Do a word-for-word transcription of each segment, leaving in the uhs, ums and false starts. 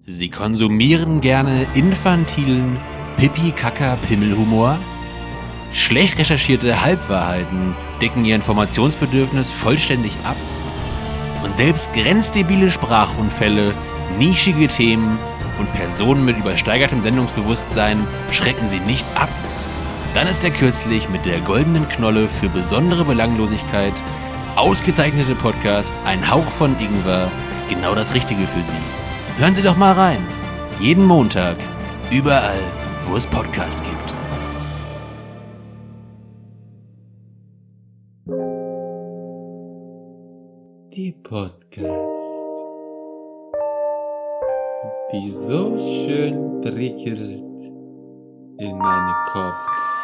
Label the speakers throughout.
Speaker 1: Sie konsumieren gerne infantilen Pipi-Kaka-Pimmel-Humor? Schlecht recherchierte Halbwahrheiten decken ihr Informationsbedürfnis vollständig ab? Und selbst grenzdebile Sprachunfälle, nischige Themen und Personen mit übersteigertem Sendungsbewusstsein schrecken sie nicht ab? Dann ist der kürzlich mit der goldenen Knolle für besondere Belanglosigkeit ausgezeichnete Podcast Ein Hauch von Ingwer genau das Richtige für Sie. Hören Sie doch mal rein. Jeden Montag, überall, wo es Podcasts gibt.
Speaker 2: Die Podcast, die so schön prickelt in meinen Kopf.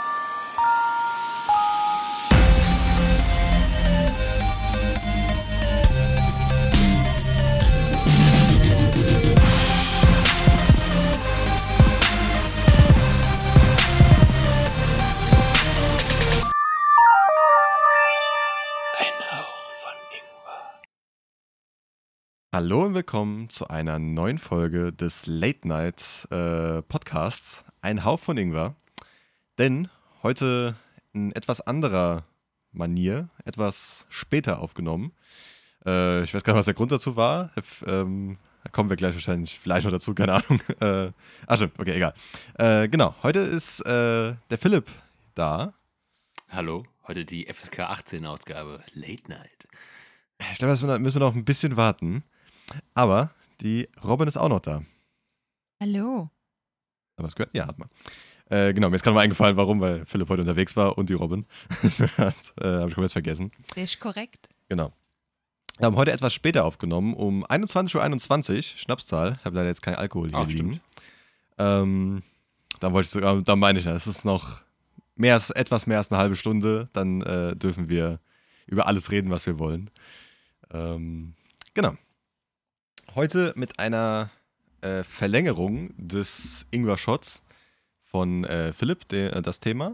Speaker 3: Hallo und willkommen zu einer neuen Folge des Late Night äh, Podcasts Ein Hauch von Ingwer. Denn heute in etwas anderer Manier, etwas später aufgenommen. Äh, ich weiß gar nicht, was der Grund dazu war. Ähm, da kommen wir gleich wahrscheinlich vielleicht noch dazu, keine Ahnung. Äh, ach stimmt, okay, egal. Äh, genau, heute ist äh, der Philipp da.
Speaker 1: Hallo, heute die F S K achtzehn Ausgabe Late Night.
Speaker 3: Ich glaube, da müssen wir noch ein bisschen warten. Aber die Robin ist auch noch da.
Speaker 4: Hallo.
Speaker 3: Aber es gehört? Ja, hat man. Äh, genau, mir ist gerade mal eingefallen, warum, weil Philipp heute unterwegs war und die Robin. Das äh, habe ich komplett vergessen.
Speaker 4: Das ist korrekt.
Speaker 3: Genau. Wir haben heute etwas später aufgenommen, um einundzwanzig Uhr einundzwanzig, Schnapszahl. Ich habe leider jetzt keinen Alkohol hier
Speaker 1: Ah,
Speaker 3: liegen.
Speaker 1: stimmt.
Speaker 3: Ähm, dann wollte ich sogar, dann meine ich ja, es ist noch mehr als, etwas mehr als eine halbe Stunde. Dann äh, dürfen wir über alles reden, was wir wollen. Ähm, genau. Heute mit einer äh, Verlängerung des Ingwer-Shots von äh, Philipp, de, äh, das Thema.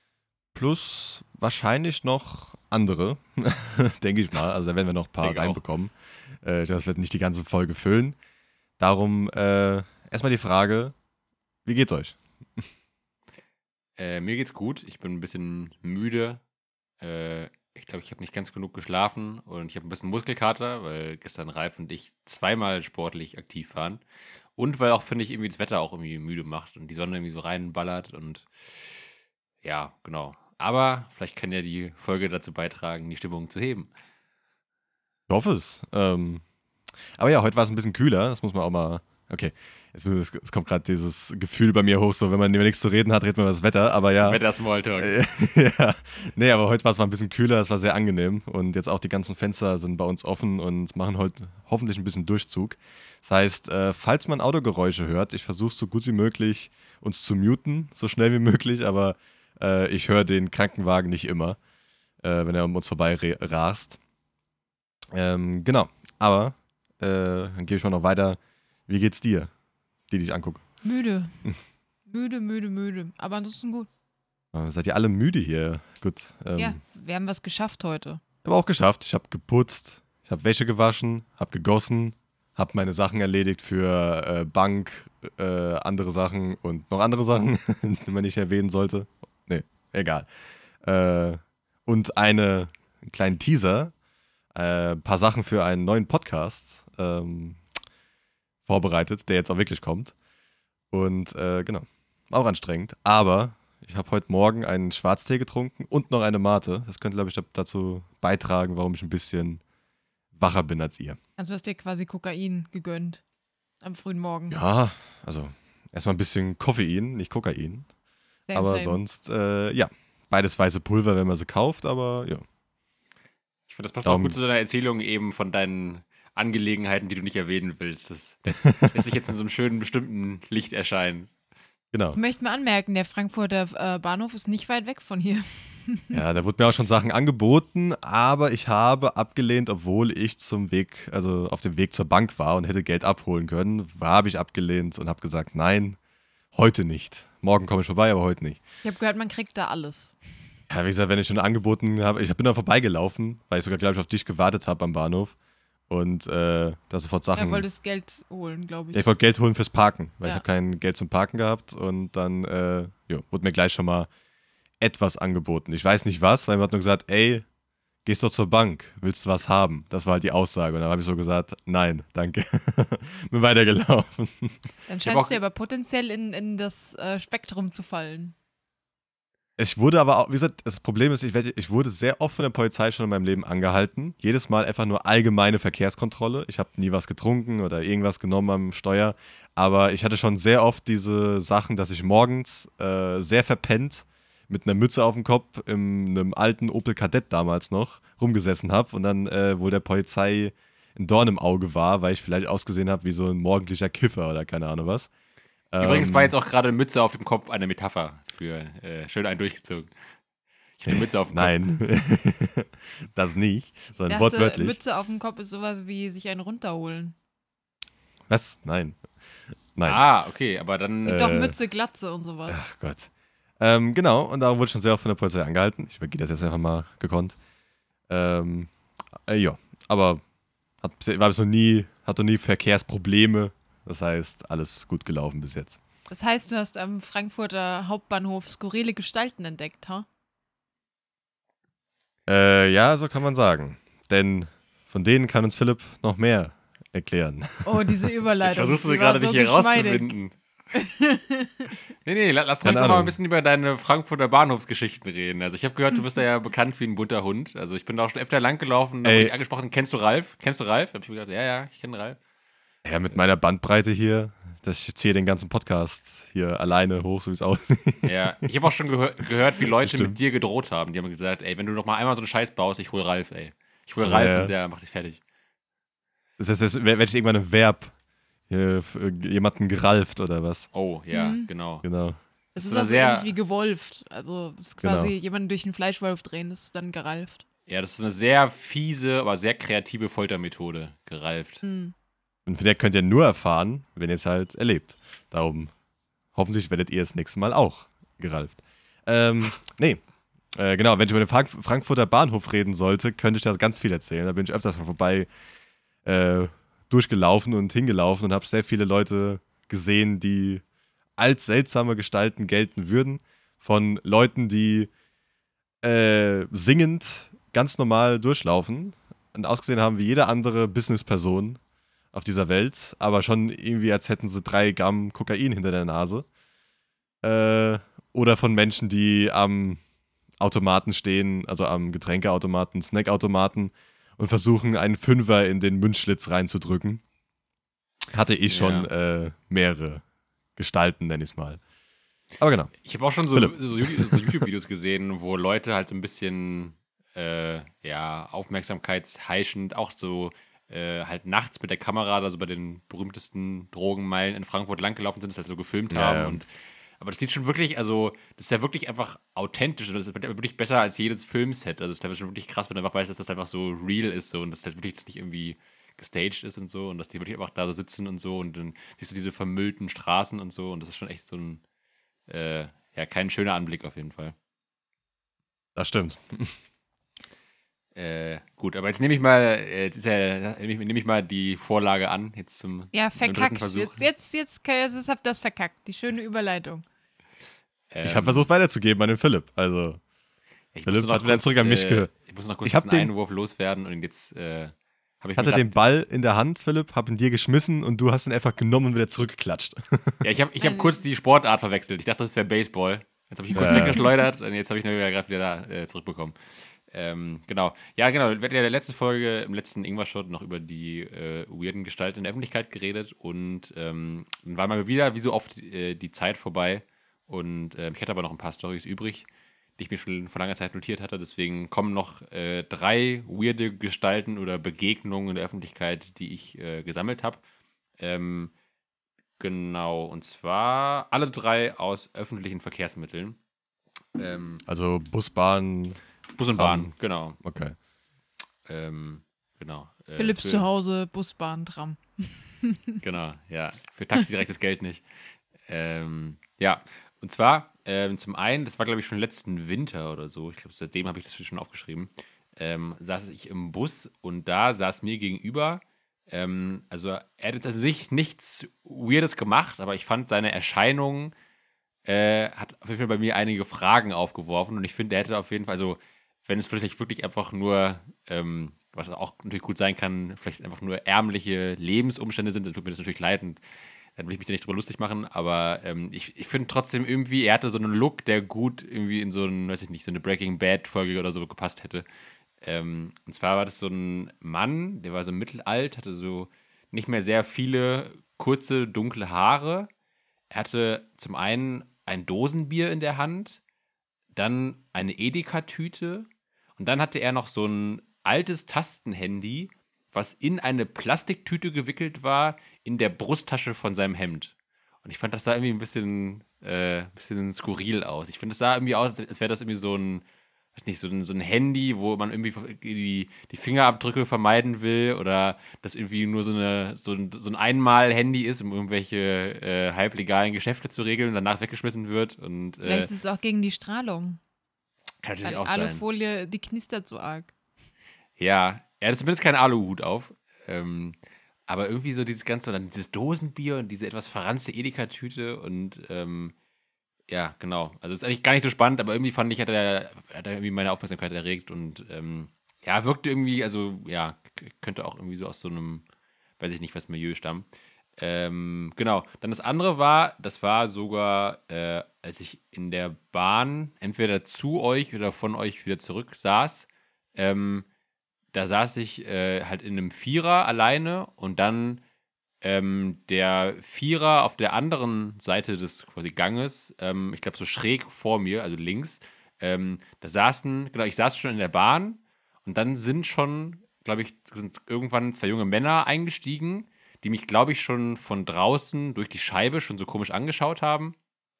Speaker 3: Plus wahrscheinlich noch andere, denke ich mal. Also da werden wir noch ein paar
Speaker 1: Denke
Speaker 3: reinbekommen. Äh, das wird nicht die ganze Folge füllen. Darum äh, erstmal die Frage, wie geht's euch?
Speaker 1: Äh, mir geht's gut. Ich bin ein bisschen müde. Äh, ich glaube, ich habe nicht ganz genug geschlafen und ich habe ein bisschen Muskelkater, weil gestern Ralf und ich zweimal sportlich aktiv waren. Und weil auch, finde ich, irgendwie das Wetter auch irgendwie müde macht und die Sonne irgendwie so reinballert und ja, genau. Aber vielleicht kann ja die Folge dazu beitragen, die Stimmung zu heben.
Speaker 3: Ich hoffe es. Ähm, aber ja, heute war es ein bisschen kühler. Das muss man auch mal. Okay, jetzt, es kommt gerade dieses Gefühl bei mir hoch, so wenn man nichts zu reden hat, redet man über das Wetter. Aber ja.
Speaker 1: Wetter-Smalltalk.
Speaker 3: Äh, ja. Nee, aber heute war es mal ein bisschen kühler. Es war sehr angenehm. Und jetzt auch die ganzen Fenster sind bei uns offen und machen heute hoffentlich ein bisschen Durchzug. Das heißt, äh, falls man Autogeräusche hört, ich versuche so gut wie möglich uns zu muten, so schnell wie möglich. Aber äh, ich höre den Krankenwagen nicht immer, äh, wenn er um uns vorbei re- rast. Ähm, genau, aber äh, dann gebe ich mal noch weiter. Wie geht's dir, die dich angucken?
Speaker 4: Müde. müde, müde, müde. Aber ansonsten gut.
Speaker 3: Äh, seid ihr alle müde hier? Gut. Ähm,
Speaker 4: Ja, wir haben was geschafft heute.
Speaker 3: Ich habe auch geschafft. Ich habe geputzt, ich habe Wäsche gewaschen, habe gegossen, habe meine Sachen erledigt für äh, Bank, äh, andere Sachen und noch andere Sachen, die man nicht erwähnen sollte. Nee, egal. Äh, und eine, einen kleinen Teaser, ein äh, paar Sachen für einen neuen Podcast ähm, vorbereitet, der jetzt auch wirklich kommt. Und äh, genau, auch anstrengend. Aber ich habe heute Morgen einen Schwarztee getrunken und noch eine Mate. Das könnte, glaube ich, dazu beitragen, warum ich ein bisschen wacher bin als ihr.
Speaker 4: Also du hast dir quasi Kokain gegönnt. Am frühen Morgen.
Speaker 3: Ja, also erstmal ein bisschen Koffein, nicht Kokain.
Speaker 4: Same,
Speaker 3: aber
Speaker 4: same.
Speaker 3: sonst, äh, ja, beides weiße Pulver, wenn man sie kauft, aber ja.
Speaker 1: Ich finde, das passt
Speaker 3: Darum-
Speaker 1: auch gut zu deiner Erzählung eben von deinen Angelegenheiten, die du nicht erwähnen willst. Das lässt, lässt sich jetzt in so einem schönen, bestimmten Licht erscheinen.
Speaker 3: Genau.
Speaker 4: Ich möchte mal anmerken, der Frankfurter äh, Bahnhof ist nicht weit weg von hier.
Speaker 3: Ja, da wurden mir auch schon Sachen angeboten, aber ich habe abgelehnt, obwohl ich zum Weg, also auf dem Weg zur Bank war und hätte Geld abholen können, habe ich abgelehnt und habe gesagt, nein, heute nicht. Morgen komme ich vorbei, aber heute nicht.
Speaker 4: Ich habe gehört, man kriegt da alles.
Speaker 3: Ja, wie gesagt, wenn ich schon angeboten habe, ich bin da vorbeigelaufen, weil ich sogar, glaube ich, auf dich gewartet habe am Bahnhof. und äh, da sofort Sachen.
Speaker 4: Er wollte das Geld holen, glaube ich.
Speaker 3: Ja, ich wollte Geld holen fürs Parken, weil
Speaker 4: Ja.
Speaker 3: ich habe kein Geld zum Parken gehabt und dann äh, jo, wurde mir gleich schon mal etwas angeboten. Ich weiß nicht was, weil mir hat nur gesagt, ey, gehst doch zur Bank, willst du was haben? Das war halt die Aussage und dann habe ich so gesagt, nein, danke. Bin weitergelaufen.
Speaker 4: Dann
Speaker 1: hab
Speaker 4: scheinst
Speaker 1: auch-
Speaker 4: du aber potenziell in, in das äh, Spektrum zu fallen.
Speaker 3: Ich wurde aber auch, wie gesagt, das Problem ist, ich, werde, ich wurde sehr oft von der Polizei schon in meinem Leben angehalten. Jedes Mal einfach nur allgemeine Verkehrskontrolle. Ich habe nie was getrunken oder irgendwas genommen am Steuer. Aber ich hatte schon sehr oft diese Sachen, dass ich morgens äh, sehr verpennt mit einer Mütze auf dem Kopf in einem alten Opel Kadett damals noch rumgesessen habe und dann äh, wohl der Polizei ein Dorn im Auge war, weil ich vielleicht ausgesehen habe wie so ein morgendlicher Kiffer oder keine Ahnung was.
Speaker 1: Übrigens
Speaker 3: Ähm,
Speaker 1: war jetzt auch gerade Mütze auf dem Kopf eine Metapher für äh, schön einen durchgezogen. Ich habe eine Mütze auf dem Kopf.
Speaker 3: Nein, das nicht,
Speaker 4: Ich
Speaker 3: sondern
Speaker 4: dachte,
Speaker 3: wortwörtlich.
Speaker 4: Mütze auf dem Kopf ist sowas wie sich einen runterholen.
Speaker 3: Was? Nein. Nein.
Speaker 1: Ah, okay, aber dann.
Speaker 3: Äh,
Speaker 4: Doch Mütze, Glatze und sowas.
Speaker 3: Ach Gott. Ähm, genau, und da wurde ich schon sehr oft von der Polizei angehalten. Ich übergehe das jetzt einfach mal gekonnt. Ähm, äh, ja, aber hat, war bis noch nie, hat noch nie Verkehrsprobleme. Das heißt, alles gut gelaufen bis jetzt.
Speaker 4: Das heißt, du hast am Frankfurter Hauptbahnhof skurrile Gestalten entdeckt, ha?
Speaker 3: Äh, ja, so kann man sagen. Denn von denen kann uns Philipp noch mehr erklären.
Speaker 4: Oh, diese
Speaker 1: Jetzt
Speaker 4: Überleitung.
Speaker 1: versuchst du
Speaker 4: die
Speaker 1: gerade
Speaker 4: war
Speaker 1: dich hier
Speaker 4: geschmeidig.
Speaker 1: rauszufinden. nee, nee, la- lass ruhig
Speaker 3: Keine
Speaker 1: noch mal ein
Speaker 3: Ahnung.
Speaker 1: bisschen über deine Frankfurter Bahnhofsgeschichten reden. Also ich habe gehört, du bist da ja bekannt wie ein bunter Hund. Also ich bin da auch schon öfter lang gelaufen, da wurde
Speaker 3: Ey.
Speaker 1: ich angesprochen, kennst du Ralf? Kennst du Ralf? Hab ich mir gedacht, ja, ja, ich kenne Ralf.
Speaker 3: Ja, mit meiner Bandbreite hier, dass ich ziehe den ganzen Podcast hier alleine hoch, so wie es aussieht.
Speaker 1: Ja, ich habe auch schon gehör gehört, wie Leute
Speaker 3: Stimmt.
Speaker 1: mit dir gedroht haben. Die haben gesagt, ey, wenn du noch mal einmal so einen Scheiß baust, ich hol Ralf, ey. Ich hol
Speaker 3: Ja,
Speaker 1: Ralf
Speaker 3: ja.
Speaker 1: und der macht dich fertig.
Speaker 3: Das heißt, das werde ich irgendwann ein Verb. Hier, f- äh, jemanden geralft oder was.
Speaker 1: Oh, ja,
Speaker 4: Mhm.
Speaker 1: genau.
Speaker 3: Genau.
Speaker 4: Das
Speaker 1: Das
Speaker 4: ist
Speaker 1: ist
Speaker 4: auch so
Speaker 1: sehr-
Speaker 4: ähnlich wie gewolft. Also es ist quasi
Speaker 3: Genau.
Speaker 4: jemanden durch einen Fleischwolf drehen, das ist dann geralft.
Speaker 1: Ja, das ist eine sehr fiese, aber sehr kreative Foltermethode, geralft.
Speaker 4: Hm.
Speaker 3: Und von der könnt ihr nur erfahren, wenn ihr es halt erlebt. Darum, hoffentlich werdet ihr das nächste Mal auch geralft. Ähm, nee. Äh, genau, wenn ich über den Frank Frankfurter Bahnhof reden sollte, könnte ich da ganz viel erzählen. Da bin ich öfters mal vorbei äh, durchgelaufen und hingelaufen und habe sehr viele Leute gesehen, die als seltsame Gestalten gelten würden. Von Leuten, die äh, singend ganz normal durchlaufen und ausgesehen haben wie jede andere Businessperson auf dieser Welt, aber schon irgendwie, als hätten sie drei Gramm Kokain hinter der Nase. Äh, oder von Menschen, die am Automaten stehen, also am Getränkeautomaten, Snackautomaten und versuchen, einen Fünfer in den Mundschlitz reinzudrücken. Hatte ich schon äh, mehrere Gestalten, nenn ich es mal. Aber genau.
Speaker 1: Ich habe auch schon so,
Speaker 3: Philipp.
Speaker 1: so, so YouTube-Videos gesehen, wo Leute halt so ein bisschen äh, ja, aufmerksamkeitsheischend auch so äh, halt nachts mit der Kamera da so bei den berühmtesten Drogenmeilen in Frankfurt langgelaufen sind, das halt so gefilmt
Speaker 3: Ja,
Speaker 1: haben.
Speaker 3: ja.
Speaker 1: Und, aber das sieht schon wirklich, also das ist ja wirklich einfach authentisch. Das ist wirklich besser als jedes Filmset. Also es ist teilweise schon wirklich krass, wenn du einfach weißt, dass das einfach so real ist so, und dass das halt wirklich jetzt nicht irgendwie gestaged ist und so und dass die wirklich einfach da so sitzen und so und dann siehst du diese vermüllten Straßen und so und das ist schon echt so ein äh, ja, kein schöner Anblick auf jeden Fall.
Speaker 3: Das stimmt.
Speaker 1: Äh, gut, aber jetzt nehme ich mal, äh, jetzt ist ja, nehme ich, nehme ich mal die Vorlage an, jetzt zum
Speaker 4: Ja,
Speaker 1: zum dritten
Speaker 4: verkackt.
Speaker 1: Versuch.
Speaker 4: Jetzt, jetzt, jetzt, jetzt, jetzt habt ihr das verkackt. Die schöne Überleitung.
Speaker 1: Ähm,
Speaker 3: Ich habe versucht weiterzugeben an den Philipp. Also,
Speaker 1: ich
Speaker 3: Philipp
Speaker 1: musste noch
Speaker 3: hat wieder zurück an mich
Speaker 1: äh,
Speaker 3: ge-
Speaker 1: Ich muss noch kurz
Speaker 3: Ich hab
Speaker 1: einen
Speaker 3: den-
Speaker 1: Einwurf loswerden und jetzt äh, habe ich
Speaker 3: ich hatte
Speaker 1: mir
Speaker 3: den
Speaker 1: grad-
Speaker 3: Ball in der Hand, Philipp, hab ihn dir geschmissen und du hast ihn einfach genommen und wieder zurückgeklatscht.
Speaker 1: Ja, ich habe ich hab
Speaker 4: Nein.
Speaker 1: kurz die Sportart verwechselt. Ich dachte, das wäre Baseball. Jetzt habe ich ihn kurz
Speaker 3: Ja.
Speaker 1: weggeschleudert und jetzt habe ich ihn wieder gerade wieder äh, zurückbekommen. Ähm, genau. Ja, genau. Wir hatten ja in der letzten Folge, im letzten Ingwer-Shot, noch über die äh, weirden Gestalten in der Öffentlichkeit geredet und ähm, dann war mal wieder, wie so oft, äh, die Zeit vorbei und äh, ich hatte aber noch ein paar Storys übrig, die ich mir schon vor langer Zeit notiert hatte. Deswegen kommen noch äh, drei weirde Gestalten oder Begegnungen in der Öffentlichkeit, die ich äh, gesammelt habe. Ähm, genau. Und zwar alle drei aus öffentlichen Verkehrsmitteln. Ähm,
Speaker 3: Also Bus, Bahn,
Speaker 1: Bus und
Speaker 3: Tram.
Speaker 1: Bahn, genau.
Speaker 3: okay.
Speaker 1: Ähm, genau. Äh,
Speaker 4: Philipps
Speaker 1: für-
Speaker 4: zu Hause, Bus, Bahn, Tram.
Speaker 1: Genau, ja. Für Taxi direkt das Geld nicht. Ähm, ja, und zwar ähm, zum einen, das war glaube ich schon letzten Winter oder so, ich glaube seitdem habe ich das schon aufgeschrieben, ähm, saß ich im Bus und da saß mir gegenüber, ähm, also er hat jetzt an sich nichts Weirdes gemacht, aber ich fand seine Erscheinung äh, hat auf jeden Fall bei mir einige Fragen aufgeworfen und ich finde, er hätte auf jeden Fall, also wenn es vielleicht wirklich einfach nur, ähm, was auch natürlich gut sein kann, vielleicht einfach nur ärmliche Lebensumstände sind, dann tut mir das natürlich leid und dann will ich mich da nicht drüber lustig machen, aber ähm, ich, ich finde trotzdem irgendwie, er hatte so einen Look, der gut irgendwie in so einen, weiß ich nicht, so eine Breaking Bad-Folge oder so gepasst hätte. Ähm, und zwar war das so ein Mann, der war so mittelalt, hatte so nicht mehr sehr viele kurze, dunkle Haare. Er hatte zum einen ein Dosenbier in der Hand, dann eine Edeka-Tüte und dann hatte er noch so ein altes Tastenhandy, was in eine Plastiktüte gewickelt war, in der Brusttasche von seinem Hemd. Und ich fand, das sah irgendwie ein bisschen, äh, bisschen skurril aus. Ich finde, es sah irgendwie aus, als wäre das irgendwie so ein, weiß nicht, so ein, so ein Handy, wo man irgendwie die, die Fingerabdrücke vermeiden will oder das irgendwie nur so, eine, so ein, so ein Einmal-Handy ist, um irgendwelche äh, halblegalen Geschäfte zu regeln und danach weggeschmissen wird. Und, äh,
Speaker 4: Vielleicht ist es auch gegen die Strahlung.
Speaker 1: kann natürlich
Speaker 4: Weil
Speaker 1: auch
Speaker 4: alle
Speaker 1: sein.
Speaker 4: Folie, die knistert so arg.
Speaker 1: Ja, er hatte zumindest keinen Aluhut auf. Ähm, aber irgendwie so dieses Ganze, und dann dieses Dosenbier und diese etwas verranzte Edeka-Tüte und ähm, ja, genau. Also ist eigentlich gar nicht so spannend, aber irgendwie fand ich, hat er, hat er irgendwie meine Aufmerksamkeit erregt und ähm, ja, wirkte irgendwie, also ja, k- könnte auch irgendwie so aus so einem, weiß ich nicht, was Milieu stammen. Ähm, genau. Dann das andere war, das war sogar, äh, als ich in der Bahn entweder zu euch oder von euch wieder zurück saß, ähm, da saß ich äh, halt in einem Vierer alleine und dann ähm, der Vierer auf der anderen Seite des quasi Ganges, ähm, ich glaube so schräg vor mir, also links, ähm, da saßen, genau, ich saß schon in der Bahn und dann sind schon, glaube ich, sind irgendwann zwei junge Männer eingestiegen, die mich, glaube ich, schon von draußen durch die Scheibe schon so komisch angeschaut haben.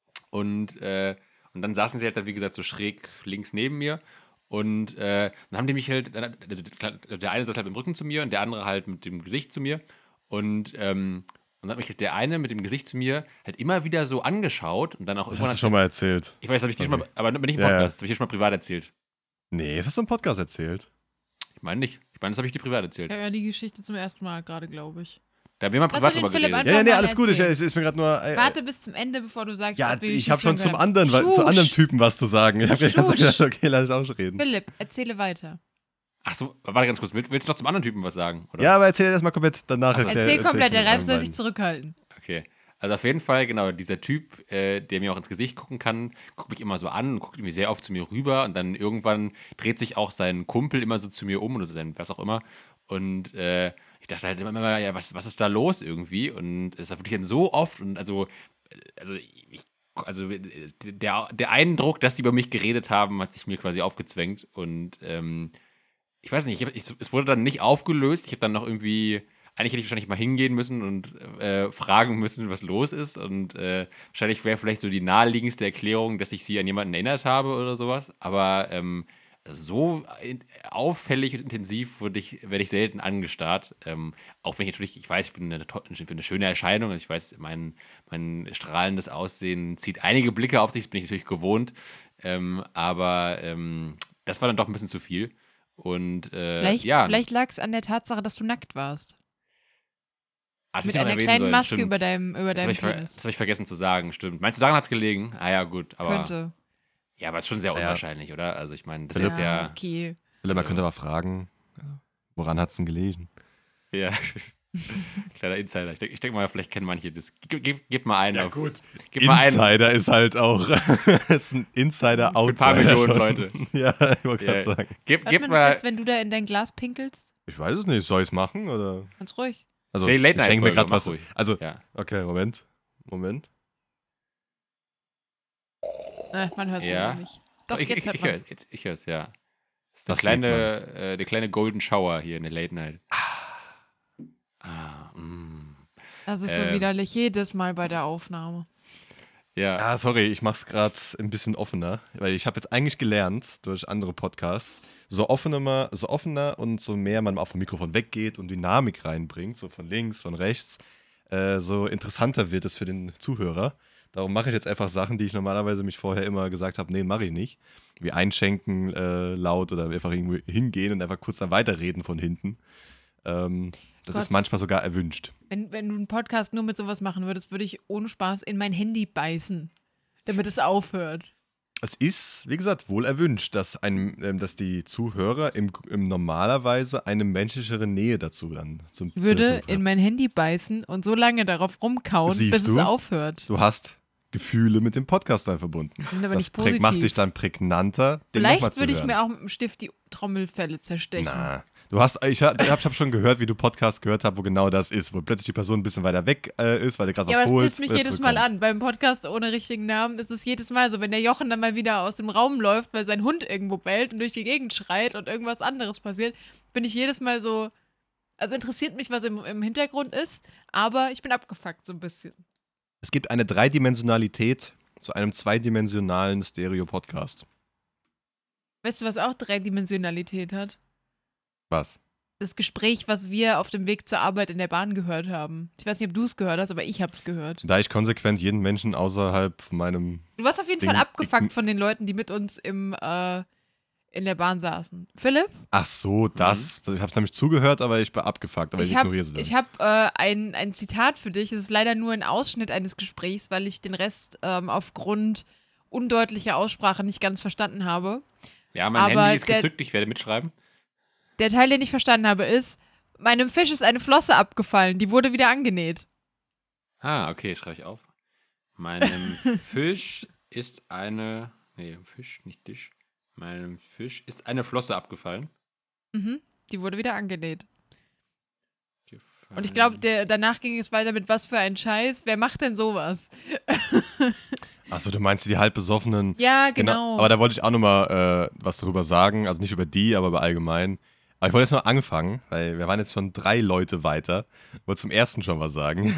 Speaker 1: Und, äh, und dann saßen sie halt dann, wie gesagt, so schräg links neben mir. Und äh, dann haben die mich halt, also der eine saß halt mit dem Rücken zu mir und der andere halt mit dem Gesicht zu mir. Und, ähm, und dann hat mich halt der eine mit dem Gesicht zu mir halt immer wieder so angeschaut und dann auch
Speaker 3: Das
Speaker 1: irgendwann.
Speaker 3: hast du schon mal erzählt.
Speaker 1: Ich weiß, habe ich dir schon mal,
Speaker 3: Okay.
Speaker 1: aber nicht im
Speaker 3: Ja, ja.
Speaker 1: Podcast, habe ich dir schon mal privat erzählt.
Speaker 3: Nee, das hast du im Podcast erzählt.
Speaker 1: Ich meine nicht. Ich meine, das habe ich dir privat erzählt.
Speaker 4: Ja, ja, die Geschichte zum ersten Mal gerade, glaube ich.
Speaker 1: Da haben wir mal
Speaker 4: Lass
Speaker 1: privat
Speaker 4: doch den
Speaker 1: drüber
Speaker 4: Philipp
Speaker 1: geredet.
Speaker 3: Ja, ja, nee,
Speaker 4: mal
Speaker 3: alles gut. Ich,
Speaker 4: erzählen.
Speaker 3: ich, ist mir gerade nur. Äh,
Speaker 4: Warte bis zum Ende, bevor du sagst,
Speaker 3: ja,
Speaker 4: ob wir die
Speaker 3: ich habe schon
Speaker 4: Geschichte
Speaker 3: zum
Speaker 4: gehört
Speaker 3: anderen,
Speaker 4: haben.
Speaker 3: zu anderen
Speaker 4: Schusch.
Speaker 3: Typen was zu sagen. Ich habe gerade
Speaker 4: Schusch.
Speaker 3: gedacht, okay, lass auch schon reden.
Speaker 4: Philipp, erzähle weiter.
Speaker 1: Ach so, warte ganz kurz. Willst, willst du noch zum anderen Typen was sagen? Oder?
Speaker 3: Ja, aber erzähl erstmal komplett danach.
Speaker 1: Ach so.
Speaker 3: erklär-
Speaker 4: Erzähl komplett,
Speaker 3: ich
Speaker 4: der
Speaker 3: mir
Speaker 4: Ralf soll
Speaker 3: meinen.
Speaker 4: sich zurückhalten.
Speaker 1: Okay. Also auf jeden Fall, genau, dieser Typ, äh, der mir auch ins Gesicht gucken kann, guckt mich immer so an und guckt irgendwie sehr oft zu mir rüber und dann irgendwann dreht sich auch sein Kumpel immer so zu mir um oder sein was auch immer. Und äh, ich dachte halt immer, immer ja, was, was ist da los irgendwie? Und es war wirklich dann so oft und also, äh, also ich, also äh, der, der Eindruck, dass die über mich geredet haben, hat sich mir quasi aufgezwängt und ähm, ich weiß nicht, ich hab, ich, es wurde dann nicht aufgelöst. Ich habe dann noch irgendwie, eigentlich hätte ich wahrscheinlich mal hingehen müssen und äh, fragen müssen, was los ist. Und äh, wahrscheinlich wäre vielleicht so die naheliegendste Erklärung, dass ich sie an jemanden erinnert habe oder sowas. Aber ähm, so in, auffällig und intensiv wurde ich, werde ich selten angestarrt. Ähm, auch wenn ich natürlich, ich weiß, ich bin eine, to- ich bin eine schöne Erscheinung. Also ich weiß, mein, mein strahlendes Aussehen zieht einige Blicke auf sich, das bin ich natürlich gewohnt. Ähm, aber ähm, das war dann doch ein bisschen zu viel. Und äh,
Speaker 4: Vielleicht,
Speaker 1: ja,
Speaker 4: vielleicht lag es an der Tatsache, dass du nackt warst.
Speaker 1: das
Speaker 4: Mit
Speaker 1: hätte ich noch
Speaker 4: einer
Speaker 1: erwähnen
Speaker 4: kleinen
Speaker 1: sollen,
Speaker 4: Maske
Speaker 1: stimmt.
Speaker 4: über deinem, über
Speaker 1: Das habe
Speaker 4: deinem
Speaker 1: ich, ver
Speaker 4: Penis.
Speaker 1: das hab ich vergessen zu sagen, stimmt. Meinst du, daran hat es gelegen? Ah ja, gut, aber
Speaker 4: Könnte.
Speaker 1: ja, aber ist schon sehr
Speaker 3: Ja.
Speaker 1: unwahrscheinlich, oder? Also ich meine, das ist
Speaker 3: Ja.
Speaker 1: jetzt ja,
Speaker 4: Okay.
Speaker 3: Philipp, man
Speaker 1: Also-
Speaker 3: könnte aber fragen, woran hat's denn gelegen?
Speaker 1: ja. Kleiner Insider. Ich denke ich denk mal, vielleicht kennen manche das. Gib, gib, gib mal einen auf. Gib mal einen
Speaker 3: Insider ist halt auch ist ein Insider
Speaker 1: für ein
Speaker 3: Outsider.
Speaker 1: paar Millionen
Speaker 3: schon.
Speaker 1: Leute.
Speaker 3: Ja, ich wollte
Speaker 1: Ja.
Speaker 3: gerade sagen.
Speaker 1: Gib,
Speaker 4: Hört
Speaker 1: gib
Speaker 4: man das
Speaker 1: mal.
Speaker 4: jetzt, wenn du da in dein Glas pinkelst?
Speaker 3: Ich weiß es nicht, soll ich es machen oder?
Speaker 4: Ganz ruhig.
Speaker 3: Also,
Speaker 1: Sehr
Speaker 3: ich
Speaker 1: Late-Night-Folge,
Speaker 3: denke mir gerade
Speaker 1: mach
Speaker 3: was.
Speaker 1: ruhig.
Speaker 3: Also,
Speaker 1: Ja.
Speaker 3: okay, Moment. Moment.
Speaker 4: Äh, man hört es
Speaker 1: Ja.
Speaker 4: nicht. Doch,
Speaker 1: ich,
Speaker 4: jetzt
Speaker 1: ich,
Speaker 4: hört
Speaker 1: ich,
Speaker 4: man
Speaker 1: höre
Speaker 4: es.
Speaker 1: ich höre es, ja. Das ist der
Speaker 3: Das
Speaker 1: kleine, äh, der kleine Golden Shower hier in der Late Night. Ah, mm.
Speaker 4: Das ist so
Speaker 1: Ähm.
Speaker 4: widerlich, jedes Mal bei der Aufnahme.
Speaker 1: Ja.
Speaker 3: Ah, sorry, ich mach's gerade ein bisschen offener, weil ich habe jetzt eigentlich gelernt durch andere Podcasts, so offener, mal, so offener und so mehr man auch vom Mikrofon weggeht und Dynamik reinbringt, so von links, von rechts, äh, so interessanter wird es für den Zuhörer. Darum mache ich jetzt einfach Sachen, die ich normalerweise mich vorher immer gesagt habe, nee, mache ich nicht. Wie einschenken äh, laut oder einfach irgendwo hingehen und einfach kurz dann weiterreden von hinten. Ähm, das
Speaker 4: Gott.
Speaker 3: ist manchmal sogar erwünscht.
Speaker 4: Wenn, wenn du einen Podcast nur mit sowas machen würdest, würde ich ohne Spaß in mein Handy beißen, damit es aufhört.
Speaker 3: Es ist, wie gesagt, wohl erwünscht, dass, ein, ähm, dass die Zuhörer im, im normalerweise eine menschlichere Nähe dazu dann zum
Speaker 4: Ich würde
Speaker 3: zum-
Speaker 4: in mein Handy beißen und so lange darauf rumkauen,
Speaker 3: Siehst
Speaker 4: bis
Speaker 3: du?
Speaker 4: es aufhört.
Speaker 3: Du hast Gefühle mit dem Podcast dann verbunden.
Speaker 4: Die sind aber
Speaker 3: Das
Speaker 4: nicht positiv.
Speaker 3: präg, macht dich dann prägnanter, den nochmal
Speaker 4: Vielleicht
Speaker 3: zu
Speaker 4: würde ich
Speaker 3: hören.
Speaker 4: mir auch mit dem Stift die Trommelfelle zerstechen.
Speaker 3: Na, du hast, ich habe ich hab schon gehört, wie du Podcasts gehört hast, wo genau das ist, wo plötzlich die Person ein bisschen weiter weg äh, ist, weil der gerade
Speaker 4: Ja,
Speaker 3: was
Speaker 4: aber das
Speaker 3: holt.
Speaker 4: pisst mich
Speaker 3: wieder
Speaker 4: jedes Mal
Speaker 3: zurückkommt.
Speaker 4: an. Beim Podcast ohne richtigen Namen ist es jedes Mal so, wenn der Jochen dann mal wieder aus dem Raum läuft, weil sein Hund irgendwo bellt und durch die Gegend schreit und irgendwas anderes passiert, bin ich jedes Mal so, also interessiert mich, was im, im Hintergrund ist, aber ich bin abgefuckt so ein bisschen.
Speaker 3: Es gibt eine Dreidimensionalität zu einem zweidimensionalen Stereo-Podcast.
Speaker 4: Weißt du, was auch Dreidimensionalität hat?
Speaker 3: Was?
Speaker 4: Das Gespräch, was wir auf dem Weg zur Arbeit in der Bahn gehört haben. Ich weiß nicht, ob du es gehört hast, aber ich habe es gehört.
Speaker 3: Da ich konsequent jeden Menschen außerhalb von meinem.
Speaker 4: Du warst auf jeden
Speaker 3: Ding-
Speaker 4: Fall abgefuckt
Speaker 3: ich-
Speaker 4: von den Leuten, die mit uns im, äh, in der Bahn saßen. Philipp?
Speaker 3: Ach so, das. das ich habe nämlich zugehört, aber ich bin abgefuckt, aber ich,
Speaker 4: Ich habe
Speaker 3: ignoriere sie dann.
Speaker 4: ich hab, äh, ein, ein Zitat für dich. Es ist leider nur ein Ausschnitt eines Gesprächs, weil ich den Rest ähm, aufgrund undeutlicher Aussprache nicht ganz verstanden habe.
Speaker 1: Ja, mein
Speaker 4: Aber
Speaker 1: Handy ist
Speaker 4: der-
Speaker 1: gezückt, ich werde mitschreiben.
Speaker 4: Der Teil, den ich verstanden habe, ist, meinem Fisch ist eine Flosse abgefallen, die wurde wieder angenäht.
Speaker 1: Ah, okay, schreibe ich auf. Meinem Fisch ist eine. Nee, Fisch, nicht Tisch. Meinem Fisch ist eine Flosse abgefallen.
Speaker 4: Mhm, die wurde wieder angenäht.
Speaker 1: Gefallen.
Speaker 4: Und ich glaube, danach ging es weiter mit was für ein Scheiß. Wer macht denn sowas?
Speaker 3: Achso, du meinst die halb besoffenen.
Speaker 4: Ja, genau.
Speaker 3: Aber da wollte ich auch nochmal äh, was darüber sagen. Also nicht über die, aber über allgemein. Aber ich wollte jetzt noch anfangen, weil wir waren jetzt schon drei Leute weiter. Ich wollte zum ersten schon was sagen.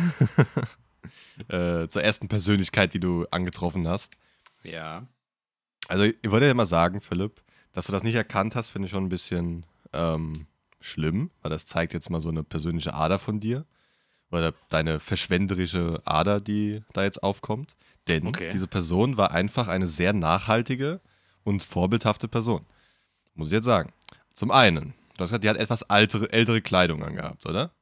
Speaker 3: äh, zur ersten Persönlichkeit, die du angetroffen hast.
Speaker 1: Ja.
Speaker 3: Also ich wollte dir mal sagen, Philipp, dass du das nicht erkannt hast, finde ich schon ein bisschen ähm, schlimm, weil das zeigt jetzt mal so eine persönliche Ader von dir. Oder deine verschwenderische Ader, die da jetzt aufkommt. Denn
Speaker 1: Okay.
Speaker 3: diese Person war einfach eine sehr nachhaltige und vorbildhafte Person. Muss ich jetzt sagen. Zum einen, du hast gesagt, die hat etwas ältere, ältere Kleidung angehabt, oder?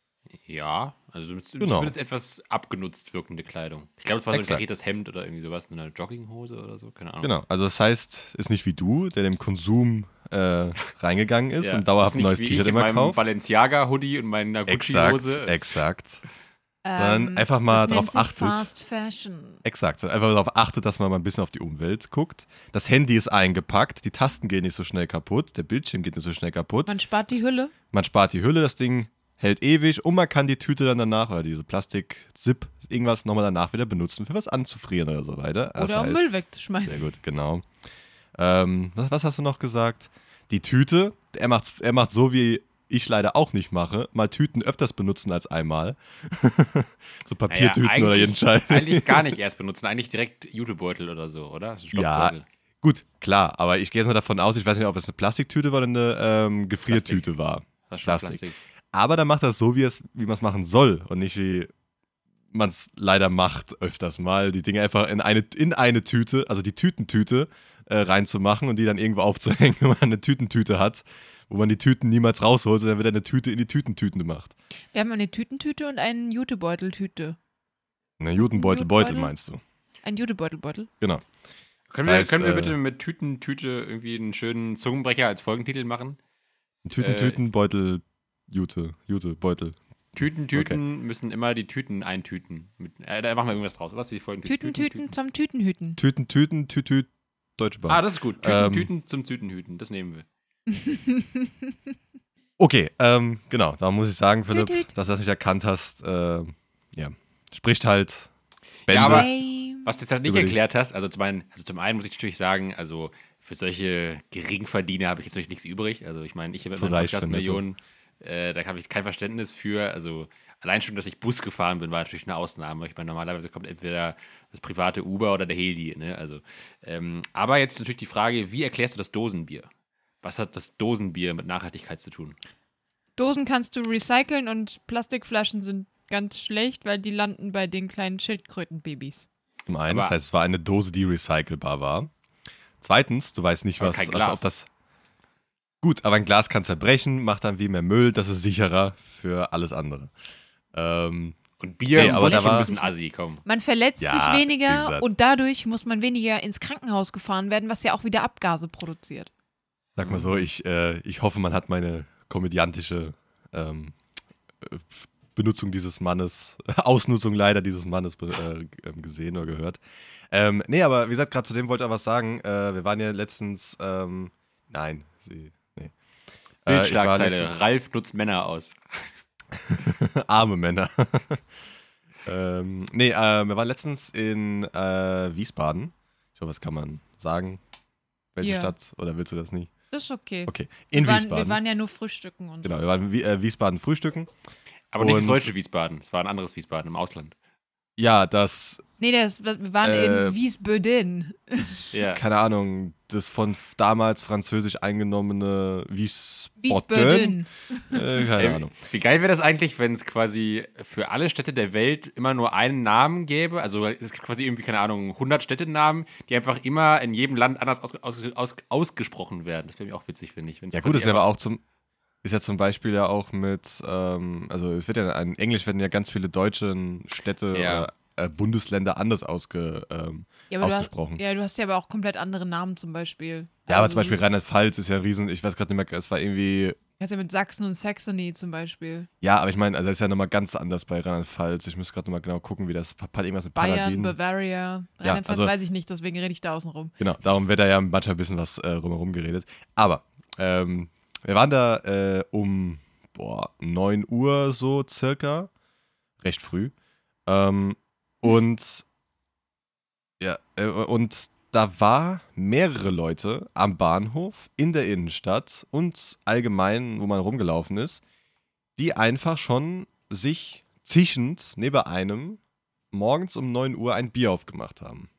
Speaker 1: Ja, also z-
Speaker 3: Genau.
Speaker 1: zumindest etwas abgenutzt wirkende Kleidung. Ich glaube, es war so ein
Speaker 3: Exakt.
Speaker 1: kariertes Hemd oder irgendwie sowas, eine Jogginghose oder so, keine Ahnung.
Speaker 3: Genau. Also das heißt, ist nicht wie du, der dem Konsum äh, reingegangen ist
Speaker 1: Ja,
Speaker 3: und dauerhaft
Speaker 1: ist
Speaker 3: ein
Speaker 1: nicht
Speaker 3: neues
Speaker 1: wie
Speaker 3: T-Shirt
Speaker 1: ich in
Speaker 3: immer
Speaker 1: meinem
Speaker 3: kauft.
Speaker 1: Balenciaga-Hoodie und meiner
Speaker 3: Exakt,
Speaker 1: Gucci-Hose.
Speaker 3: exakt. sondern einfach mal
Speaker 4: Ähm, das
Speaker 3: drauf
Speaker 4: nennt sich
Speaker 3: achtet.
Speaker 4: Fast Fashion.
Speaker 3: Exakt, sondern einfach darauf achtet, dass man mal ein bisschen auf die Umwelt guckt. Das Handy ist eingepackt, die Tasten gehen nicht so schnell kaputt, der Bildschirm geht nicht so schnell kaputt.
Speaker 4: Man spart die Hülle.
Speaker 3: Man spart die Hülle, das Ding hält ewig und man kann die Tüte dann danach oder diese Plastik-Zip, irgendwas nochmal danach wieder benutzen, für was anzufrieren oder so weiter. Das
Speaker 4: Oder um
Speaker 3: heißt-
Speaker 4: Müll wegzuschmeißen.
Speaker 3: Sehr gut, genau. Ähm, was, was hast du noch gesagt? Die Tüte, er macht, er macht so, wie ich leider auch nicht mache, mal Tüten öfters benutzen als einmal. so Papiertüten
Speaker 1: Naja,
Speaker 3: oder
Speaker 1: eigentlich-
Speaker 3: jeden Scheiß.
Speaker 1: Eigentlich gar nicht erst benutzen, eigentlich direkt Jutebeutel oder so, oder? So Stoffbeutel.
Speaker 3: Gut, klar, aber ich gehe jetzt mal davon aus, ich weiß nicht, ob es eine Plastiktüte oder eine ähm, Gefriertüte war.
Speaker 1: Das ist schon
Speaker 3: Plastik.
Speaker 1: Plastik.
Speaker 3: Aber dann macht er es so, wie, es, wie man es machen soll und nicht wie man es leider macht öfters mal, die Dinge einfach in eine, in eine Tüte, also die Tütentüte äh, reinzumachen und die dann irgendwo aufzuhängen, wenn man eine Tütentüte hat, wo man die Tüten niemals rausholt, sondern wird eine Tüte in die Tütentüten gemacht.
Speaker 4: Wir haben eine Tütentüte und einen Jutebeuteltüte.
Speaker 3: Eine Jutenbeutel, Beutel meinst du?
Speaker 4: Ein Jutebeutelbeutel.
Speaker 3: Genau.
Speaker 1: Können wir,
Speaker 3: Heißt,
Speaker 1: können wir
Speaker 3: äh,
Speaker 1: bitte mit Tütentüte irgendwie einen schönen Zungenbrecher als Folgentitel machen?
Speaker 3: Tüten,
Speaker 1: Äh,
Speaker 3: Tüten, Beutel, Jute, Jute, Beutel.
Speaker 1: Tüten, Tüten müssen immer die Tüten eintüten. Mit, äh, da machen wir irgendwas draus. Was wie die Folgentitel?
Speaker 4: Tüten, Tüten zum Tütenhüten.
Speaker 3: Tüten, Tüten, Tütüt, Deutsche Bahn.
Speaker 1: Ah, das ist gut. Tüten,
Speaker 3: Ähm,
Speaker 1: Tüten zum Tütenhüten. Das nehmen wir.
Speaker 3: Okay, ähm, genau, da muss ich sagen, Philipp,
Speaker 4: Tüt, tüt.
Speaker 3: dass du das nicht erkannt hast, äh, ja, spricht halt Bände.
Speaker 1: Ja, aber-
Speaker 4: Hey.
Speaker 1: Was du jetzt nicht
Speaker 3: Über dich.
Speaker 1: erklärt hast, also zum, einen, also zum einen muss ich natürlich sagen, also für solche Geringverdiener habe ich jetzt natürlich nichts übrig. Also ich meine, ich habe
Speaker 3: Zu
Speaker 1: immer
Speaker 3: reich für
Speaker 1: Podcast
Speaker 3: Netto.
Speaker 1: Millionen, äh, da habe ich kein Verständnis für. Also allein schon, dass ich Bus gefahren bin, war natürlich eine Ausnahme. Ich meine, normalerweise kommt entweder das private Uber oder der Heli. Ne? Also, ähm, aber jetzt natürlich die Frage, wie erklärst du das Dosenbier? Was hat das Dosenbier mit Nachhaltigkeit zu tun?
Speaker 4: Dosen kannst du recyceln und Plastikflaschen sind ganz schlecht, weil die landen bei den kleinen Schildkrötenbabys.
Speaker 3: Zum einen,
Speaker 1: Aber-
Speaker 3: das heißt, es war eine Dose, die recycelbar war. Zweitens, du weißt nicht,
Speaker 1: Aber
Speaker 3: was,
Speaker 1: kein
Speaker 3: also
Speaker 1: Glas.
Speaker 3: ob das. Gut, aber ein Glas kann zerbrechen, macht dann wie mehr Müll, das ist sicherer für alles andere. Ähm,
Speaker 1: Und Bier
Speaker 3: Nee, aber
Speaker 1: ist
Speaker 3: da
Speaker 1: schon ein
Speaker 3: war-
Speaker 1: bisschen assi, komm.
Speaker 4: Man verletzt
Speaker 3: Ja,
Speaker 4: sich
Speaker 3: wie
Speaker 4: weniger
Speaker 3: gesagt.
Speaker 4: und dadurch muss man weniger ins Krankenhaus gefahren werden, was ja auch wieder Abgase produziert.
Speaker 3: Sag mal so, ich, äh, ich hoffe, man hat meine komödiantische ähm, äh, Benutzung dieses Mannes, Ausnutzung leider dieses Mannes be- äh, ähm, gesehen oder gehört. Ähm, nee, aber wie gesagt, gerade zu dem wollte ich auch was sagen. Äh, wir waren ja letztens, ähm, nein, sie, nee. Äh, ich war
Speaker 1: Bildschlagzeile,
Speaker 3: letztens-
Speaker 1: Ralf nutzt Männer aus.
Speaker 3: Arme Männer. ähm, nee, äh, wir waren letztens in äh, Wiesbaden. Ich hoffe, das kann man sagen. Welche
Speaker 4: Ja.
Speaker 3: Stadt? Oder willst du das nicht?
Speaker 4: Das ist okay.
Speaker 3: Okay, in
Speaker 4: wir, waren,
Speaker 3: Wiesbaden.
Speaker 4: wir waren ja nur frühstücken und
Speaker 3: Genau, wir waren in Wi- äh, Wiesbaden frühstücken.
Speaker 1: Aber nicht das
Speaker 3: Und-
Speaker 1: deutsche Wiesbaden, es war ein anderes Wiesbaden im Ausland.
Speaker 3: Ja, das,
Speaker 4: Nee, das, wir waren
Speaker 3: Äh,
Speaker 4: in Wiesbaden.
Speaker 1: Ja.
Speaker 3: keine Ahnung, das von f- damals französisch eingenommene Wiesbaden.
Speaker 4: Wiesbaden.
Speaker 3: Äh, keine
Speaker 1: Ey,
Speaker 3: Ahnung.
Speaker 1: Wie geil wäre das eigentlich, wenn es quasi für alle Städte der Welt immer nur einen Namen gäbe? Also es gibt quasi irgendwie, keine Ahnung, hundert Städtenamen, die einfach immer in jedem Land anders aus, aus, aus, ausgesprochen werden. Das wäre mir auch witzig, finde ich. wenn's
Speaker 3: Ja
Speaker 1: quasi
Speaker 3: gut, ist ja
Speaker 1: einfach-
Speaker 3: aber auch zum, ist ja zum Beispiel ja auch mit, ähm, also es wird ja, in Englisch werden ja ganz viele deutsche Städte
Speaker 1: Ja.
Speaker 3: oder äh, Bundesländer anders ausge, ähm,
Speaker 4: Ja, aber du hast,
Speaker 3: ausgesprochen.
Speaker 4: ja, du hast ja aber auch komplett andere Namen zum Beispiel.
Speaker 3: Ja, aber
Speaker 4: Also,
Speaker 3: zum Beispiel Rheinland-Pfalz ist ja ein Riesen, ich weiß gerade nicht mehr, es war irgendwie,
Speaker 4: Du hast ja mit Sachsen und Saxony zum Beispiel.
Speaker 3: ja, aber ich meine, also das ist ja nochmal ganz anders bei Rheinland-Pfalz. Ich muss gerade nochmal genau gucken, wie das, hat irgendwas mit
Speaker 4: Bayern,
Speaker 3: Paladin.
Speaker 4: Bavaria. Rheinland-Pfalz
Speaker 3: also-
Speaker 4: weiß ich nicht, deswegen rede ich da außen rum.
Speaker 3: Genau, darum wird da ja manchmal ein bisschen was äh, rumherum geredet. Aber ähm, wir waren da äh, um boah, neun Uhr so circa, recht früh. Ähm, und ja, äh, und da war mehrere Leute am Bahnhof, in der Innenstadt und allgemein, wo man rumgelaufen ist, die einfach schon sich zischend neben einem morgens um neun Uhr ein Bier aufgemacht haben.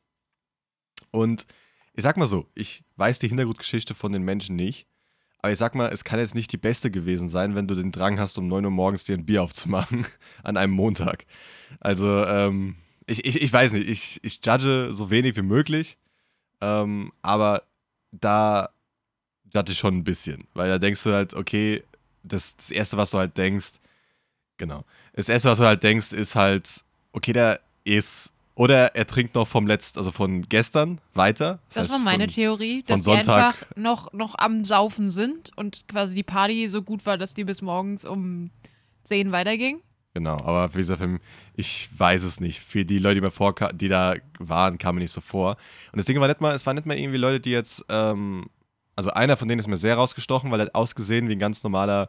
Speaker 3: Und ich sag mal so, ich weiß die Hintergrundgeschichte von den Menschen nicht, aber ich sag mal, es kann jetzt nicht die beste gewesen sein, wenn du den Drang hast, um neun Uhr morgens dir ein Bier aufzumachen an einem Montag. Also, ähm, ich, ich, ich weiß nicht, ich, ich judge so wenig wie möglich, ähm, aber da judge ich schon ein bisschen, weil da denkst du halt, okay, das, das Erste, was du halt denkst, genau, das Erste, was du halt denkst, ist halt, okay, der ist, oder er trinkt noch vom letzten, also von gestern weiter.
Speaker 4: Das
Speaker 3: heißt
Speaker 4: war meine
Speaker 3: von,
Speaker 4: Theorie,
Speaker 3: von
Speaker 4: dass die
Speaker 3: Sonntag-
Speaker 4: einfach noch, noch am Saufen sind und quasi die Party so gut war, dass die bis morgens um zehn weiterging.
Speaker 3: Genau, aber wie gesagt, für mich- ich weiß es nicht. Für die Leute, die, mir vorka- die da waren, kam mir nicht so vor. Und das Ding war nicht mal, es waren nicht mal irgendwie Leute, die jetzt, ähm, also einer von denen ist mir sehr rausgestochen, weil er hat ausgesehen wie ein ganz normaler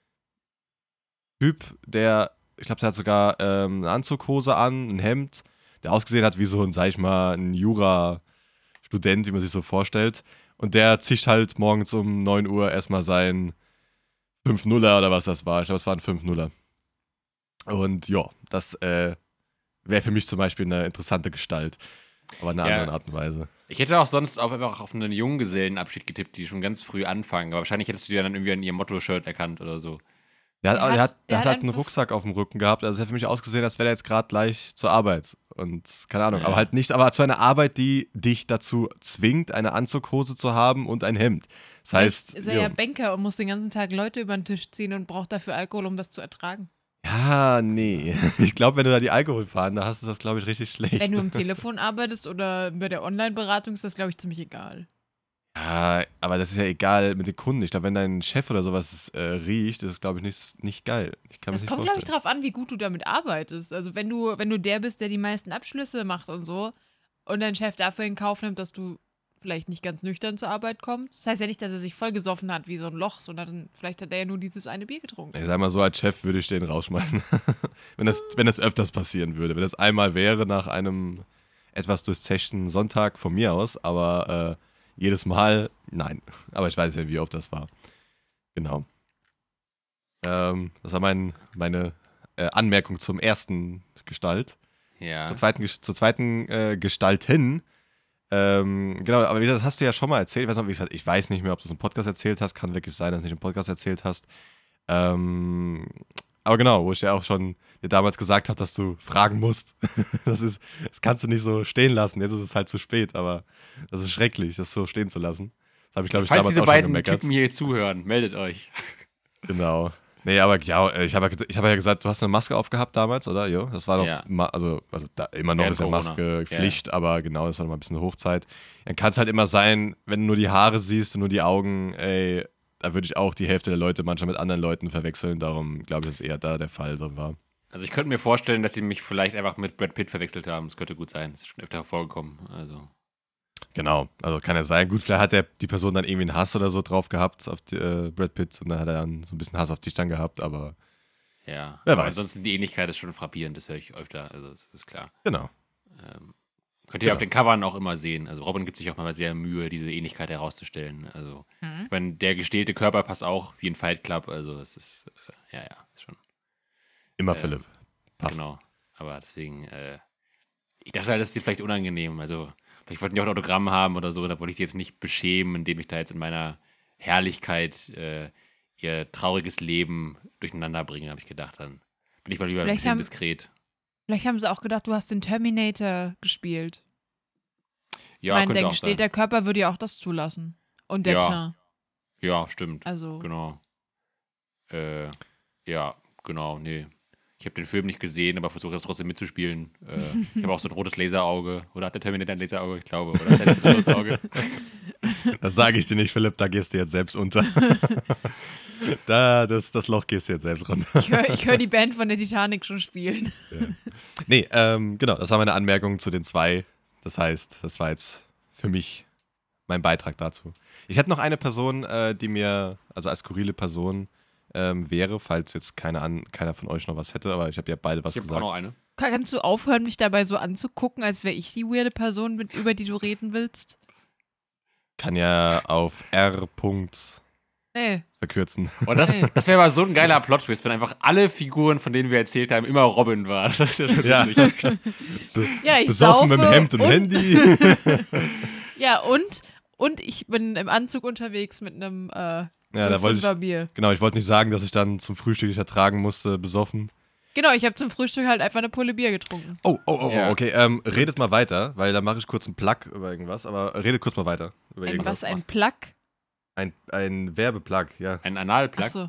Speaker 3: Typ, der, ich glaube, der hat sogar ähm, eine Anzughose an, ein Hemd, der ausgesehen hat wie so ein, sag ich mal, ein Jura-Student, wie man sich so vorstellt. Und der zischt halt morgens um neun Uhr erstmal sein fünf Nuller oder was das war. Ich glaube, es war ein fünf Nuller. Und ja, das äh, wäre für mich zum Beispiel eine interessante Gestalt. Aber in einer
Speaker 1: Ja.
Speaker 3: anderen Art und Weise.
Speaker 1: Ich hätte auch sonst auch einfach auf einen Junggesellenabschied getippt, die schon ganz früh anfangen. Aber wahrscheinlich hättest du die dann irgendwie an ihrem Motto-Shirt erkannt oder so.
Speaker 3: Der hat,
Speaker 4: Der
Speaker 3: der
Speaker 4: hat-
Speaker 3: hat, der
Speaker 4: der
Speaker 3: hat
Speaker 4: hat
Speaker 3: halt einen
Speaker 4: einfach-
Speaker 3: Rucksack auf dem Rücken gehabt. Also es hat für mich ausgesehen, als wäre er jetzt gerade gleich zur Arbeit. Und keine Ahnung,
Speaker 1: Ja.
Speaker 3: aber halt nicht, aber zu einer Arbeit, die dich dazu zwingt, eine Anzughose zu haben und ein Hemd. Das heißt,
Speaker 4: Vielleicht ist er ja
Speaker 3: jo.
Speaker 4: Banker und muss den ganzen Tag Leute über den Tisch ziehen und braucht dafür Alkohol, um das zu ertragen.
Speaker 3: ja, nee. Ich glaube, wenn du da die Alkohol fahren, da hast du das, glaube ich, richtig schlecht.
Speaker 4: Wenn du am Telefon arbeitest oder bei der Online-Beratung, ist das, glaube ich, ziemlich egal.
Speaker 3: Ja, aber das ist ja egal mit den Kunden. Ich glaube, wenn dein Chef oder sowas äh, riecht, ist es, glaube ich, nicht, nicht geil. Ich kann mir
Speaker 4: Es
Speaker 3: nicht
Speaker 4: kommt, glaube ich,
Speaker 3: vorstellen.
Speaker 4: drauf an, wie gut du damit arbeitest. Also wenn du, wenn du der bist, der die meisten Abschlüsse macht und so, und dein Chef dafür in Kauf nimmt, dass du vielleicht nicht ganz nüchtern zur Arbeit kommst. Das heißt ja nicht, dass er sich vollgesoffen hat wie so ein Loch, sondern vielleicht hat er ja nur dieses eine Bier getrunken.
Speaker 3: Ich sag mal so, als Chef würde ich den rausschmeißen. wenn, das, wenn das öfters passieren würde. Wenn das einmal wäre nach einem etwas durchzechten Sonntag von mir aus, aber äh, jedes Mal, nein. Aber ich weiß ja, wie oft das war. Genau. Ähm, das war mein, meine äh, Anmerkung zum ersten Gestalt.
Speaker 1: Ja.
Speaker 3: Zur zweiten, Ges- zur zweiten äh, Gestalt hin. Ähm, genau, aber wie gesagt, das hast du ja schon mal erzählt. Ich weiß, noch, wie gesagt, ich weiß nicht mehr, ob du es im Podcast erzählt hast. Kann wirklich sein, dass du es nicht im Podcast erzählt hast. Ähm, aber genau, wo ich ja auch schon dir damals gesagt habe, dass du fragen musst. Das ist, das kannst du nicht so stehen lassen. Jetzt ist es halt zu spät, aber das ist schrecklich, das so stehen zu lassen. Das habe ich, glaube ich,
Speaker 1: Falls
Speaker 3: damals
Speaker 1: diese
Speaker 3: auch schon
Speaker 1: beiden
Speaker 3: gemeckert.
Speaker 1: Typen hier zuhören, meldet euch.
Speaker 3: Genau. Nee, aber ja, ich habe ja, ich hab ja gesagt, du hast eine Maske aufgehabt damals, oder? Jo, das war doch,
Speaker 1: Ja.
Speaker 3: ma- also, also da, immer noch
Speaker 1: Während
Speaker 3: ist ja
Speaker 1: Corona.
Speaker 3: Maske
Speaker 1: Ja,
Speaker 3: Pflicht, aber genau, das war noch mal ein bisschen Hochzeit. Dann kann es halt immer sein, wenn du nur die Haare siehst und nur die Augen, ey, da würde ich auch die Hälfte der Leute manchmal mit anderen Leuten verwechseln. Darum glaube ich, dass eher da der Fall drin war.
Speaker 1: Also ich könnte mir vorstellen, dass sie mich vielleicht einfach mit Brad Pitt verwechselt haben. Das könnte gut sein. Das ist schon öfter vorgekommen. Also.
Speaker 3: Genau, also kann ja sein. Gut, vielleicht hat der, die Person dann irgendwie einen Hass oder so drauf gehabt auf die, äh, Brad Pitt und dann hat er dann so ein bisschen Hass auf dich dann gehabt, aber
Speaker 1: Ja,
Speaker 3: Wer
Speaker 1: aber
Speaker 3: weiß.
Speaker 1: ansonsten die Ähnlichkeit ist schon frappierend, das höre ich öfter, also das ist klar.
Speaker 3: genau.
Speaker 1: Ähm, könnt ihr
Speaker 3: Genau.
Speaker 1: auf den Covern auch immer sehen. Also Robin gibt sich auch mal sehr Mühe, diese Ähnlichkeit herauszustellen. Also,
Speaker 4: Mhm.
Speaker 1: ich meine, der gestählte Körper passt auch wie ein Fight Club, also es ist, äh, ja, ja, ist schon,
Speaker 3: Immer
Speaker 1: Ähm,
Speaker 3: Philipp. Passt.
Speaker 1: genau. Aber deswegen, äh, ich dachte halt, das ist dir vielleicht unangenehm, also vielleicht wollten die auch ein Autogramm haben oder so, da wollte ich sie jetzt nicht beschämen, indem ich da jetzt in meiner Herrlichkeit äh, ihr trauriges Leben durcheinander bringe, habe ich gedacht, dann bin ich mal lieber ein
Speaker 4: Vielleicht
Speaker 1: bisschen
Speaker 4: haben-
Speaker 1: diskret.
Speaker 4: Vielleicht haben sie auch gedacht, du hast den Terminator gespielt.
Speaker 1: Ja,
Speaker 4: ich meine,
Speaker 1: könnte
Speaker 4: der
Speaker 1: auch sein.
Speaker 4: gestählte Körper würde ja auch das zulassen. Und der
Speaker 1: Ja.
Speaker 4: Teint.
Speaker 1: Ja, stimmt.
Speaker 4: Also,
Speaker 1: Genau. Äh, ja, genau, nee. Ich habe den Film nicht gesehen, aber versuche das trotzdem mitzuspielen. Äh, ich habe auch so ein rotes Laserauge. Oder hat der Terminator ein Laserauge? Ich glaube. Oder hat er jetzt ein rotes Auge?
Speaker 3: Das sage ich dir nicht, Philipp, da gehst du jetzt selbst unter. da, das, das Loch gehst du jetzt selbst runter.
Speaker 4: ich höre ich hör die Band von der Titanic schon spielen.
Speaker 3: Nee, ähm, genau, das war meine Anmerkung zu den zwei. Das heißt, das war jetzt für mich mein Beitrag dazu. Ich hätte noch eine Person, äh, die mir, also als skurrile Person ähm, wäre, falls jetzt keine an, keiner von euch noch was hätte, aber ich habe ja beide was
Speaker 1: Ich habe auch
Speaker 3: gesagt.
Speaker 1: noch eine.
Speaker 4: Kannst du aufhören, mich dabei so anzugucken, als wäre ich die weirde Person, mit, über die du reden willst?
Speaker 3: Kann ja auf R. Punkt
Speaker 4: Nee.
Speaker 3: verkürzen.
Speaker 1: Und das,
Speaker 4: Hey.
Speaker 1: das wäre aber so ein geiler Plot-Twist, wenn einfach alle Figuren, von denen wir erzählt haben, immer Robin waren. Das ist ja schon
Speaker 3: Ja.
Speaker 1: witzig.
Speaker 4: Ja, ich
Speaker 3: Besoffen
Speaker 4: saufe
Speaker 3: mit dem Hemd und,
Speaker 4: und,
Speaker 3: Handy.
Speaker 4: Ja, und, und ich bin im Anzug unterwegs mit einem äh,
Speaker 3: Ja, da wollte
Speaker 4: Fünfer
Speaker 3: ich,
Speaker 4: Bier.
Speaker 3: genau, ich wollte nicht sagen, dass ich dann zum Frühstück nicht ertragen musste, besoffen.
Speaker 4: Genau, ich habe zum Frühstück halt einfach eine Pulle Bier getrunken.
Speaker 3: Oh, oh, oh,
Speaker 1: Ja.
Speaker 3: oh okay. Ähm, redet mal weiter, weil da mache ich kurz einen Plug über irgendwas, aber redet kurz mal weiter über
Speaker 4: Ein
Speaker 3: irgendwas.
Speaker 4: was, ein Plug?
Speaker 3: Ein, ein Werbeplug, ja.
Speaker 1: Ein Analplug.
Speaker 4: Achso.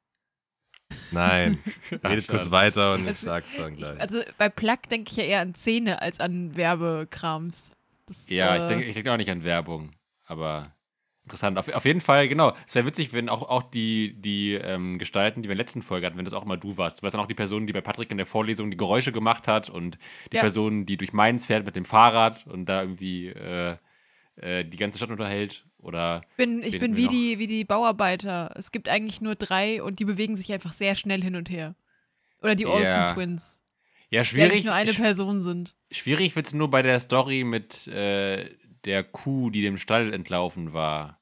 Speaker 3: Nein.
Speaker 1: Ach,
Speaker 3: redet kurz
Speaker 1: schade.
Speaker 3: weiter und ich
Speaker 4: Also,
Speaker 3: sag's dann
Speaker 4: Ich,
Speaker 3: gleich.
Speaker 4: also bei Plug denke ich ja eher an Zähne als an Werbekrams. Das,
Speaker 1: Ja,
Speaker 4: äh,
Speaker 1: ich denke ich denk auch nicht an Werbung, aber interessant. Auf, auf jeden Fall, genau. Es wäre witzig, wenn auch, auch die, die ähm, Gestalten, die wir in der letzten Folge hatten, wenn das auch mal du warst. Du warst dann auch die Person, die bei Patrick in der Vorlesung die Geräusche gemacht hat und die
Speaker 4: Ja.
Speaker 1: Person, die durch Mainz fährt mit dem Fahrrad und da irgendwie äh, äh, die ganze Stadt unterhält. Oder
Speaker 4: bin, ich
Speaker 1: Wen
Speaker 4: bin
Speaker 1: hätten
Speaker 4: wie
Speaker 1: wir
Speaker 4: die, wie die Bauarbeiter. Es gibt eigentlich nur drei und die bewegen sich einfach sehr schnell hin und her. Oder die
Speaker 1: Ja.
Speaker 4: Olsen Twins,
Speaker 1: ja,
Speaker 4: die eigentlich
Speaker 1: schwierig.
Speaker 4: nur eine
Speaker 1: sch-
Speaker 4: Person sind.
Speaker 1: Schwierig wird es nur bei der Story mit äh, der Kuh, die dem Stall entlaufen war.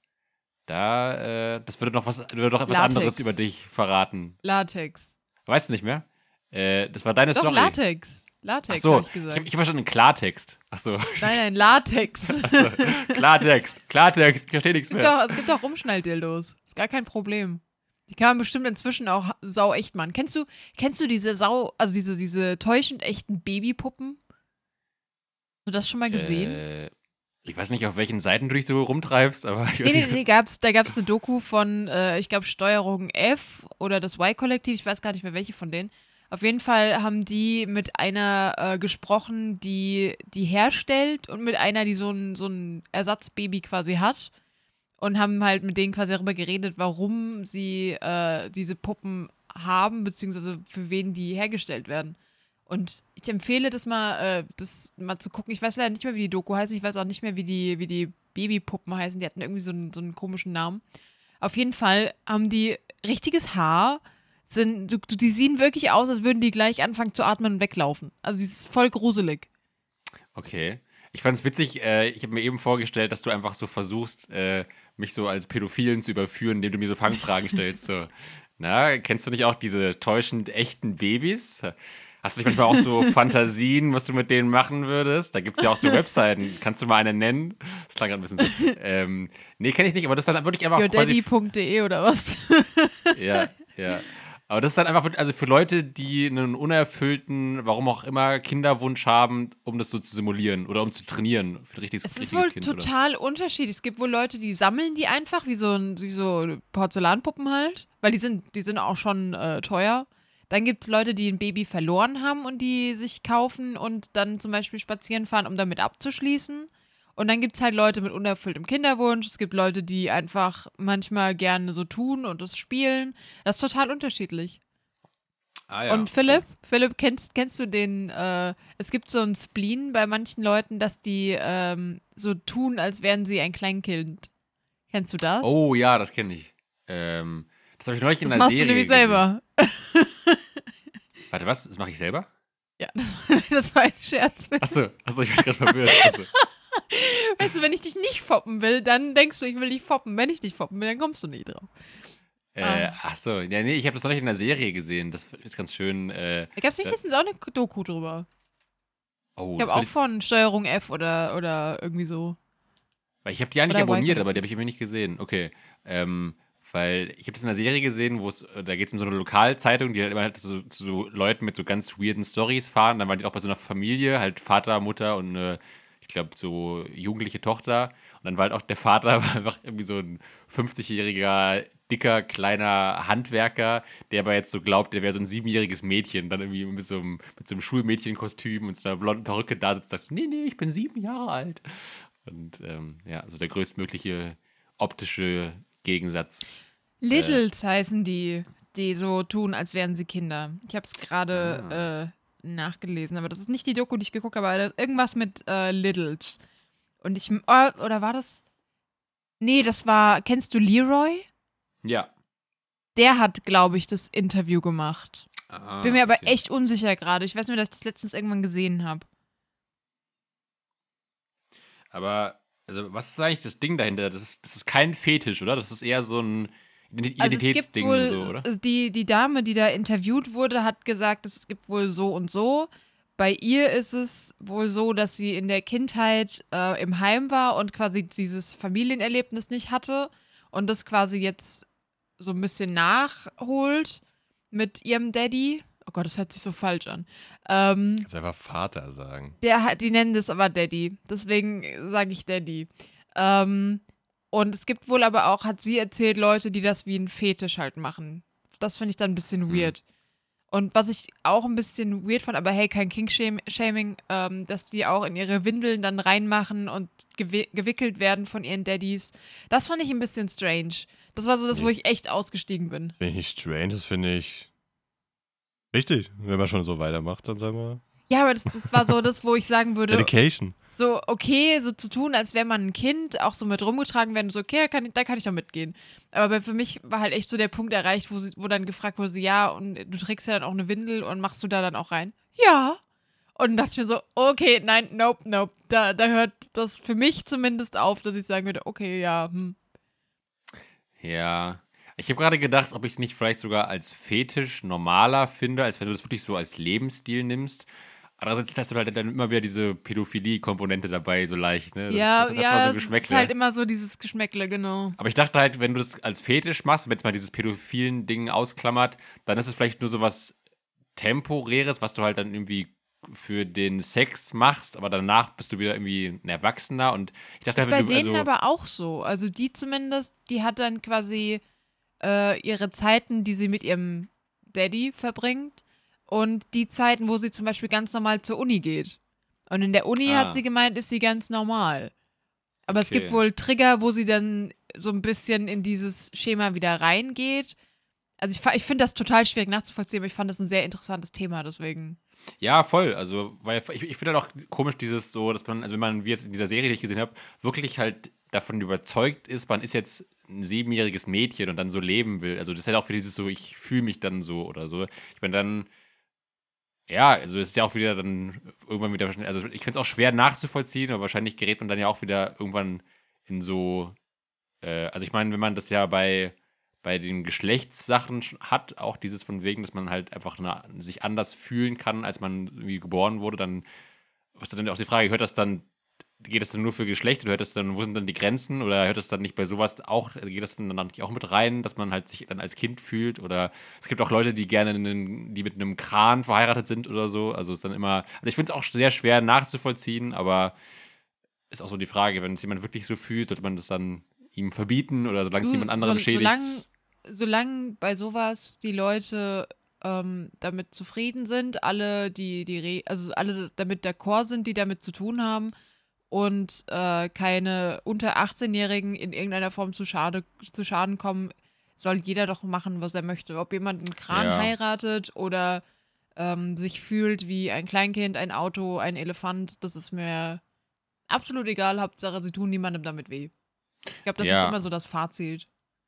Speaker 1: Da, äh, das würde noch was, würde doch etwas
Speaker 4: Latex.
Speaker 1: anderes über dich verraten.
Speaker 4: Latex.
Speaker 1: Weißt du nicht mehr? Äh, das war deine
Speaker 4: Doch,
Speaker 1: Story.
Speaker 4: Latex. Latex,
Speaker 1: Ach so,
Speaker 4: habe ich
Speaker 1: ich
Speaker 4: gesagt.
Speaker 1: habe ich hab verstanden Klartext. Ach so.
Speaker 4: Nein, nein, Latex.
Speaker 1: Ach so. Klartext. Klartext. Ich verstehe nichts
Speaker 4: Es gibt,
Speaker 1: mehr.
Speaker 4: auch, es gibt auch Umschnalldildos. Ist gar kein Problem. Die kann man bestimmt inzwischen auch sau echt machen. Kennst du, kennst du diese sau, also diese, diese täuschend echten Babypuppen? Hast du das schon mal gesehen?
Speaker 1: Äh, ich weiß nicht, auf welchen Seiten du dich so rumtreibst, aber ich weiß
Speaker 4: Nee, nee,
Speaker 1: nicht.
Speaker 4: nee, gab's, da gab es eine Doku von, äh, ich glaube, Steuerung F oder das Y-Kollektiv, ich weiß gar nicht mehr, welche von denen. Auf jeden Fall haben die mit einer äh, gesprochen, die die herstellt und mit einer, die so ein, so ein Ersatzbaby quasi hat. Und haben halt mit denen quasi darüber geredet, warum sie äh, diese Puppen haben, beziehungsweise für wen die hergestellt werden. Und ich empfehle das mal, äh, das mal zu gucken. Ich weiß leider nicht mehr, wie die Doku heißt. Ich weiß auch nicht mehr, wie die, wie die Babypuppen heißen. Die hatten irgendwie so einen, so einen komischen Namen. Auf jeden Fall haben die richtiges Haar. Sind, du, du, die sehen wirklich aus, als würden die gleich anfangen zu atmen und weglaufen. Also, die ist voll gruselig.
Speaker 1: Okay. Ich fand es witzig, äh, ich habe mir eben vorgestellt, dass du einfach so versuchst, äh, mich so als Pädophilen zu überführen, indem du mir so Fangfragen stellst. So, na, kennst du nicht auch diese täuschend echten Babys? Hast du nicht manchmal auch so Fantasien, was du mit denen machen würdest? Da gibt es ja auch so Webseiten. Kannst du mal eine nennen? Das klang gerade ein bisschen so. Ähm, nee, kenne ich nicht, aber das ist dann wirklich einfach quasi.
Speaker 4: yourdaddy punkt de oder was?
Speaker 1: Ja, ja. Aber das ist dann einfach für, also für Leute, die einen unerfüllten, warum auch immer, Kinderwunsch haben, um das so zu simulieren oder um zu trainieren für ein richtiges,
Speaker 4: Es ist
Speaker 1: richtiges
Speaker 4: wohl
Speaker 1: Kind. Oder?
Speaker 4: total unterschiedlich. Es gibt wohl Leute, die sammeln die einfach, wie so, ein- wie so Porzellanpuppen halt, weil die sind, die sind auch schon äh, teuer. Dann gibt es Leute, die ein Baby verloren haben und die sich kaufen und dann zum Beispiel spazieren fahren, um damit abzuschließen. Und dann gibt es halt Leute mit unerfülltem Kinderwunsch. Es gibt Leute, die einfach manchmal gerne so tun und das spielen. Das ist total unterschiedlich.
Speaker 1: Ah, ja.
Speaker 4: Und Philipp, Philipp, kennst, kennst du den, äh, es gibt so einen Spleen bei manchen Leuten, dass die ähm, so tun, als wären sie ein Kleinkind. Kennst du das?
Speaker 1: Oh ja, das kenne ich. Ähm, das habe ich neulich in
Speaker 4: das
Speaker 1: einer
Speaker 4: machst
Speaker 1: Serie
Speaker 4: du nämlich
Speaker 1: gesehen.
Speaker 4: selber.
Speaker 1: Warte, was? Das mache ich selber?
Speaker 4: Ja, das, das war ein Scherz.
Speaker 1: Achso, achso, ich war gerade verwirrt. Achso.
Speaker 4: Weißt du, wenn ich dich nicht foppen will, dann denkst du, ich will dich foppen. Wenn ich dich foppen will, dann kommst du nie drauf.
Speaker 1: Äh,
Speaker 4: Ah.
Speaker 1: achso, ja, nee, ich habe das neulich in einer Serie gesehen. Das ist ganz schön. Äh,
Speaker 4: Da gab es nicht
Speaker 1: Äh,
Speaker 4: letztens auch eine Doku drüber.
Speaker 1: oh,
Speaker 4: Ich
Speaker 1: das
Speaker 4: habe auch
Speaker 1: würd
Speaker 4: von Steuerung F oder, oder irgendwie so.
Speaker 1: Weil ich habe die eigentlich
Speaker 4: Oder
Speaker 1: abonniert,
Speaker 4: Y
Speaker 1: aber die habe ich irgendwie nicht gesehen. Okay. Ähm, weil ich habe das in einer Serie gesehen, wo es, äh, da geht es um so eine Lokalzeitung, die halt immer halt so, zu so Leuten mit so ganz weirden Stories fahren. Dann waren die auch bei so einer Familie, halt Vater, Mutter und eine, ich glaube, so jugendliche Tochter. Und dann war halt auch der Vater war einfach irgendwie so ein fünfzigjähriger, dicker, kleiner Handwerker, der aber jetzt so glaubt, der wäre so ein siebenjähriges Mädchen, dann irgendwie mit so einem, mit so einem Schulmädchenkostüm und so einer blonden Perücke da sitzt und sagt, nee, nee, ich bin sieben Jahre alt. Und ähm, ja, also der größtmögliche optische Gegensatz.
Speaker 4: Littles heißen die, die so tun, als wären sie Kinder. Ich habe es gerade äh, nachgelesen, aber das ist nicht die Doku, die ich geguckt habe, aber das ist irgendwas mit äh, Littles. Und ich, oh, oder war das? Nee, das war, kennst du Leroy?
Speaker 1: Ja.
Speaker 4: Der hat, glaube ich, das Interview gemacht.
Speaker 1: Ah,
Speaker 4: Bin mir aber
Speaker 1: okay.
Speaker 4: echt unsicher gerade. Ich weiß nur, dass ich das letztens irgendwann gesehen habe.
Speaker 1: Aber, also, was ist eigentlich das Ding dahinter? Das ist, das ist kein Fetisch, oder? Das ist eher so ein Ident-
Speaker 4: Also es gibt
Speaker 1: Identitätsding,
Speaker 4: wohl,
Speaker 1: so, oder?
Speaker 4: Die, die Dame, die da interviewt wurde, hat gesagt, es gibt wohl so und so. Bei ihr ist es wohl so, dass sie in der Kindheit äh, im Heim war und quasi dieses Familienerlebnis nicht hatte und das quasi jetzt so ein bisschen nachholt mit ihrem Daddy. Oh Gott, das hört sich so falsch an. Ähm,
Speaker 3: Kannst einfach Vater sagen.
Speaker 4: der hat, die nennen das aber Daddy. Deswegen sage ich Daddy. Ähm, und es gibt wohl aber auch, hat sie erzählt, Leute, die das wie ein Fetisch halt machen. Das finde ich dann ein bisschen
Speaker 1: Hm.
Speaker 4: weird. Und was ich auch ein bisschen weird fand, aber hey, kein King-Shaming, ähm, dass die auch in ihre Windeln dann reinmachen und gewi gewickelt werden von ihren Daddys. Das fand ich ein bisschen strange. Das war so das, wo
Speaker 3: Nee.
Speaker 4: ich echt ausgestiegen bin.
Speaker 3: Finde ich nicht strange, das finde ich richtig. Wenn man schon so weitermacht, dann sagen wir
Speaker 4: Ja, aber das, das war so das, wo ich sagen würde,
Speaker 3: Dedication.
Speaker 4: so okay, so zu tun, als wäre man ein Kind, auch so mit rumgetragen werden, so okay, kann, ich- da kann ich doch mitgehen. Aber für mich war halt echt so der Punkt erreicht, wo, sie, wo dann gefragt wurde, sie, ja, und du trägst ja dann auch eine Windel und machst du da dann auch rein? Ja. Und dann dachte ich mir so, okay, nein, nope, nope. Da, da hört das für mich zumindest auf, dass ich sagen würde, okay, ja, hm.
Speaker 1: Ja. Ich habe gerade gedacht, ob ich es nicht vielleicht sogar als Fetisch normaler finde, als wenn du das wirklich so als Lebensstil nimmst. Andererseits hast du halt dann immer wieder diese Pädophilie-Komponente dabei, so leicht, ne? Das
Speaker 4: ja,
Speaker 1: ist, das hat
Speaker 4: ja,
Speaker 1: zwar so
Speaker 4: es ist
Speaker 1: Geschmäckle.
Speaker 4: halt immer so dieses Geschmäckle, genau.
Speaker 1: Aber ich dachte halt, wenn du das als Fetisch machst, wenn jetzt mal dieses pädophilen Ding ausklammert, dann ist es vielleicht nur so was Temporäres, was du halt dann irgendwie für den Sex machst, aber danach bist du wieder irgendwie ein Erwachsener und ich dachte
Speaker 4: Das ist
Speaker 1: halt,
Speaker 4: bei
Speaker 1: wenn du,
Speaker 4: denen
Speaker 1: also,
Speaker 4: aber auch so. Also die zumindest, die hat dann quasi äh, ihre Zeiten, die sie mit ihrem Daddy verbringt und die Zeiten, wo sie zum Beispiel ganz normal zur Uni geht. Und in der Uni
Speaker 1: Ah.
Speaker 4: hat sie gemeint, ist sie ganz normal. Aber es
Speaker 1: Okay.
Speaker 4: gibt wohl Trigger, wo sie dann so ein bisschen in dieses Schema wieder reingeht. Also ich, fa- ich finde das total schwierig nachzuvollziehen, aber ich fand das ein sehr interessantes Thema, deswegen.
Speaker 1: ja, voll. Also, weil ich, ich finde halt auch komisch dieses so, dass man, also wenn man, wie jetzt in dieser Serie, die ich gesehen habe, wirklich halt davon überzeugt ist, man ist jetzt ein siebenjähriges Mädchen und dann so leben will. Also das ist halt auch für dieses so, ich fühle mich dann so oder so. Ich meine dann, ja, also es ist ja auch wieder dann irgendwann wieder, also ich finde es auch schwer nachzuvollziehen, aber wahrscheinlich gerät man dann ja auch wieder irgendwann in so, äh, also ich meine, wenn man das ja bei bei den Geschlechtssachen sch- hat, auch dieses von wegen, dass man halt einfach eine, sich anders fühlen kann, als man irgendwie geboren wurde, dann ist dann auch die Frage, hört das dann geht das dann nur für Geschlecht oder hört das dann, wo sind dann die Grenzen oder hört das dann nicht bei sowas auch, also geht das dann nicht auch mit rein, dass man halt sich dann als Kind fühlt oder es gibt auch Leute, die gerne, einen, die mit einem Kran verheiratet sind oder so, also ist dann immer, also ich finde es auch sehr schwer nachzuvollziehen, aber ist auch so die Frage, wenn es jemand wirklich so fühlt, sollte man das dann ihm verbieten oder solange es
Speaker 4: Du,
Speaker 1: jemand anderen
Speaker 4: so,
Speaker 1: schädigt.
Speaker 4: solange, solange bei sowas die Leute ähm, damit zufrieden sind, alle, die, die, Re also alle damit d'accord sind, die damit zu tun haben und äh, keine unter achtzehn-Jährigen in irgendeiner Form zu, Schade, zu Schaden kommen, soll jeder doch machen, was er möchte. Ob jemand einen Kran
Speaker 1: Ja.
Speaker 4: heiratet oder ähm, sich fühlt wie ein Kleinkind, ein Auto, ein Elefant, das ist mir absolut egal. Hauptsache, sie tun niemandem damit weh. Ich glaube, das
Speaker 1: Ja.
Speaker 4: ist immer so das Fazit.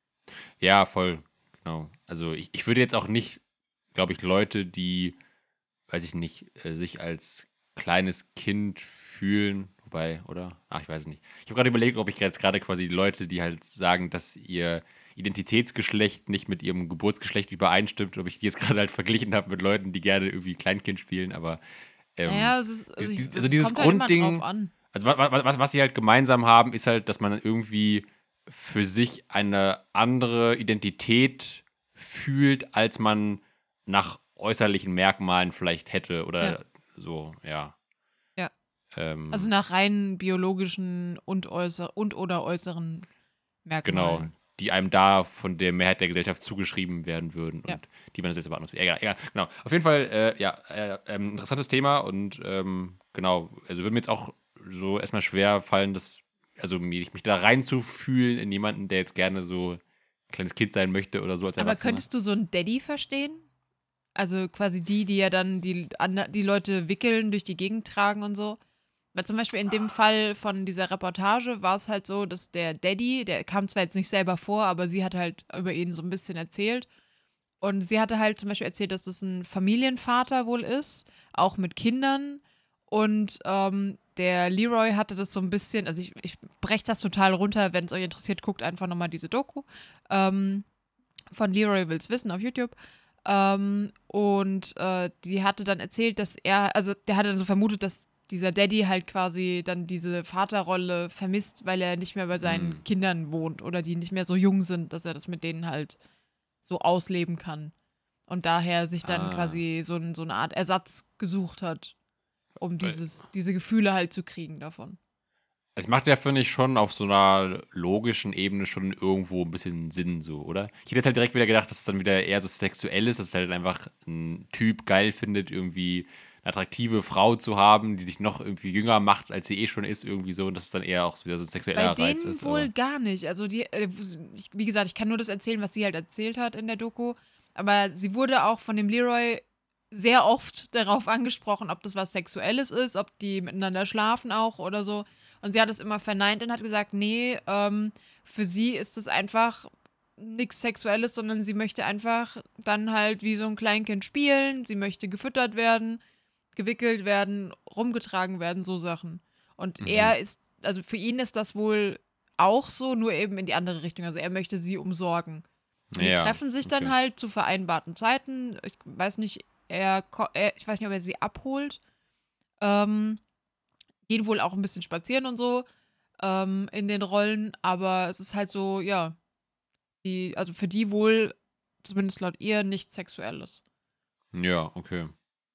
Speaker 1: Ja, voll, genau. Also ich, ich würde jetzt auch nicht, glaube ich, Leute, die, weiß ich nicht, äh, sich als kleines Kind fühlen, wobei, oder? Ach, ich weiß es nicht. Ich habe gerade überlegt, ob ich jetzt gerade quasi die Leute, die halt sagen, dass ihr Identitätsgeschlecht nicht mit ihrem Geburtsgeschlecht übereinstimmt, ob ich die jetzt gerade halt verglichen habe mit Leuten, die gerne irgendwie Kleinkind spielen, aber ähm,
Speaker 4: Naja, es ist, also,
Speaker 1: dies-
Speaker 4: ich,
Speaker 1: dies- also
Speaker 4: es
Speaker 1: dieses
Speaker 4: kommt halt immer
Speaker 1: Grundding,
Speaker 4: drauf an.
Speaker 1: also wa- wa- was, was sie halt gemeinsam haben, ist halt, dass man irgendwie für sich eine andere Identität fühlt, als man nach äußerlichen Merkmalen vielleicht hätte oder
Speaker 4: Ja.
Speaker 1: so, ja.
Speaker 4: Ja.
Speaker 1: Ähm,
Speaker 4: Also nach rein biologischen und, äußer und oder äußeren
Speaker 1: genau,
Speaker 4: Merkmalen.
Speaker 1: die einem da von der Mehrheit der Gesellschaft zugeschrieben werden würden und
Speaker 4: Ja.
Speaker 1: die man selbst aber anders. Egal, egal, genau. Auf jeden Fall, äh, ja, äh, ähm, interessantes Thema und ähm, genau, also würde mir jetzt auch so erstmal schwer fallen, dass, also mich, mich da reinzufühlen in jemanden, der jetzt gerne so ein kleines Kind sein möchte oder so als
Speaker 4: Aber
Speaker 1: Erwachsener.
Speaker 4: könntest du so einen Daddy verstehen? Also quasi die, die ja dann die, ander- die Leute wickeln, durch die Gegend tragen und so. Weil zum Beispiel in dem Fall von dieser Reportage war es halt so, dass der Daddy, der kam zwar jetzt nicht selber vor, aber sie hat halt über ihn so ein bisschen erzählt. Und sie hatte halt zum Beispiel erzählt, dass das ein Familienvater wohl ist, auch mit Kindern. Und ähm, der Leroy hatte das so ein bisschen, also ich, ich breche das total runter, wenn es euch interessiert, guckt einfach nochmal diese Doku. Ähm, von Leroy will's wissen auf YouTube. Ähm, und äh, die hatte dann erzählt, dass er, also der hatte dann so vermutet, dass dieser Daddy halt quasi dann diese Vaterrolle vermisst, weil er nicht mehr bei seinen
Speaker 1: Mhm.
Speaker 4: Kindern wohnt oder die nicht mehr so jung sind, dass er das mit denen halt so ausleben kann. Und daher sich dann
Speaker 1: Ah.
Speaker 4: quasi so, ein, so eine Art Ersatz gesucht hat, um
Speaker 1: Weil-
Speaker 4: dieses, diese Gefühle halt zu kriegen davon.
Speaker 1: Es macht ja, finde ich, schon auf so einer logischen Ebene schon irgendwo ein bisschen Sinn, so, oder? Ich hätte jetzt halt direkt wieder gedacht, dass es dann wieder eher so sexuell ist, dass es halt einfach ein Typ geil findet, irgendwie eine attraktive Frau zu haben, die sich noch irgendwie jünger macht, als sie eh schon ist, irgendwie so, und dass es dann eher auch wieder so ein
Speaker 4: Bei
Speaker 1: sexueller
Speaker 4: denen
Speaker 1: Reiz ist.
Speaker 4: wohl
Speaker 1: aber-
Speaker 4: gar nicht. Also die, äh, ich, wie gesagt, ich kann nur das erzählen, was sie halt erzählt hat in der Doku. Aber sie wurde auch von dem Leroy sehr oft darauf angesprochen, ob das was Sexuelles ist, ob die miteinander schlafen auch oder so. Und sie hat es immer verneint und hat gesagt, nee, ähm, für sie ist es einfach nichts Sexuelles, sondern sie möchte einfach dann halt wie so ein Kleinkind spielen. Sie möchte gefüttert werden, gewickelt werden, rumgetragen werden, so Sachen. Und
Speaker 1: Mhm.
Speaker 4: er ist, also für ihn ist das wohl auch so, nur eben in die andere Richtung. Also er möchte sie umsorgen. Und die
Speaker 1: Ja,
Speaker 4: treffen sich dann
Speaker 1: okay.
Speaker 4: halt zu vereinbarten Zeiten. Ich weiß nicht, er, ko- er ich weiß nicht, ob er sie abholt. Ähm, gehen wohl auch ein bisschen spazieren und so ähm, in den Rollen, aber es ist halt so, ja, die, also für die wohl, zumindest laut ihr, nichts Sexuelles.
Speaker 1: Ja, okay.
Speaker 4: Und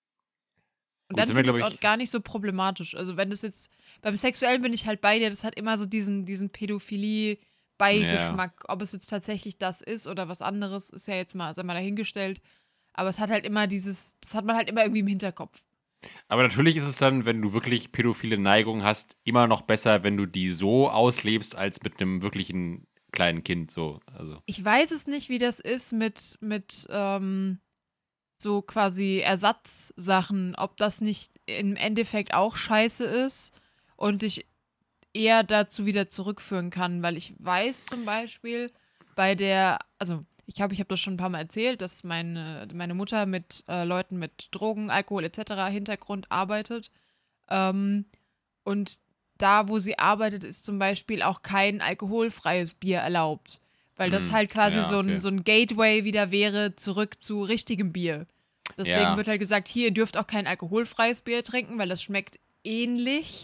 Speaker 1: Gut,
Speaker 4: dann
Speaker 1: sind wir,
Speaker 4: finde ich es
Speaker 1: glaub
Speaker 4: auch
Speaker 1: ich-
Speaker 4: gar nicht so problematisch. Also wenn das jetzt, beim Sexuellen bin ich halt bei dir, das hat immer so diesen, diesen Pädophilie-Beigeschmack. Ob es jetzt tatsächlich das ist oder was anderes, ist ja jetzt mal, sei mal dahingestellt. Aber es hat halt immer dieses, das hat man halt immer irgendwie im Hinterkopf.
Speaker 1: Aber natürlich ist es dann, wenn du wirklich pädophile Neigungen hast, immer noch besser, wenn du die so auslebst, als mit einem wirklichen kleinen Kind. So, also.
Speaker 4: Ich weiß es nicht, wie das ist mit, mit ähm, so quasi Ersatzsachen, ob das nicht im Endeffekt auch scheiße ist und ich eher dazu wieder zurückführen kann, weil ich weiß zum Beispiel bei der, also ich glaube, ich habe das schon ein paar Mal erzählt, dass meine, meine Mutter mit äh, Leuten mit Drogen, Alkohol et cetera Hintergrund arbeitet. Ähm, und da, wo sie arbeitet, ist zum Beispiel auch kein alkoholfreies Bier erlaubt. Weil das
Speaker 1: Hm,
Speaker 4: halt quasi
Speaker 1: ja,
Speaker 4: so, ein,
Speaker 1: okay.
Speaker 4: so ein Gateway wieder wäre zurück zu richtigem Bier. Deswegen
Speaker 1: Ja.
Speaker 4: wird halt gesagt, hier, ihr dürft auch kein alkoholfreies Bier trinken, weil das schmeckt ähnlich.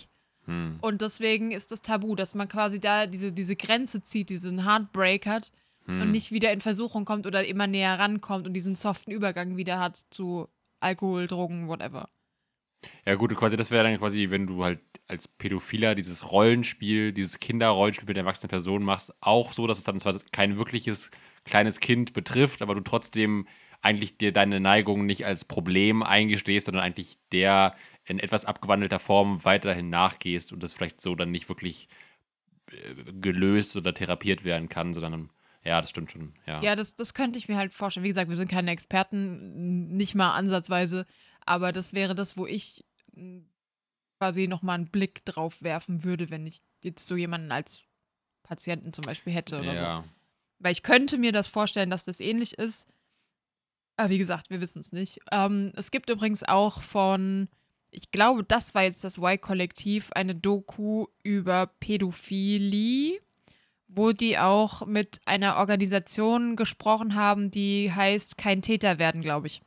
Speaker 1: Hm.
Speaker 4: Und deswegen ist das tabu, dass man quasi da diese, diese Grenze zieht, diesen Heartbreak hat
Speaker 1: Hm.
Speaker 4: und nicht wieder in Versuchung kommt oder immer näher rankommt und diesen soften Übergang wieder hat zu Alkohol, Drogen, whatever.
Speaker 1: Ja gut, quasi das wäre dann quasi, wenn du halt als Pädophiler dieses Rollenspiel, dieses Kinderrollenspiel mit der erwachsenen Person machst, auch so, dass es dann zwar kein wirkliches kleines Kind betrifft, aber du trotzdem eigentlich dir deine Neigung nicht als Problem eingestehst, sondern eigentlich der in etwas abgewandelter Form weiterhin nachgehst und das vielleicht so dann nicht wirklich äh, gelöst oder therapiert werden kann, sondern ja, das stimmt schon, ja.
Speaker 4: Ja, das, das könnte ich mir halt vorstellen. Wie gesagt, wir sind keine Experten, nicht mal ansatzweise, aber das wäre das, wo ich mh, quasi nochmal einen Blick drauf werfen würde, wenn ich jetzt so jemanden als Patienten zum Beispiel hätte oder so.
Speaker 1: Ja.
Speaker 4: Weil ich könnte mir das vorstellen, dass das ähnlich ist. Aber wie gesagt, wir wissen es nicht. Ähm, es gibt übrigens auch von, ich glaube, das war jetzt das Y-Kollektiv, eine Doku über Pädophilie, wo die auch mit einer Organisation gesprochen haben, die heißt Kein Täter werden, glaube ich.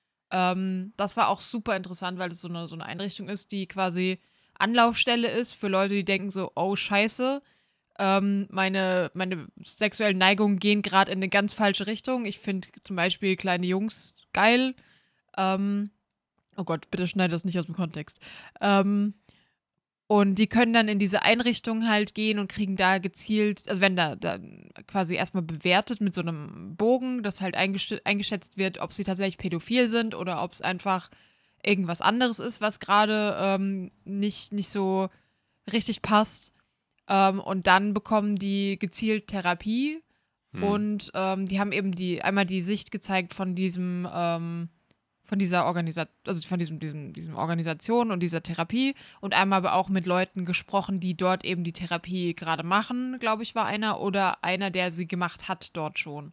Speaker 4: Ähm, das war auch super interessant, weil es so eine, so eine Einrichtung ist, die quasi Anlaufstelle ist für Leute, die denken so, oh scheiße, ähm, meine, meine sexuellen Neigungen gehen gerade in eine ganz falsche Richtung. Ich finde zum Beispiel kleine Jungs geil. Ähm, oh Gott, bitte schneide das nicht aus dem Kontext. Ähm, und die können dann in diese Einrichtung halt gehen und kriegen da gezielt, also wenn da, da quasi erstmal bewertet mit so einem Bogen, dass halt eingesch- eingeschätzt wird, ob sie tatsächlich pädophil sind oder ob es einfach irgendwas anderes ist, was gerade ähm, nicht, nicht so richtig passt. Ähm, und dann bekommen die gezielt Therapie
Speaker 1: Hm.
Speaker 4: und ähm, die haben eben die einmal die Sicht gezeigt von diesem ähm, von dieser Organisation, also von diesem, diesem, diesem Organisation und dieser Therapie und einmal aber auch mit Leuten gesprochen, die dort eben die Therapie gerade machen, glaube ich, war einer oder einer, der sie gemacht hat dort schon.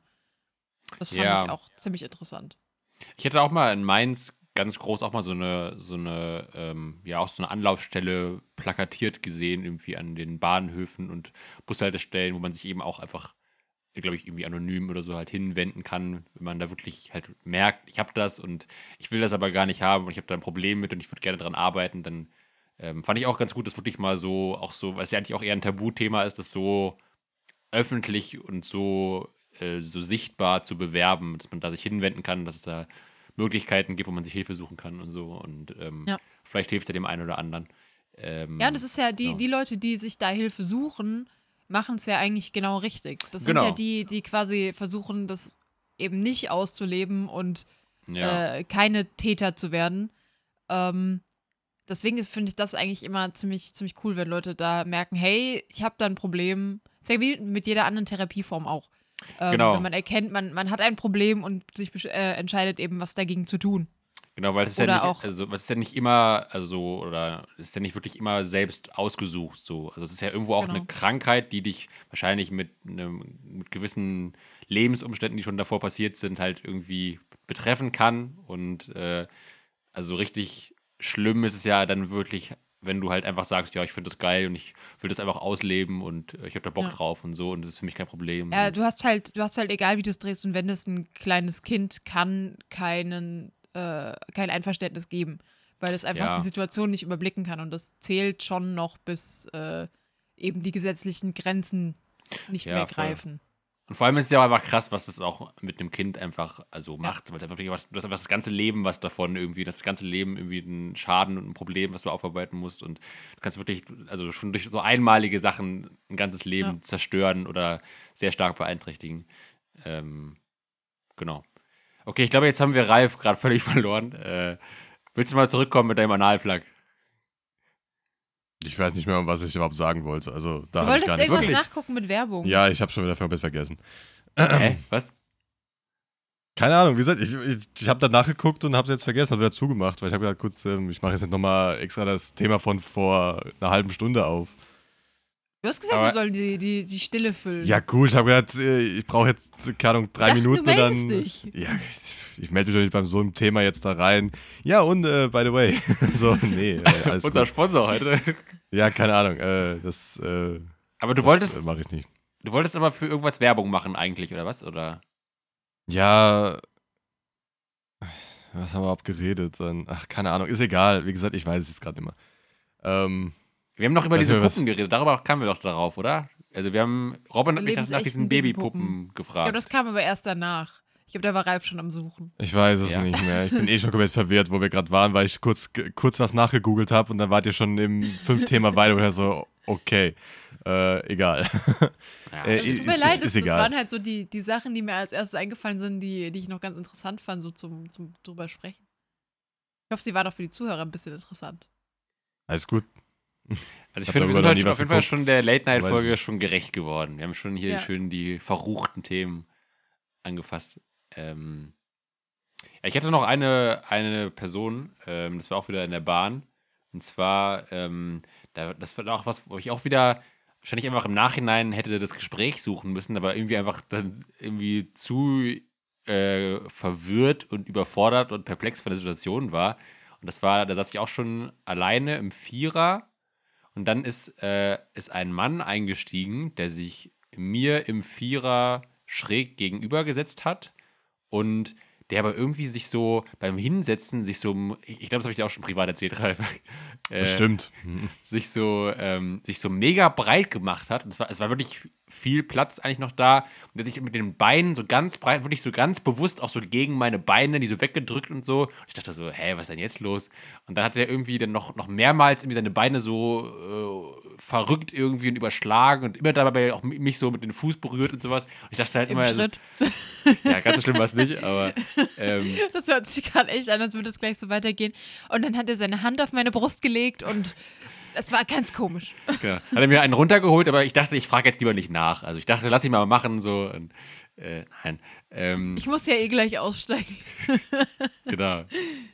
Speaker 4: Das fand
Speaker 1: Ja.
Speaker 4: ich auch ziemlich interessant.
Speaker 1: Ich hätte auch mal in Mainz ganz groß auch mal so eine, so eine, ähm, ja, auch so eine Anlaufstelle plakatiert gesehen, irgendwie an den Bahnhöfen und Bushaltestellen, wo man sich eben auch einfach, glaube ich, irgendwie anonym oder so halt hinwenden kann, wenn man da wirklich halt merkt, ich habe das und ich will das aber gar nicht haben und ich habe da ein Problem mit und ich würde gerne dran arbeiten, dann ähm, fand ich auch ganz gut, dass wirklich mal so, auch so, weil es ja eigentlich auch eher ein Tabuthema ist, das so öffentlich und so, äh, so sichtbar zu bewerben, dass man da sich hinwenden kann, dass es da Möglichkeiten gibt, wo man sich Hilfe suchen kann und so. Und ähm,
Speaker 4: Ja.
Speaker 1: vielleicht hilft es ja dem einen oder anderen. Ähm,
Speaker 4: Ja, das ist ja, die,
Speaker 1: ja.
Speaker 4: die Leute, die sich da Hilfe suchen, machen es ja eigentlich genau richtig. Das
Speaker 1: Genau.
Speaker 4: sind ja die, die quasi versuchen, das eben nicht auszuleben und
Speaker 1: ja.
Speaker 4: äh, keine Täter zu werden. Ähm, deswegen finde ich das eigentlich immer ziemlich, ziemlich cool, wenn Leute da merken, hey, ich habe da ein Problem. Ist ja wie mit jeder anderen Therapieform auch. Ähm,
Speaker 1: Genau.
Speaker 4: Wenn man erkennt, man, man hat ein Problem und sich besch- äh, entscheidet eben, was dagegen zu tun.
Speaker 1: Genau, weil es ist
Speaker 4: Oder
Speaker 1: ja nicht,
Speaker 4: auch-
Speaker 1: also es ist ja nicht immer, also, oder es ist ja nicht wirklich immer selbst ausgesucht so. Also es ist ja irgendwo auch
Speaker 4: Genau.
Speaker 1: eine Krankheit, die dich wahrscheinlich mit einem, mit gewissen Lebensumständen, die schon davor passiert sind, halt irgendwie betreffen kann. Und äh, also richtig schlimm ist es ja dann wirklich, wenn du halt einfach sagst, ja, ich finde das geil und ich will das einfach ausleben und äh, ich habe da Bock
Speaker 4: Ja.
Speaker 1: drauf und so und das ist für mich kein Problem.
Speaker 4: Ja,
Speaker 1: Und,
Speaker 4: du hast halt, du hast halt, egal wie du es drehst und wendest, ein kleines Kind kann keinen, äh, kein Einverständnis geben, weil es einfach
Speaker 1: Ja.
Speaker 4: die Situation nicht überblicken kann und das zählt schon noch, bis äh, eben die gesetzlichen Grenzen nicht
Speaker 1: Ja,
Speaker 4: mehr
Speaker 1: voll.
Speaker 4: greifen.
Speaker 1: Und vor allem ist es ja auch einfach krass, was das auch mit einem Kind einfach also macht, weil es einfach wirklich was, du hast einfach das ganze Leben was davon irgendwie, das ganze Leben irgendwie ein Schaden und ein Problem, was du aufarbeiten musst und du kannst wirklich, also schon durch so einmalige Sachen ein ganzes Leben
Speaker 4: Ja.
Speaker 1: zerstören oder sehr stark beeinträchtigen. Ähm, genau. Okay, ich glaube, jetzt haben wir Ralf gerade völlig verloren. Äh, willst du mal zurückkommen mit deinem Analplug?
Speaker 3: Ich weiß nicht mehr, um was ich überhaupt sagen wollte. Also, da
Speaker 4: Du
Speaker 3: habe ich
Speaker 4: wolltest
Speaker 3: gar nichts.
Speaker 4: irgendwas
Speaker 1: Wirklich?
Speaker 4: nachgucken mit Werbung.
Speaker 3: Ja, ich habe schon wieder komplett vergessen.
Speaker 1: Hä? Was?
Speaker 3: Keine Ahnung, wie gesagt, ich, ich, ich habe da nachgeguckt und habe es jetzt vergessen, habe wieder zugemacht, weil ich habe gedacht, kurz, ähm, ich mache jetzt nicht nochmal extra das Thema von vor einer halben Stunde auf.
Speaker 4: Du hast gesagt,
Speaker 1: Aber-
Speaker 4: wir sollen die, die, die Stille füllen.
Speaker 3: Ja gut, ich habe gedacht, äh, ich brauche jetzt, keine Ahnung, drei
Speaker 4: Dachte, du
Speaker 3: Minuten und dann...
Speaker 4: meldest dich.
Speaker 3: Ja, ich, ich melde mich doch nicht beim so einem Thema jetzt da rein. Ja und, äh, by the way, so, nee, äh, alles
Speaker 1: Unser
Speaker 3: gut.
Speaker 1: Sponsor heute.
Speaker 3: Ja, keine Ahnung, äh, das, äh,
Speaker 1: Aber du
Speaker 3: das
Speaker 1: wolltest,
Speaker 3: äh, mache ich nicht.
Speaker 1: du wolltest aber für irgendwas Werbung machen eigentlich, oder was? Oder?
Speaker 3: Ja, was haben wir überhaupt geredet? Dann, ach, keine Ahnung, ist egal. Wie gesagt, ich weiß es jetzt gerade nicht mehr. Ähm,
Speaker 1: Wir haben noch über
Speaker 3: Weiß
Speaker 1: diese
Speaker 3: nicht, was-
Speaker 1: Puppen geredet, darüber kamen wir doch darauf, oder? Also wir haben, Robin hat mich nach, nach
Speaker 4: Lebensechten
Speaker 1: diesen
Speaker 4: Babypuppen.
Speaker 1: Babypuppen
Speaker 4: Ich
Speaker 1: gefragt.
Speaker 4: glaube, das kam aber erst danach. Ich glaube, da war Ralf schon am Suchen.
Speaker 3: Ich weiß es
Speaker 1: Ja.
Speaker 3: nicht mehr. Ich bin eh schon komplett verwirrt, wo wir gerade waren, weil ich kurz, kurz was nachgegoogelt habe und dann wart ihr schon im fünf Thema weiter und ich so, okay, äh, egal.
Speaker 1: Ja.
Speaker 3: Äh,
Speaker 4: Also, es tut mir
Speaker 3: ist-
Speaker 4: leid,
Speaker 3: ist-
Speaker 4: das,
Speaker 3: ist
Speaker 4: das
Speaker 3: egal.
Speaker 4: waren halt so die, die Sachen, die mir als erstes eingefallen sind, die, die ich noch ganz interessant fand, so zum, zum drüber sprechen. Ich hoffe, sie waren auch für die Zuhörer ein bisschen interessant.
Speaker 3: Alles gut.
Speaker 1: Also ich
Speaker 3: hab
Speaker 1: finde, wir
Speaker 3: darüber
Speaker 1: sind
Speaker 3: noch
Speaker 1: heute
Speaker 3: nie
Speaker 1: schon auf
Speaker 3: was
Speaker 1: jeden Fall
Speaker 3: geguckt.
Speaker 1: schon der
Speaker 3: Weiß
Speaker 1: Late-Night-Folge
Speaker 3: nicht.
Speaker 1: schon gerecht geworden. Wir haben schon hier
Speaker 4: Ja.
Speaker 1: schön die verruchten Themen angefasst. Ähm, ja, ich hatte noch eine, eine Person, ähm, das war auch wieder in der Bahn. Und zwar, ähm, da, das war auch was, wo ich auch wieder wahrscheinlich einfach im Nachhinein hätte das Gespräch suchen müssen, aber irgendwie einfach dann irgendwie zu äh, verwirrt und überfordert und perplex von der Situation war. Und das war, da saß ich auch schon alleine im Vierer. Und dann ist, äh, ist ein Mann eingestiegen, der sich mir im Vierer schräg gegenübergesetzt hat und der aber irgendwie sich so beim Hinsetzen sich so, ich, ich glaube, das habe ich dir auch schon privat erzählt, Ralf, äh,
Speaker 3: Bestimmt.
Speaker 1: sich so, ähm, sich so mega breit gemacht hat. Und es war, es war wirklich viel Platz eigentlich noch da. Und der sich mit den Beinen so ganz breit, wirklich so ganz bewusst auch so gegen meine Beine, die so weggedrückt und so. Und ich dachte so, hä, was ist denn jetzt los? Und dann hat er irgendwie dann noch, noch mehrmals irgendwie seine Beine so äh, verrückt irgendwie und überschlagen und immer dabei auch mich so mit dem Fuß berührt und sowas. Und ich dachte halt
Speaker 4: Im
Speaker 1: immer,
Speaker 4: Schritt.
Speaker 1: So, ja, ganz so schlimm war es nicht, aber ähm,
Speaker 4: Das hört sich gerade echt an, als würde es gleich so weitergehen. Und dann hat er seine Hand auf meine Brust gelegt und es war ganz komisch.
Speaker 1: genau. Hat er mir einen runtergeholt, aber ich dachte, ich frage jetzt lieber nicht nach. Also ich dachte, lass ihn mal machen, so. Und, äh, nein. Ähm,
Speaker 4: Ich muss ja eh gleich aussteigen.
Speaker 1: genau.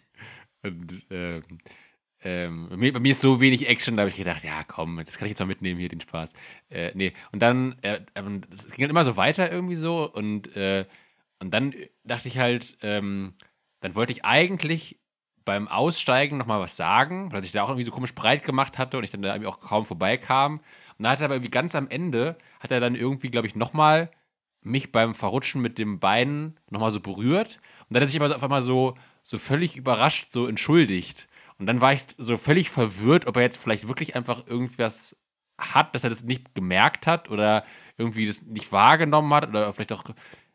Speaker 1: Und ähm, ähm, bei, mir, bei mir ist so wenig Action, da habe ich gedacht, ja komm, das kann ich jetzt mal mitnehmen hier, den Spaß. Äh, nee. Und dann, äh, es ging halt immer so weiter irgendwie so und, äh, und dann dachte ich halt, ähm, dann wollte ich eigentlich beim Aussteigen nochmal was sagen, weil sich da auch irgendwie so komisch breit gemacht hatte und ich dann da irgendwie auch kaum vorbeikam. Und dann hat er aber irgendwie ganz am Ende, hat er dann irgendwie, glaube ich, nochmal mich beim Verrutschen mit dem Bein nochmal so berührt. Und dann hat er sich aber so auf einmal so, so völlig überrascht, so entschuldigt. Und dann war ich so völlig verwirrt, ob er jetzt vielleicht wirklich einfach irgendwas hat, dass er das nicht gemerkt hat oder irgendwie das nicht wahrgenommen hat oder vielleicht auch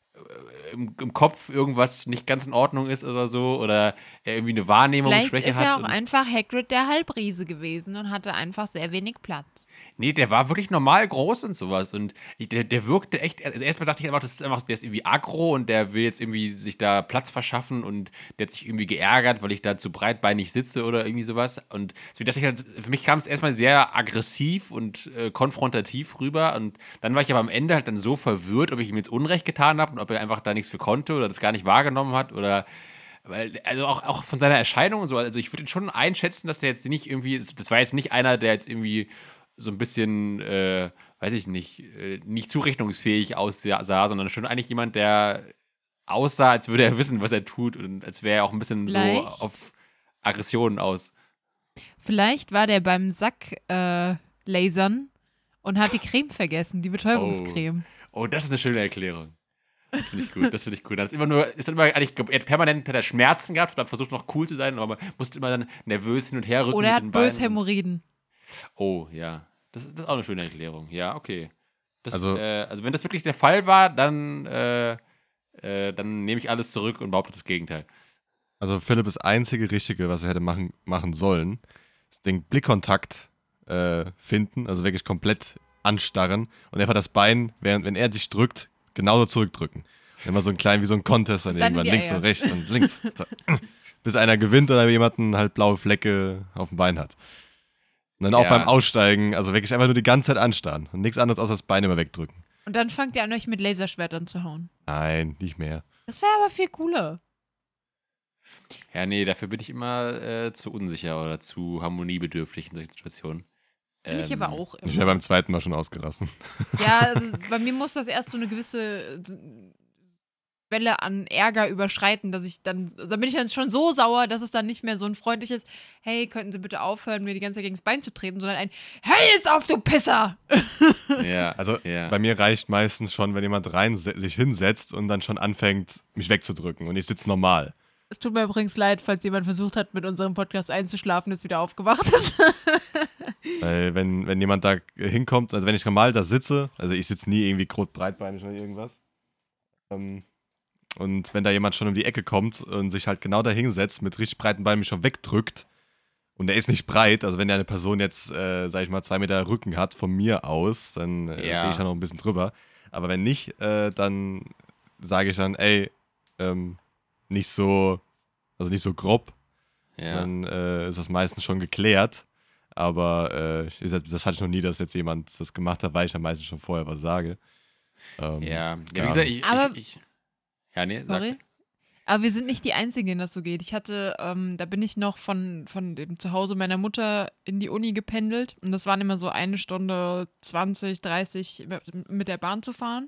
Speaker 1: im, im Kopf irgendwas nicht ganz in Ordnung ist oder so oder er irgendwie eine Wahrnehmungsschwäche
Speaker 4: Vielleicht ist
Speaker 1: hat.
Speaker 4: er auch
Speaker 1: und-
Speaker 4: einfach Hagrid der Halbriese gewesen und hatte einfach sehr wenig Platz.
Speaker 1: Nee, der war wirklich normal groß und sowas. Und ich, der, der wirkte echt. Also erstmal dachte ich einfach, das ist einfach, der ist irgendwie aggro und der will jetzt irgendwie sich da Platz verschaffen und der hat sich irgendwie geärgert, weil ich da zu breitbeinig sitze oder irgendwie sowas. Und deswegen dachte ich halt, für mich kam es erstmal sehr aggressiv und äh, konfrontativ rüber. Und dann war ich aber am Ende halt dann so verwirrt, ob ich ihm jetzt Unrecht getan habe und ob er einfach da nichts für konnte oder das gar nicht wahrgenommen hat oder. Weil, also auch, auch von seiner Erscheinung und so, also ich würde ihn schon einschätzen, dass der jetzt nicht irgendwie, das war jetzt nicht einer, der jetzt irgendwie so ein bisschen, äh, weiß ich nicht, äh, nicht zurechnungsfähig aussah, sondern schon eigentlich jemand, der aussah, als würde er wissen, was er tut und als wäre er auch ein bisschen
Speaker 4: Vielleicht.
Speaker 1: so auf Aggressionen aus.
Speaker 4: Vielleicht war der beim Sack äh, lasern und hat die Creme vergessen, die Betäubungscreme.
Speaker 1: Oh, das ist eine schöne Erklärung. Das finde ich gut, das finde ich gut. Das ist immer nur, ist immer eigentlich, er hat permanent hat er Schmerzen gehabt, hat versucht noch cool zu sein, aber man musste immer dann nervös hin und her rücken
Speaker 4: Oder er
Speaker 1: mit den
Speaker 4: hat böse
Speaker 1: Beinen.
Speaker 4: Hämorrhoiden.
Speaker 1: Oh, ja. Das, das ist auch eine schöne Erklärung. Ja, okay. Das,
Speaker 3: Also-
Speaker 1: also, äh, also wenn das wirklich der Fall war, dann, äh, äh, dann nehme ich alles zurück und behaupte das Gegenteil.
Speaker 3: Also Philipp, das einzige Richtige, was er hätte machen, machen sollen, ist den Blickkontakt äh, finden, also wirklich komplett anstarren und einfach das Bein, während wenn er dich drückt, genauso zurückdrücken. Und immer so ein klein wie so ein Contest dann,
Speaker 4: Dann
Speaker 3: irgendwann
Speaker 4: die
Speaker 3: links
Speaker 4: Eier.
Speaker 3: und rechts und links. So. Bis einer gewinnt oder jemanden halt blaue Flecke auf dem Bein hat. Und dann auch
Speaker 1: Ja.
Speaker 3: beim Aussteigen, also wirklich einfach nur die ganze Zeit anstarren und nichts anderes außer das Bein immer wegdrücken.
Speaker 4: Und dann fangt ihr an, euch mit Laserschwertern zu hauen.
Speaker 3: Nein, nicht mehr.
Speaker 4: Das wäre aber viel cooler.
Speaker 1: Ja, nee, dafür bin ich immer äh, zu unsicher oder zu harmoniebedürftig in solchen Situationen.
Speaker 4: Bin ich
Speaker 1: Ähm,
Speaker 4: aber auch
Speaker 3: Ich
Speaker 4: immer.
Speaker 3: wäre beim zweiten Mal schon ausgelassen.
Speaker 4: Ja, also, bei mir muss das erst so eine gewisse Welle an Ärger überschreiten, dass ich dann, da bin ich dann schon so sauer, dass es dann nicht mehr so ein freundliches, hey, könnten Sie bitte aufhören, mir die ganze Zeit gegen das Bein zu treten, sondern ein, hey, jetzt auf, du Pisser!
Speaker 1: Ja,
Speaker 3: Also
Speaker 1: ja.
Speaker 3: bei mir reicht meistens schon, wenn jemand rein sich hinsetzt und dann schon anfängt, mich wegzudrücken und ich sitze normal.
Speaker 4: Es tut mir übrigens leid, falls jemand versucht hat, mit unserem Podcast einzuschlafen, ist wieder aufgewacht ist.
Speaker 3: Weil wenn, wenn jemand da hinkommt, also wenn ich normal da sitze, also ich sitze nie irgendwie breitbeinig oder irgendwas, ähm, und wenn da jemand schon um die Ecke kommt und sich halt genau da hinsetzt, mit richtig breiten Beinen mich schon wegdrückt, und der ist nicht breit, also wenn eine Person jetzt, äh, sag ich mal, zwei Meter Rücken hat, von mir aus, dann äh,
Speaker 1: Ja.
Speaker 3: sehe ich da noch ein bisschen drüber. Aber wenn nicht, äh, dann sage ich dann, ey, ähm, nicht so, also nicht so grob,
Speaker 1: Ja.
Speaker 3: dann äh, ist das meistens schon geklärt. Aber äh, wie gesagt, das hatte ich noch nie, dass jetzt jemand das gemacht hat, weil ich ja meistens schon vorher was sage. Ähm,
Speaker 1: Ja, ja,
Speaker 3: keine
Speaker 1: wie gesagt,
Speaker 3: Ahnung.
Speaker 1: ich,
Speaker 4: Aber-
Speaker 1: ich, ich ja, nee, sag.
Speaker 4: Sorry. Aber wir sind nicht die Einzigen, denen das so geht. Ich hatte, ähm, da bin ich noch von, von dem Zuhause meiner Mutter in die Uni gependelt. Und das waren immer so eine Stunde zwanzig, dreißig mit, mit der Bahn zu fahren.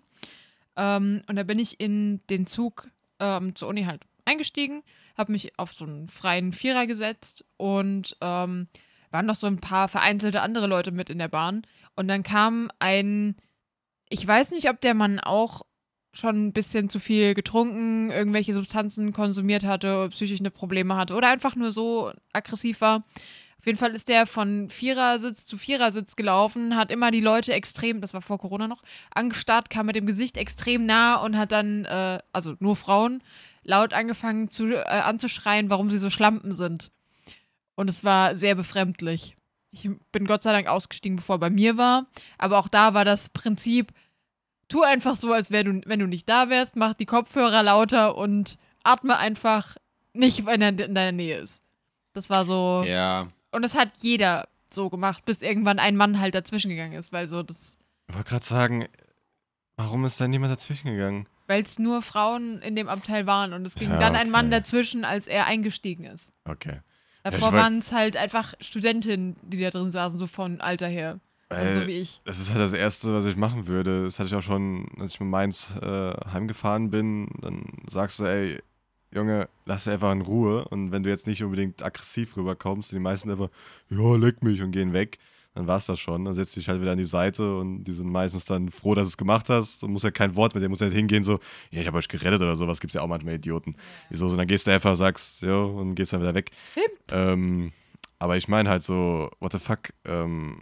Speaker 4: Ähm, und da bin ich in den Zug ähm, zur Uni halt eingestiegen, habe mich auf so einen freien Vierer gesetzt und ähm, waren noch so ein paar vereinzelte andere Leute mit in der Bahn. Und dann kam ein, ich weiß nicht, ob der Mann auch schon ein bisschen zu viel getrunken, irgendwelche Substanzen konsumiert hatte, psychische Probleme hatte oder einfach nur so aggressiv war. Auf jeden Fall ist der von Vierersitz zu Vierersitz gelaufen, hat immer die Leute extrem, das war vor Corona noch, angestarrt, kam mit dem Gesicht extrem nah und hat dann, äh, also nur Frauen, laut angefangen zu, äh, anzuschreien, warum sie so Schlampen sind. Und es war sehr befremdlich. Ich bin Gott sei Dank ausgestiegen, bevor er bei mir war. Aber auch da war das Prinzip, tu einfach so, als wär du, wenn du nicht da wärst, mach die Kopfhörer lauter und atme einfach nicht, wenn er in deiner Nähe ist. Das war so.
Speaker 1: Ja,
Speaker 4: Und das hat jeder so gemacht, bis irgendwann ein Mann halt dazwischen gegangen ist, weil so das,
Speaker 3: Ich wollte gerade sagen, warum ist da niemand dazwischen gegangen?
Speaker 4: weil es nur Frauen in dem Abteil waren und es ging
Speaker 3: Ja,
Speaker 4: dann ein Mann
Speaker 3: okay.
Speaker 4: dazwischen, als er eingestiegen ist.
Speaker 3: Okay.
Speaker 4: Davor
Speaker 3: ich wollt-
Speaker 4: waren es halt einfach Studentinnen, die da drin saßen, so von Alter her. Also so
Speaker 3: Weil
Speaker 4: wie ich.
Speaker 3: das ist halt das Erste, was ich machen würde. Das hatte ich auch schon, als ich mit Mainz äh, heimgefahren bin. Dann sagst du, ey, Junge, lass sie einfach in Ruhe. Und wenn du jetzt nicht unbedingt aggressiv rüberkommst, die meisten einfach, ja, leck mich und gehen weg, dann war's das schon. Dann setzt du dich halt wieder an die Seite und die sind meistens dann froh, dass du es gemacht hast. Du musst ja kein Wort mit dem, musst ja nicht hingehen, so, ja, ich habe euch gerettet oder sowas. Gibt's ja auch manchmal Idioten. Wieso? So, dann gehst du einfach, sagst, ja, und gehst dann wieder weg.
Speaker 4: Stimmt.
Speaker 3: Ähm, aber ich meine halt so, what the fuck, ähm,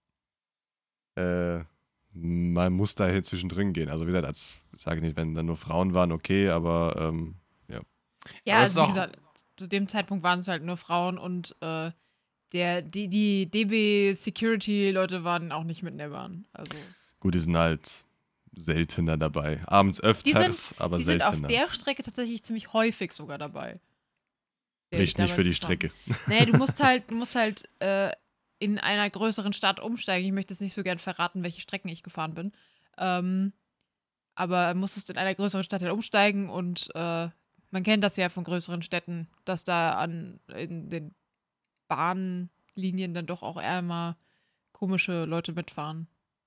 Speaker 3: äh, man muss da hier zwischendrin gehen. Also wie gesagt, als, ich sage nicht, wenn dann nur Frauen waren, okay, aber ähm,
Speaker 4: Ja,
Speaker 1: Aber es
Speaker 4: also wie
Speaker 1: ist auch-
Speaker 4: gesagt, zu dem Zeitpunkt waren es halt nur Frauen und äh, der, die, die D B-Security-Leute waren auch nicht mit in der Bahn. Also
Speaker 3: gut, die sind halt seltener dabei. Abends öfters, aber
Speaker 4: die sind
Speaker 3: seltener.
Speaker 4: auf der Strecke tatsächlich ziemlich häufig sogar dabei. Der
Speaker 3: Spricht
Speaker 4: ich
Speaker 3: nicht für die
Speaker 4: damals gefahren
Speaker 3: Strecke.
Speaker 4: bin. Nee, du musst halt, du musst halt äh, in einer größeren Stadt umsteigen. Ich möchte jetzt nicht so gern verraten, welche Strecken ich gefahren bin. Ähm, aber musstest in einer größeren Stadt halt umsteigen und äh, man kennt das ja von größeren Städten, dass da an in den Bahnlinien dann doch auch eher mal komische Leute mitfahren.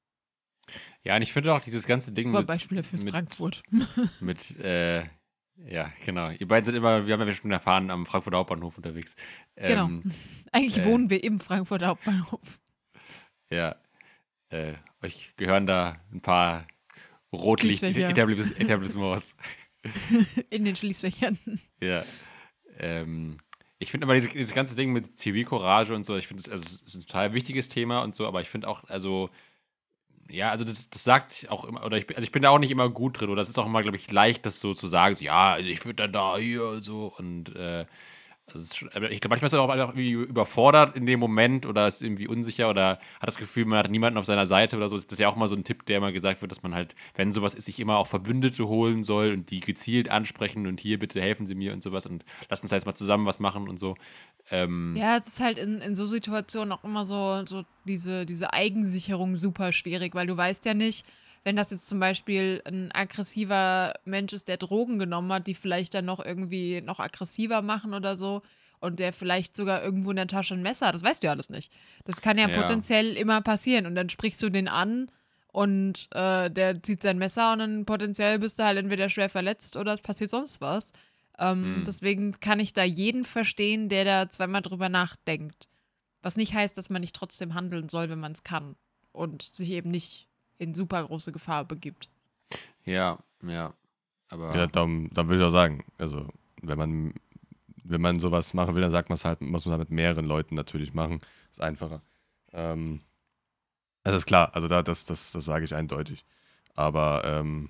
Speaker 1: ja, und ich finde auch dieses ganze Ding
Speaker 4: Nur
Speaker 1: mit,
Speaker 4: Beispiele fürs
Speaker 1: mit-
Speaker 4: Frankfurt.
Speaker 1: mit äh, ja, genau. Ihr beiden sind immer, wir haben ja schon erfahren, am Frankfurter Hauptbahnhof unterwegs.
Speaker 4: Genau.
Speaker 1: Ähm,
Speaker 4: Eigentlich
Speaker 1: äh,
Speaker 4: wohnen wir im Frankfurter Hauptbahnhof.
Speaker 1: Ja. Äh, euch gehören da ein paar
Speaker 4: Schließfächer.
Speaker 1: Rotlicht-Etablissements.
Speaker 4: In den Schließfächern.
Speaker 1: Ja. Ähm, ich finde aber dieses, dieses ganze Ding mit Zivilcourage und so, ich finde, das also, es ist ein total wichtiges Thema und so, aber ich finde auch, also, ja, also das, das sagt auch immer, oder ich, bin- also ich bin da auch nicht immer gut drin, oder das ist auch immer, glaube ich, leicht, das so zu sagen, so, ja, also ich würde dann da, hier, so, und, äh, also es ist schon, aber ich glaube, manchmal ist man auch einfach irgendwie überfordert in dem Moment oder ist irgendwie unsicher oder hat das Gefühl, man hat niemanden auf seiner Seite oder so. Das ist ja auch mal so ein Tipp, der immer gesagt wird, dass man halt, wenn sowas ist, sich immer auch Verbündete holen soll und die gezielt ansprechen und hier bitte helfen Sie mir und sowas und lass uns da jetzt mal zusammen was machen und so. Ähm,
Speaker 4: Ja, es ist halt in, in so Situationen auch immer so, so diese, diese Eigensicherung super schwierig, weil du weißt ja nicht, wenn das jetzt zum Beispiel ein aggressiver Mensch ist, der Drogen genommen hat, die vielleicht dann noch irgendwie noch aggressiver machen oder so und der vielleicht sogar irgendwo in der Tasche ein Messer hat, das weißt du ja alles nicht. Das kann ja,
Speaker 1: Ja.
Speaker 4: potenziell immer passieren und dann sprichst du den an und äh, der zieht sein Messer und dann potenziell bist du halt entweder schwer verletzt oder es passiert sonst was. Ähm,
Speaker 1: Mhm.
Speaker 4: Deswegen kann ich da jeden verstehen, der da zweimal drüber nachdenkt. Was nicht heißt, dass man nicht trotzdem handeln soll, wenn man es kann und sich eben nicht in super große Gefahr begibt.
Speaker 1: ja, ja. Aber
Speaker 3: Ja, dann, dann würde ich auch sagen, also wenn man, wenn man sowas machen will, dann sagt man es halt, muss man halt mit mehreren Leuten natürlich machen. Ist einfacher. Ähm, das ist klar, also da, das, das, das sage ich eindeutig. Aber, ähm,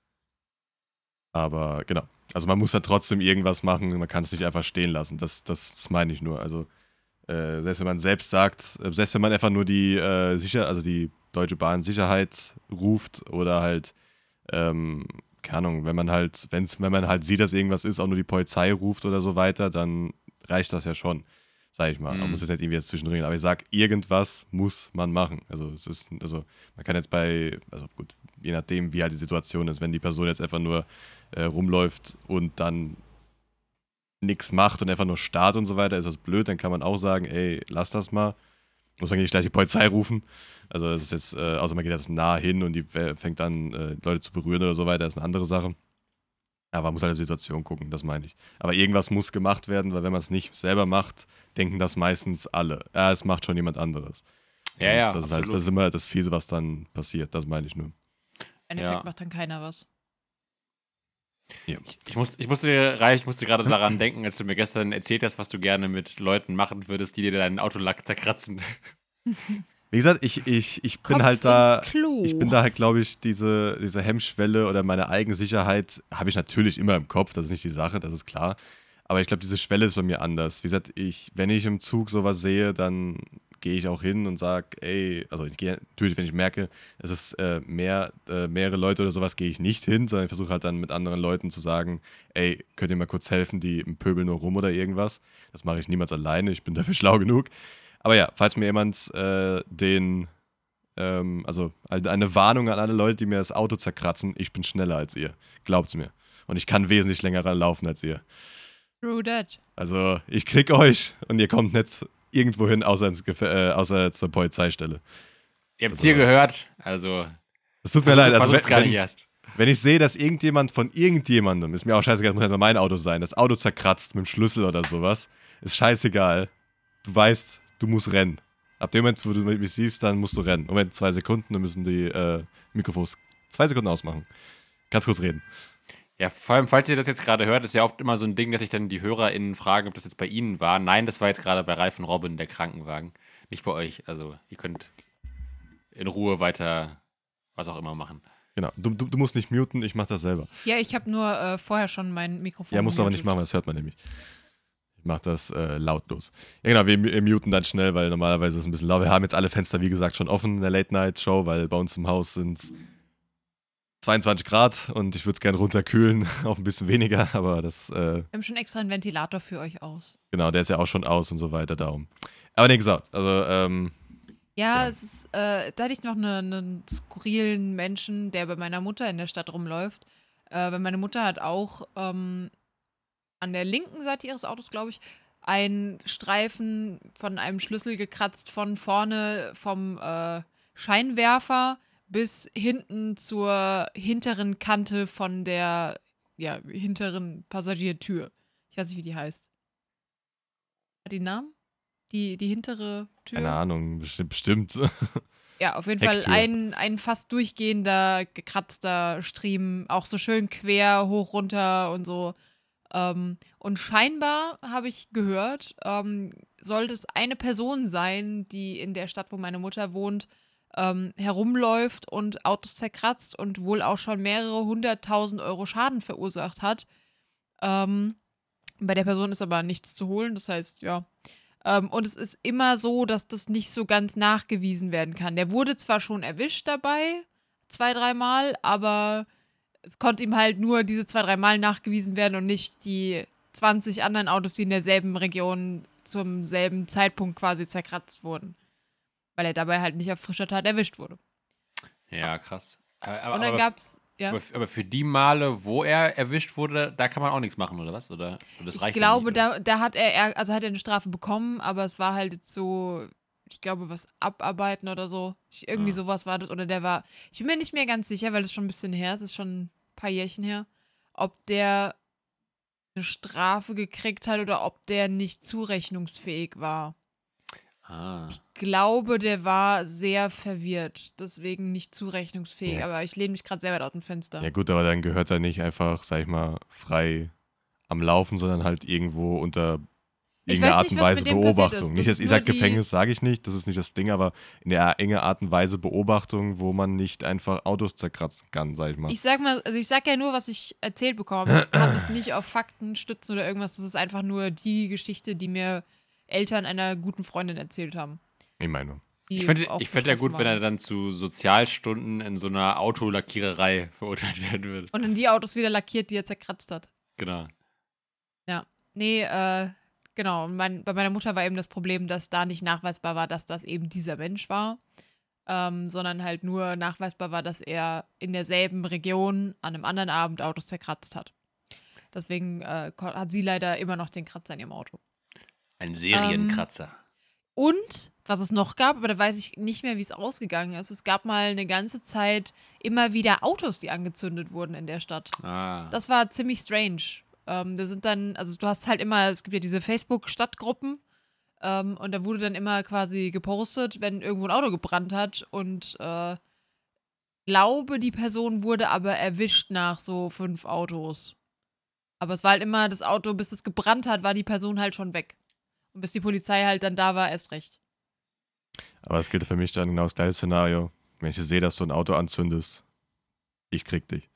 Speaker 3: aber genau. Also man muss da trotzdem irgendwas machen, man kann es nicht einfach stehen lassen. Das, das, das meine ich nur. Also äh, selbst wenn man selbst sagt, äh, selbst wenn man einfach nur die äh, sicher, also die Deutsche Bahn Sicherheit ruft oder halt, ähm, keine Ahnung, wenn man halt, wenn's, wenn man halt sieht, dass irgendwas ist, auch nur die Polizei ruft oder so weiter, dann reicht das ja schon, sag ich mal. Man
Speaker 1: Mhm.
Speaker 3: muss jetzt nicht irgendwie jetzt zwischendrin, aber ich sag, irgendwas muss man machen. Also es ist, also man kann jetzt bei, also gut, je nachdem, wie halt die Situation ist, wenn die Person jetzt einfach nur äh, rumläuft und dann nichts macht und einfach nur starrt und so weiter, ist das blöd, dann kann man auch sagen, ey, lass das mal. Muss man nicht gleich die Polizei rufen. Also das ist jetzt, äh, außer man geht jetzt nah hin und die äh, fängt an, äh, Leute zu berühren oder so weiter, das ist eine andere Sache. Aber man muss halt auf die Situation gucken, das meine ich. Aber irgendwas muss gemacht werden, weil wenn man es nicht selber macht, denken das meistens alle. Ja, es macht schon jemand anderes.
Speaker 1: Ja,
Speaker 3: Und
Speaker 1: ja,
Speaker 3: das ist, halt,
Speaker 1: absolut.
Speaker 3: das ist immer das Fiese, was dann passiert, das meine ich nur.
Speaker 4: Im Endeffekt
Speaker 1: Ja.
Speaker 4: macht dann keiner was.
Speaker 3: Ja.
Speaker 1: Ich, muss, ich musste, Reich, ich musste gerade daran denken, als du mir gestern erzählt hast, was du gerne mit Leuten machen würdest, die dir deinen Autolack zerkratzen.
Speaker 3: Wie gesagt, ich, ich, ich bin
Speaker 4: Kopf
Speaker 3: halt da,
Speaker 4: ins Klo.
Speaker 3: ich bin da halt, glaube ich, diese, diese Hemmschwelle oder meine Eigensicherheit habe ich natürlich immer im Kopf, das ist nicht die Sache, das ist klar. Aber ich glaube, diese Schwelle ist bei mir anders. Wie gesagt, ich, wenn ich im Zug sowas sehe, dann gehe ich auch hin und sage, ey, also ich gehe natürlich, wenn ich merke, es ist äh, mehr, äh, mehrere Leute oder sowas, gehe ich nicht hin, sondern ich versuche halt dann mit anderen Leuten zu sagen, ey, könnt ihr mal kurz helfen, die pöbeln nur rum oder irgendwas. Das mache ich niemals alleine, ich bin dafür schlau genug. Aber ja, falls mir jemand äh, den, ähm, also eine Warnung an alle Leute, die mir das Auto zerkratzen, ich bin schneller als ihr. Glaubt's mir. Und ich kann wesentlich länger laufen als ihr.
Speaker 4: True that.
Speaker 3: Also ich krieg euch und ihr kommt nicht irgendwo hin, außer, ins Gef- äh, außer zur Polizeistelle.
Speaker 1: Ihr habt es
Speaker 3: Also-
Speaker 1: hier gehört, also
Speaker 3: Es tut mir leid, also
Speaker 1: versucht's gar
Speaker 3: wenn,
Speaker 1: nicht
Speaker 3: wenn,
Speaker 1: erst.
Speaker 3: wenn ich sehe, dass irgendjemand von irgendjemandem, ist mir auch scheißegal, muss halt nur mein Auto sein, das Auto zerkratzt mit dem Schlüssel oder sowas, ist scheißegal. Du weißt, du musst rennen. Ab dem Moment, wo du mich siehst, dann musst du rennen. Moment, zwei Sekunden, dann müssen die äh, Mikrofons zwei Sekunden ausmachen. Kannst kurz reden.
Speaker 1: Ja, vor allem, falls ihr das jetzt gerade hört, ist ja oft immer so ein Ding, dass sich dann die HörerInnen fragen, ob das jetzt bei ihnen war. Nein, das war jetzt gerade bei Ralf und Robin, der Krankenwagen. Nicht bei euch. Also, ihr könnt in Ruhe weiter was auch immer machen.
Speaker 3: Genau, du, du, du musst nicht muten, ich mach das selber.
Speaker 4: Ja, ich habe nur äh, vorher schon mein Mikrofon.
Speaker 3: Ja, musst du aber nicht
Speaker 4: gemutet.
Speaker 3: machen, das hört man nämlich. Ich mach das äh, lautlos. Ja genau, wir, wir muten dann schnell, weil normalerweise ist es ein bisschen laut. Wir haben jetzt alle Fenster, wie gesagt, schon offen in der Late-Night-Show, weil bei uns im Haus sind es zweiundzwanzig Grad und ich würde es gerne runterkühlen auf ein bisschen weniger, aber das, äh,
Speaker 4: Wir haben schon extra einen Ventilator für euch aus.
Speaker 3: genau, der ist ja auch schon aus und so weiter, darum. Aber nee, gesagt, also, ähm,
Speaker 4: Ja,
Speaker 3: Ja.
Speaker 4: es ist, äh, da hatte ich noch eine- einen skurrilen Menschen, der bei meiner Mutter in der Stadt rumläuft. Äh, weil meine Mutter hat auch ähm, an der linken Seite ihres Autos, glaube ich, einen Streifen von einem Schlüssel gekratzt von vorne vom äh, Scheinwerfer bis hinten zur hinteren Kante von der ja, hinteren Passagiertür. Ich weiß nicht, wie die heißt. Hat die einen Namen? Die, die hintere Tür?
Speaker 3: keine Ahnung, bestimmt. bestimmt.
Speaker 4: Ja, auf jeden Fall
Speaker 3: Hecktür.
Speaker 4: ein, ein fast durchgehender, gekratzter Striemen, auch so schön quer, hoch, runter und so. Ähm, und scheinbar, habe ich gehört, ähm, sollte es eine Person sein, die in der Stadt, wo meine Mutter wohnt, ähm, herumläuft und Autos zerkratzt und wohl auch schon mehrere hunderttausend Euro Schaden verursacht hat. Ähm, bei der Person ist aber nichts zu holen, das heißt, ja. Ähm, und es ist immer so, dass das nicht so ganz nachgewiesen werden kann. Der wurde zwar schon erwischt dabei, zwei, dreimal, aber es konnte ihm halt nur diese zwei, dreimal nachgewiesen werden und nicht die zwanzig anderen Autos, die in derselben Region zum selben Zeitpunkt quasi zerkratzt wurden. Weil er dabei halt nicht auf frischer Tat erwischt wurde.
Speaker 1: Ja, krass. Aber, aber,
Speaker 4: Und dann
Speaker 1: aber,
Speaker 4: gab's, ja.
Speaker 1: aber, aber für die Male, wo er erwischt wurde, da kann man auch nichts machen, oder was? Oder, oder das
Speaker 4: Ich
Speaker 1: reicht dann
Speaker 4: glaube,
Speaker 1: nicht, oder?
Speaker 4: da, da hat er, er, also hat er eine Strafe bekommen, aber es war halt jetzt so, ich glaube, was abarbeiten oder so. Ich, irgendwie
Speaker 1: Ah.
Speaker 4: sowas war das. Oder der war, ich bin mir nicht mehr ganz sicher, weil es schon ein bisschen her ist, es ist schon ein paar Jährchen her, ob der eine Strafe gekriegt hat oder ob der nicht zurechnungsfähig war.
Speaker 1: Ah.
Speaker 4: Ich glaube, der war sehr verwirrt, deswegen nicht zurechnungsfähig.
Speaker 3: Ja.
Speaker 4: Aber ich lehne mich gerade sehr weit aus dem Fenster.
Speaker 3: Ja gut, aber dann gehört er nicht einfach, sag ich mal, frei am Laufen, sondern halt irgendwo unter
Speaker 4: Ich
Speaker 3: irgendeiner
Speaker 4: weiß
Speaker 3: Art
Speaker 4: nicht,
Speaker 3: und
Speaker 4: was
Speaker 3: Weise
Speaker 4: mit dem passiert
Speaker 3: Beobachtung.
Speaker 4: ist.
Speaker 3: Nicht
Speaker 4: Das
Speaker 3: jetzt,
Speaker 4: ist
Speaker 3: ich
Speaker 4: nur
Speaker 3: sag
Speaker 4: die-
Speaker 3: Gefängnis, sage ich nicht, das ist nicht das Ding, aber in der enge Art und Weise Beobachtung, wo man nicht einfach Autos zerkratzen kann, sag ich mal.
Speaker 4: Ich sag mal, also ich sag ja nur, was ich erzählt bekomme. Ich kann es nicht auf Fakten stützen oder irgendwas. Das ist einfach nur die Geschichte, die mir Eltern einer guten Freundin erzählt haben.
Speaker 3: Ich meine,
Speaker 4: die
Speaker 1: Ich finde
Speaker 4: auch
Speaker 1: ich find ja
Speaker 4: betroffen
Speaker 1: gut, wenn er
Speaker 4: waren.
Speaker 1: dann zu Sozialstunden in so einer Autolackiererei verurteilt werden würde.
Speaker 4: Und dann die Autos wieder lackiert, die er zerkratzt hat.
Speaker 1: Genau.
Speaker 4: Nee, äh, genau. Und Mein, bei meiner Mutter war eben das Problem, dass da nicht nachweisbar war, dass das eben dieser Mensch war, ähm, sondern halt nur nachweisbar war, dass er in derselben Region an einem anderen Abend Autos zerkratzt hat. Deswegen äh, ko- hat sie leider immer noch den Kratzer in ihrem Auto.
Speaker 1: Ein Serienkratzer.
Speaker 4: Und was es noch gab, aber da weiß ich nicht mehr, wie es ausgegangen ist. Es gab mal eine ganze Zeit immer wieder Autos, die angezündet wurden in der Stadt.
Speaker 1: Ah.
Speaker 4: Das war ziemlich strange. Ähm, da sind dann, also du hast halt immer, es gibt ja diese Facebook-Stadtgruppen ähm, und da wurde dann immer quasi gepostet, wenn irgendwo ein Auto gebrannt hat und äh, glaube, die Person wurde aber erwischt nach so fünf Autos. Aber es war halt immer das Auto, bis es gebrannt hat, war die Person halt schon weg. Und bis die Polizei halt dann da war, erst recht.
Speaker 3: aber es gilt für mich dann genau das gleiche Szenario. Wenn ich sehe, dass du ein Auto anzündest, ich krieg dich.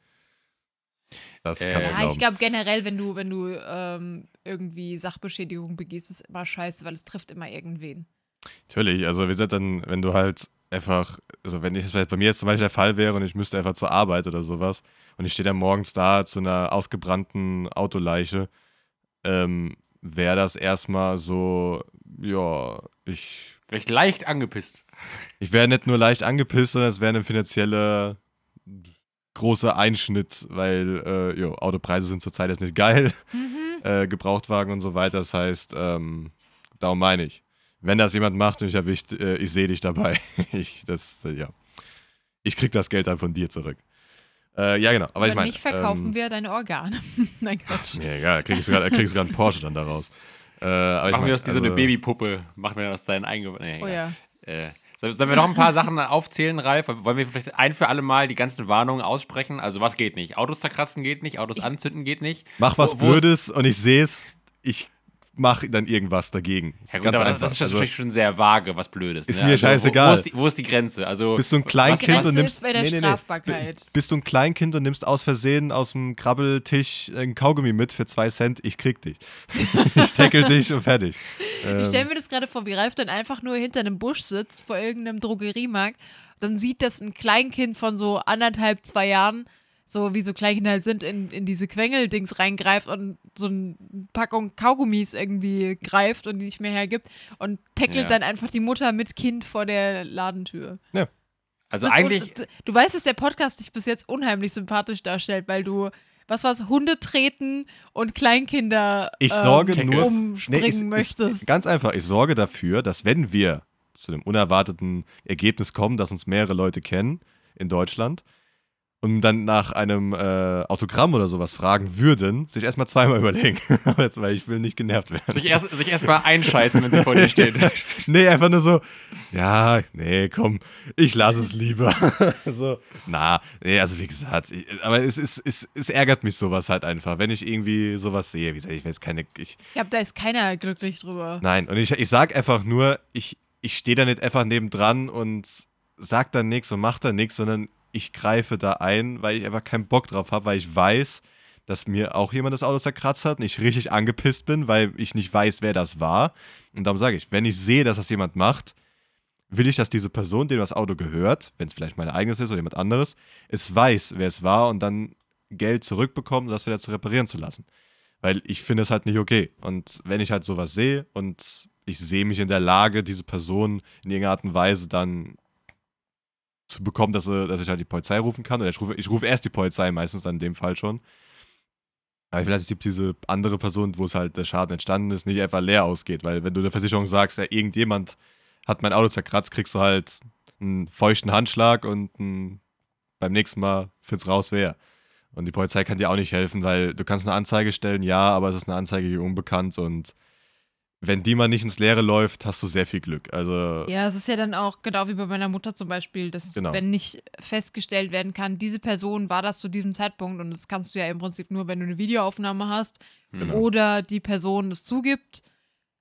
Speaker 3: Das
Speaker 1: Äh,
Speaker 3: kannst du
Speaker 4: Ja,
Speaker 3: glauben.
Speaker 4: ich glaube generell, wenn du, wenn du ähm, irgendwie Sachbeschädigung begehst, ist immer scheiße, weil es trifft immer irgendwen.
Speaker 3: Natürlich, also wie gesagt, dann, wenn du halt einfach, also wenn ich das vielleicht bei mir jetzt zum Beispiel der Fall wäre und ich müsste einfach zur Arbeit oder sowas und ich stehe dann morgens da zu einer ausgebrannten Autoleiche, ähm, wäre das erstmal so, ja, ich,
Speaker 1: Wäre ich leicht angepisst.
Speaker 3: ich wäre nicht nur leicht angepisst, sondern es wäre ein finanzieller großer Einschnitt, weil, äh, jo, Autopreise sind zurzeit jetzt nicht geil,
Speaker 4: Mhm.
Speaker 3: äh, Gebrauchtwagen und so weiter, das heißt, ähm, darum meine ich. Wenn das jemand macht und ich erwischt, äh, ich sehe dich dabei. ich, das, äh, ja. Ich krieg das Geld dann von dir zurück. Äh, ja, genau. Aber
Speaker 4: Wenn
Speaker 3: ich meine.
Speaker 4: nicht, verkaufen
Speaker 3: ähm,
Speaker 4: wir deine Organe. Nein, Quatsch.
Speaker 3: Mir egal, krieg ich sogar, krieg ich sogar einen Porsche dann daraus. Äh, aber ich
Speaker 1: Machen
Speaker 3: mein,
Speaker 1: wir aus dir so
Speaker 3: also,
Speaker 1: eine Babypuppe. Machen wir aus deinen Eingeweiden. Nee,
Speaker 4: Oh
Speaker 1: egal.
Speaker 4: ja.
Speaker 1: Äh, soll- sollen wir noch ein paar Sachen aufzählen, Ralf? Wollen wir vielleicht ein für alle Mal die ganzen Warnungen aussprechen? Also was geht nicht? Autos zerkratzen geht nicht, Autos anzünden geht nicht.
Speaker 3: Mach was
Speaker 1: Wo- wo ist-
Speaker 3: Blödes und ich sehe es, ich mach dann irgendwas dagegen. Ist
Speaker 1: Ja gut,
Speaker 3: ganz
Speaker 1: aber
Speaker 3: einfach.
Speaker 1: das ist schon-
Speaker 3: Also,
Speaker 1: natürlich schon sehr vage, was Blödes.
Speaker 3: Ist
Speaker 1: ne?
Speaker 3: mir
Speaker 1: also,
Speaker 3: scheißegal.
Speaker 1: Wo, wo, ist die, wo ist die Grenze? Also,
Speaker 3: bist du ein
Speaker 1: was-
Speaker 3: Kleinkind
Speaker 4: Grenze
Speaker 3: und nimmst.
Speaker 4: ist bei der Strafbarkeit.
Speaker 3: Bist du ein Kleinkind und nimmst aus Versehen aus dem Krabbeltisch ein Kaugummi mit für zwei Cent, ich krieg dich. ich tackle dich und fertig.
Speaker 4: Ich
Speaker 3: Ähm,
Speaker 4: stelle mir das gerade vor, wie Ralf dann einfach nur hinter einem Busch sitzt, vor irgendeinem Drogeriemarkt. Dann sieht das ein Kleinkind von so anderthalb, zwei Jahren, so wie so Kleinkinder halt sind, in, in diese Quengeldings reingreift und so eine Packung Kaugummis irgendwie greift und die nicht mehr hergibt und tackelt
Speaker 1: Ja.
Speaker 4: dann einfach die Mutter mit Kind vor der Ladentür.
Speaker 1: also
Speaker 4: Du bist
Speaker 1: eigentlich,
Speaker 4: un- du weißt, dass der Podcast dich bis jetzt unheimlich sympathisch darstellt, weil du, was war's, Hunde treten und Kleinkinder
Speaker 3: Ich sorge
Speaker 4: ähm,
Speaker 3: nur-
Speaker 4: umspringen
Speaker 3: Nee, ist- ist
Speaker 4: möchtest.
Speaker 3: Ganz einfach, ich sorge dafür, dass wenn wir zu dem unerwarteten Ergebnis kommen, dass uns mehrere Leute kennen in Deutschland und dann nach einem äh, Autogramm oder sowas fragen würden, sich erstmal zweimal überlegen. Aber jetzt, weil ich will nicht genervt werden.
Speaker 1: sich erst, sich erst mal einscheißen, wenn sie vor dir stehen.
Speaker 3: Nee, einfach nur so, ja, nee, komm, ich lasse es lieber. so, na, nee, also wie gesagt, ich, aber es, ist, es, es ärgert mich sowas halt einfach, wenn ich irgendwie sowas sehe. Wie gesagt, ich weiß keine, ich,
Speaker 4: Ich glaube, da ist keiner glücklich drüber.
Speaker 3: Nein, und ich, ich sag einfach nur, ich, ich stehe da nicht einfach nebendran und sag dann nichts und mach da nichts, sondern ich greife da ein, weil ich einfach keinen Bock drauf habe, weil ich weiß, dass mir auch jemand das Auto zerkratzt hat und ich richtig angepisst bin, weil ich nicht weiß, wer das war. Und darum sage ich, wenn ich sehe, dass das jemand macht, will ich, dass diese Person, dem das Auto gehört, wenn es vielleicht meine eigenes ist oder jemand anderes, es weiß, wer es war und dann Geld zurückbekommt, um das wieder zu reparieren zu lassen. Weil ich finde es halt nicht okay. Und wenn ich halt sowas sehe und ich sehe mich in der Lage, diese Person in irgendeiner Art und Weise dann zu bekommen, dass, sie, dass ich halt die Polizei rufen kann. Oder ich rufe, ich rufe erst die Polizei, meistens dann in dem Fall schon. Aber ich will, dass ich diese andere Person, wo es halt der Schaden entstanden ist, nicht einfach leer ausgeht. Weil wenn du der Versicherung sagst, ja, irgendjemand hat mein Auto zerkratzt, kriegst du halt einen feuchten Handschlag und ein, beim nächsten Mal find's raus, wer. Und die Polizei kann dir auch nicht helfen, weil du kannst eine Anzeige stellen, ja, aber es ist eine Anzeige die unbekannt und wenn die mal nicht ins Leere läuft, hast du sehr viel Glück. Also,
Speaker 4: Ja, es ist ja dann auch genau wie bei meiner Mutter zum Beispiel, dass
Speaker 3: Genau.
Speaker 4: wenn nicht festgestellt werden kann, diese Person war das zu diesem Zeitpunkt und das kannst du ja im Prinzip nur, wenn du eine Videoaufnahme hast
Speaker 3: Genau.
Speaker 4: oder die Person es zugibt,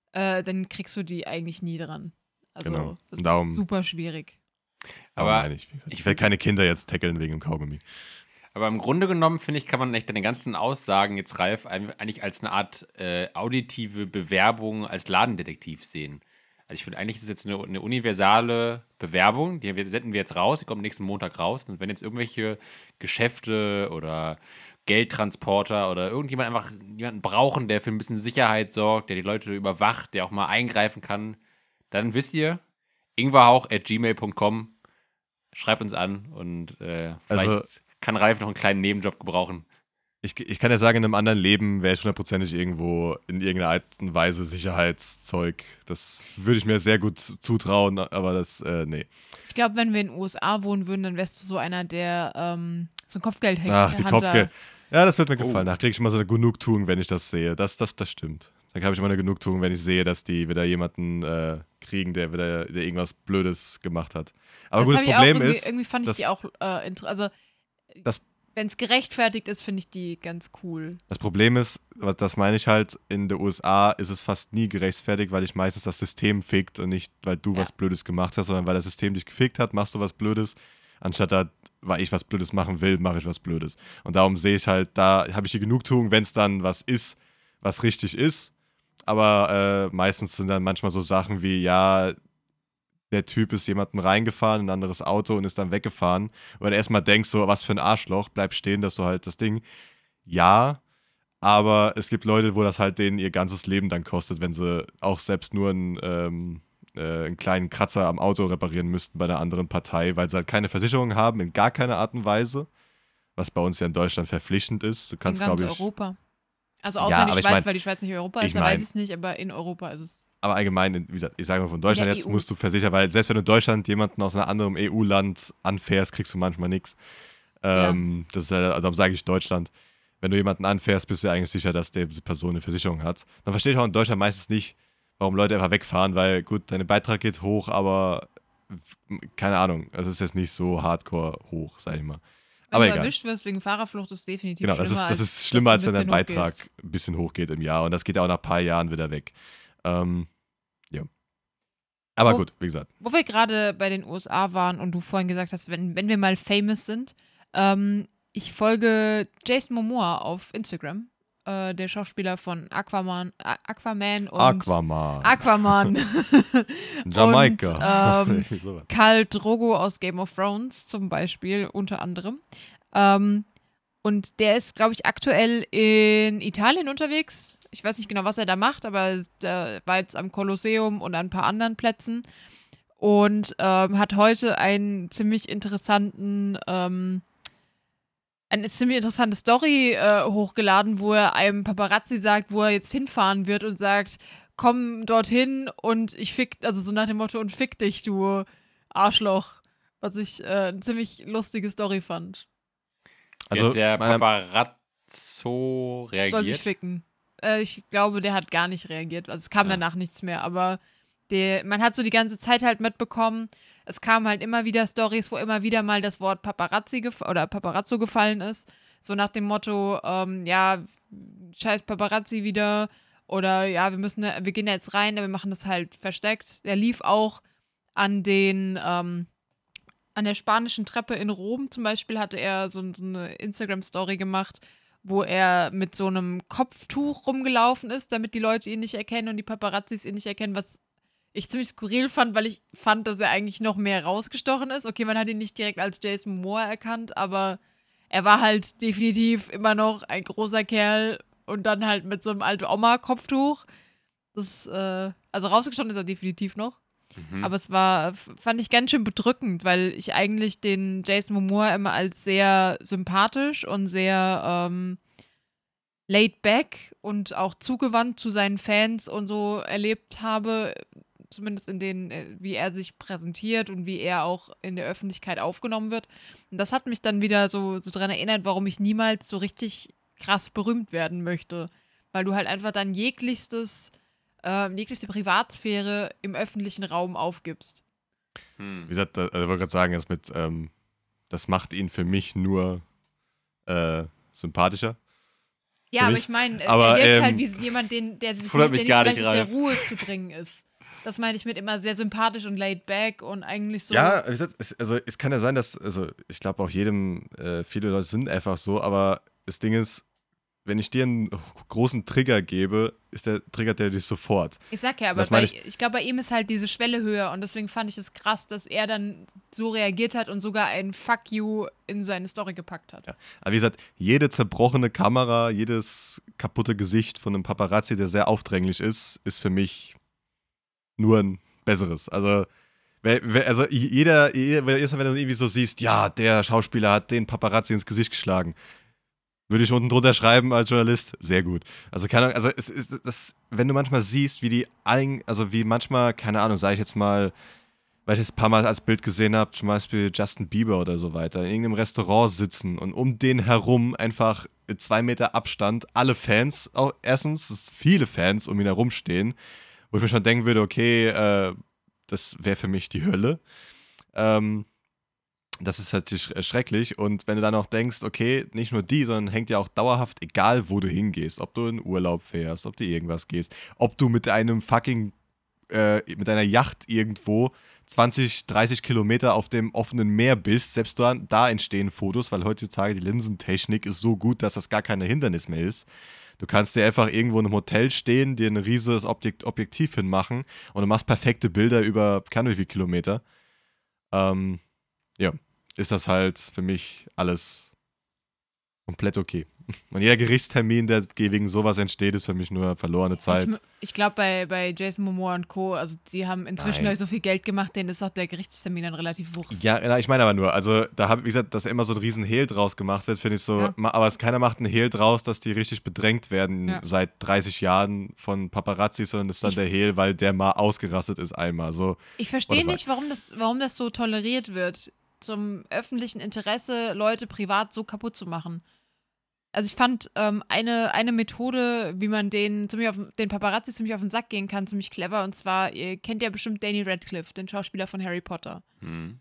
Speaker 4: äh, dann kriegst du die eigentlich nie dran. Also
Speaker 3: Genau.
Speaker 4: das
Speaker 3: Darum-
Speaker 4: ist super schwierig.
Speaker 3: Aber
Speaker 1: Aber
Speaker 3: meine ich, wie gesagt,
Speaker 1: ich
Speaker 3: ich werde keine Kinder jetzt tackeln wegen dem Kaugummi.
Speaker 1: Aber im Grunde genommen, finde ich, kann man echt deine ganzen Aussagen jetzt, Ralf, ein- eigentlich als eine Art äh, auditive Bewerbung als Ladendetektiv sehen. Also ich finde, eigentlich ist es jetzt eine, eine universale Bewerbung, die wir- senden wir jetzt raus, die kommt nächsten Montag raus. Und wenn jetzt irgendwelche Geschäfte oder Geldtransporter oder irgendjemand einfach jemanden brauchen, der für ein bisschen Sicherheit sorgt, der die Leute überwacht, der auch mal eingreifen kann, dann wisst ihr, ingwerhauch at gmail punkt com, schreibt uns an und äh, vielleicht
Speaker 3: Also-
Speaker 1: kann Ralf noch einen kleinen Nebenjob gebrauchen.
Speaker 3: Ich, ich kann ja sagen, in einem anderen Leben wäre ich hundertprozentig irgendwo in irgendeiner Art und Weise Sicherheitszeug. Das würde ich mir sehr gut zutrauen, aber das, äh, nee.
Speaker 4: Ich glaube, wenn wir in den U S A wohnen würden, dann wärst du so einer, der ähm, so ein Kopfgeld hängt.
Speaker 3: Ach, die Kopfgeld. Ja, das wird mir
Speaker 1: Oh.
Speaker 3: gefallen. Da kriege ich immer so eine Genugtuung, wenn ich das sehe. Das, das, das stimmt. Dann habe ich immer eine Genugtuung, wenn ich sehe, dass die wieder jemanden äh, kriegen, der wieder der irgendwas Blödes gemacht hat. Aber gut, das Problem
Speaker 4: irgendwie,
Speaker 3: ist,
Speaker 4: Irgendwie fand ich
Speaker 3: dass-
Speaker 4: die auch äh, inter- also
Speaker 3: Das-
Speaker 4: wenn es gerechtfertigt ist, finde ich die ganz cool.
Speaker 3: das Problem ist, was- das meine ich halt, in den U S A ist es fast nie gerechtfertigt, weil dich meistens das System fickt und nicht, weil du
Speaker 4: Ja.
Speaker 3: was Blödes gemacht hast, sondern weil das System dich gefickt hat, machst du was Blödes, anstatt da, weil ich was Blödes machen will, mache ich was Blödes. Und darum sehe ich halt, da habe ich die Genugtuung, wenn es dann was ist, was richtig ist. Aber äh, meistens sind dann manchmal so Sachen wie, ja, der Typ ist jemanden reingefahren, in ein anderes Auto und ist dann weggefahren. Und du erstmal denkst so, was für ein Arschloch, bleib stehen, dass du halt das Ding. Ja, aber es gibt Leute, wo das halt denen ihr ganzes Leben dann kostet, wenn sie auch selbst nur einen, ähm, äh, einen kleinen Kratzer am Auto reparieren müssten bei einer anderen Partei, weil sie halt keine Versicherung haben, in gar keiner Art und Weise. Was bei uns ja in Deutschland verpflichtend ist. Du kannst,
Speaker 4: in ganz
Speaker 3: glaube ich.
Speaker 4: Europa. Also
Speaker 3: Ja,
Speaker 4: außer
Speaker 3: aber
Speaker 4: die
Speaker 3: ich
Speaker 4: Schweiz,
Speaker 3: mein-
Speaker 4: weil die Schweiz nicht Europa
Speaker 3: ich
Speaker 4: ist, da weiß
Speaker 3: mein-
Speaker 4: ich es nicht, aber in Europa ist es.
Speaker 3: Aber allgemein, in- wie gesagt, ich sage mal von Deutschland
Speaker 4: der
Speaker 3: jetzt
Speaker 4: E U.
Speaker 3: musst du versichern, weil selbst wenn du in Deutschland jemanden aus einem anderen E U-Land anfährst, kriegst du manchmal nichts. Ähm, Das ist ja, also darum sage ich Deutschland. Wenn du jemanden anfährst, bist du eigentlich sicher, dass diese Person eine Versicherung hat. Dann verstehe ich auch in Deutschland meistens nicht, warum Leute einfach wegfahren, weil gut, dein Beitrag geht hoch, aber w- keine Ahnung, es ist jetzt nicht so hardcore hoch, sag ich mal.
Speaker 4: Wenn
Speaker 3: Aber
Speaker 4: du
Speaker 3: egal.
Speaker 4: erwischt wirst wegen Fahrerflucht, ist es definitiv
Speaker 3: Genau, das
Speaker 4: schlimmer,
Speaker 3: ist, das
Speaker 4: als,
Speaker 3: ist schlimmer, als
Speaker 4: dass
Speaker 3: wenn
Speaker 4: du
Speaker 3: dein
Speaker 4: ein bisschen
Speaker 3: Beitrag
Speaker 4: hochgehst.
Speaker 3: ein bisschen hochgeht im Jahr. Und das geht ja auch nach ein paar Jahren wieder weg. Ähm, ja. Aber
Speaker 4: Wo-
Speaker 3: gut, wie gesagt.
Speaker 4: Wo wir gerade bei den U S A waren und du vorhin gesagt hast, wenn, wenn wir mal famous sind, ähm, ich folge Jason Momoa auf Instagram, äh, der Schauspieler von Aquaman, A- Aquaman und
Speaker 3: Aquaman.
Speaker 4: Aquaman.
Speaker 3: Jamaika.
Speaker 4: Und, ähm,
Speaker 3: Irgendwie sowas.
Speaker 4: Khal Drogo aus Game of Thrones zum Beispiel, unter anderem. Ähm, und der ist, glaube ich, aktuell in Italien unterwegs. Ich weiß nicht genau, was er da macht, aber der war jetzt am Kolosseum und an ein paar anderen Plätzen. Und ähm, hat heute einen ziemlich interessanten, ähm, eine ziemlich interessante Story äh, hochgeladen, wo er einem Paparazzi sagt, wo er jetzt hinfahren wird und sagt, komm dorthin und ich fick, also so nach dem Motto, und fick dich, du Arschloch. Was ich äh, eine ziemlich lustige Story fand.
Speaker 3: Also,
Speaker 1: der
Speaker 3: meiner-
Speaker 1: Paparazzo
Speaker 4: Soll sich
Speaker 1: reagiert.
Speaker 4: ficken. Äh, ich glaube, der hat gar nicht reagiert. Also es kam
Speaker 1: Ja.
Speaker 4: danach nichts mehr, aber der, man hat so die ganze Zeit halt mitbekommen, es kamen halt immer wieder Stories, wo immer wieder mal das Wort Paparazzi gef- oder Paparazzo gefallen ist. So nach dem Motto, ähm, ja, scheiß Paparazzi wieder oder ja, wir müssen, wir gehen da jetzt rein, aber wir machen das halt versteckt. Der lief auch an den, ähm, an der spanischen Treppe in Rom zum Beispiel hatte er so, so eine Instagram-Story gemacht, wo er mit so einem Kopftuch rumgelaufen ist, damit die Leute ihn nicht erkennen und die Paparazzis ihn nicht erkennen, was ich ziemlich skurril fand, weil ich fand, dass er eigentlich noch mehr rausgestochen ist. Okay, man hat ihn nicht direkt als Jason Momoa erkannt, aber er war halt definitiv immer noch ein großer Kerl und dann halt mit so einem alte Oma-Kopftuch. Das, äh, also rausgestochen ist er definitiv noch.
Speaker 1: Mhm.
Speaker 4: Aber es war, f- fand ich ganz schön bedrückend, weil ich eigentlich den Jason Momoa immer als sehr sympathisch und sehr ähm, laid back und auch zugewandt zu seinen Fans und so erlebt habe, zumindest in denen, äh, wie er sich präsentiert und wie er auch in der Öffentlichkeit aufgenommen wird. Und das hat mich dann wieder so, so daran erinnert, warum ich niemals so richtig krass berühmt werden möchte. Weil du halt einfach dann jeglichstes, äh, jegliche Privatsphäre im öffentlichen Raum aufgibst.
Speaker 1: Hm.
Speaker 3: Wie gesagt, da- also ich wollte gerade sagen, das, mit, ähm, das macht ihn für mich nur äh, sympathischer.
Speaker 4: Ja,
Speaker 3: für
Speaker 4: aber
Speaker 3: mich.
Speaker 4: ich meine, er
Speaker 3: Aber,
Speaker 4: wirkt
Speaker 3: ähm,
Speaker 4: halt wie jemand, den, der sich
Speaker 1: wundert
Speaker 4: der
Speaker 1: mich gar nicht,
Speaker 4: so leicht aus
Speaker 1: Ralf.
Speaker 4: der Ruhe zu bringen ist. Das meine ich mit immer sehr sympathisch und laid back und eigentlich so.
Speaker 3: Ja, wie gesagt, es, also es kann ja sein, dass, also ich glaube auch jedem, äh, viele Leute sind einfach so, aber das Ding ist, wenn ich dir einen großen Trigger gebe, ist der triggert der dich sofort.
Speaker 4: Ich sag ja, aber
Speaker 3: Das
Speaker 4: bei,
Speaker 3: meine
Speaker 4: ich,
Speaker 3: ich-
Speaker 4: glaube, bei ihm ist halt diese Schwelle höher und deswegen fand ich es krass, dass er dann so reagiert hat und sogar ein Fuck you in seine Story gepackt hat.
Speaker 3: Ja. Aber wie gesagt, jede zerbrochene Kamera, jedes kaputte Gesicht von einem Paparazzi, der sehr aufdringlich ist, ist für mich nur ein besseres. Also, wer, wer, also jeder, jeder, wenn du irgendwie so siehst, ja, der Schauspieler hat den Paparazzi ins Gesicht geschlagen, würde ich unten drunter schreiben als Journalist, sehr gut. Also keine Ahnung, also es ist das, wenn du manchmal siehst, wie die ein, also wie manchmal, keine Ahnung, sage ich jetzt mal, weil ich es ein paar Mal als Bild gesehen habe, zum Beispiel Justin Bieber oder so weiter, in irgendeinem Restaurant sitzen und um den herum einfach in zwei Meter Abstand alle Fans, auch erstens, es viele Fans um ihn herum stehen, wo ich mir schon denken würde, okay, äh, das wäre für mich die Hölle. Ähm, das ist halt sch- schrecklich. Und wenn du dann auch denkst, okay, nicht nur die, sondern hängt ja auch dauerhaft, egal wo du hingehst, ob du in Urlaub fährst, ob du irgendwas gehst, ob du mit einem fucking, äh, mit einer Yacht irgendwo zwanzig, dreißig Kilometer auf dem offenen Meer bist, selbst da, da entstehen Fotos, weil heutzutage die Linsentechnik ist so gut, dass das gar kein Hindernis mehr ist. Du kannst dir einfach irgendwo in einem Hotel stehen, dir ein riesiges Objekt, Objektiv hinmachen und du machst perfekte Bilder über keine Ahnung wie viele Kilometer. Ähm, ja, ist das halt für mich alles komplett okay. Und jeder Gerichtstermin, der wegen sowas entsteht, ist für mich nur verlorene Zeit.
Speaker 4: Ich, ich glaube, bei, bei Jason Momoa und Co., also die haben inzwischen
Speaker 3: Nein.
Speaker 4: glaube ich, so viel Geld gemacht, denen ist auch der Gerichtstermin dann relativ wurst.
Speaker 3: Ja, na, ich meine aber nur, also da habe ich gesagt, dass immer so ein riesen Hehl draus gemacht wird, finde ich so,
Speaker 4: Ja.
Speaker 3: ma- aber es, keiner macht einen Hehl draus, dass die richtig bedrängt werden
Speaker 4: Ja.
Speaker 3: seit dreißig Jahren von Paparazzis, sondern es ist dann
Speaker 4: Ich-
Speaker 3: der Hehl, weil der mal ausgerastet ist einmal. So,
Speaker 4: Ich verstehe
Speaker 3: What the
Speaker 4: nicht, warum das, warum das so toleriert wird, zum öffentlichen Interesse Leute privat so kaputt zu machen. Also ich fand ähm, eine, eine Methode, wie man den, ziemlich auf, den Paparazzi ziemlich auf den Sack gehen kann, ziemlich clever. Und zwar, ihr kennt ja bestimmt Danny Radcliffe, den Schauspieler von Harry Potter.
Speaker 1: Hm.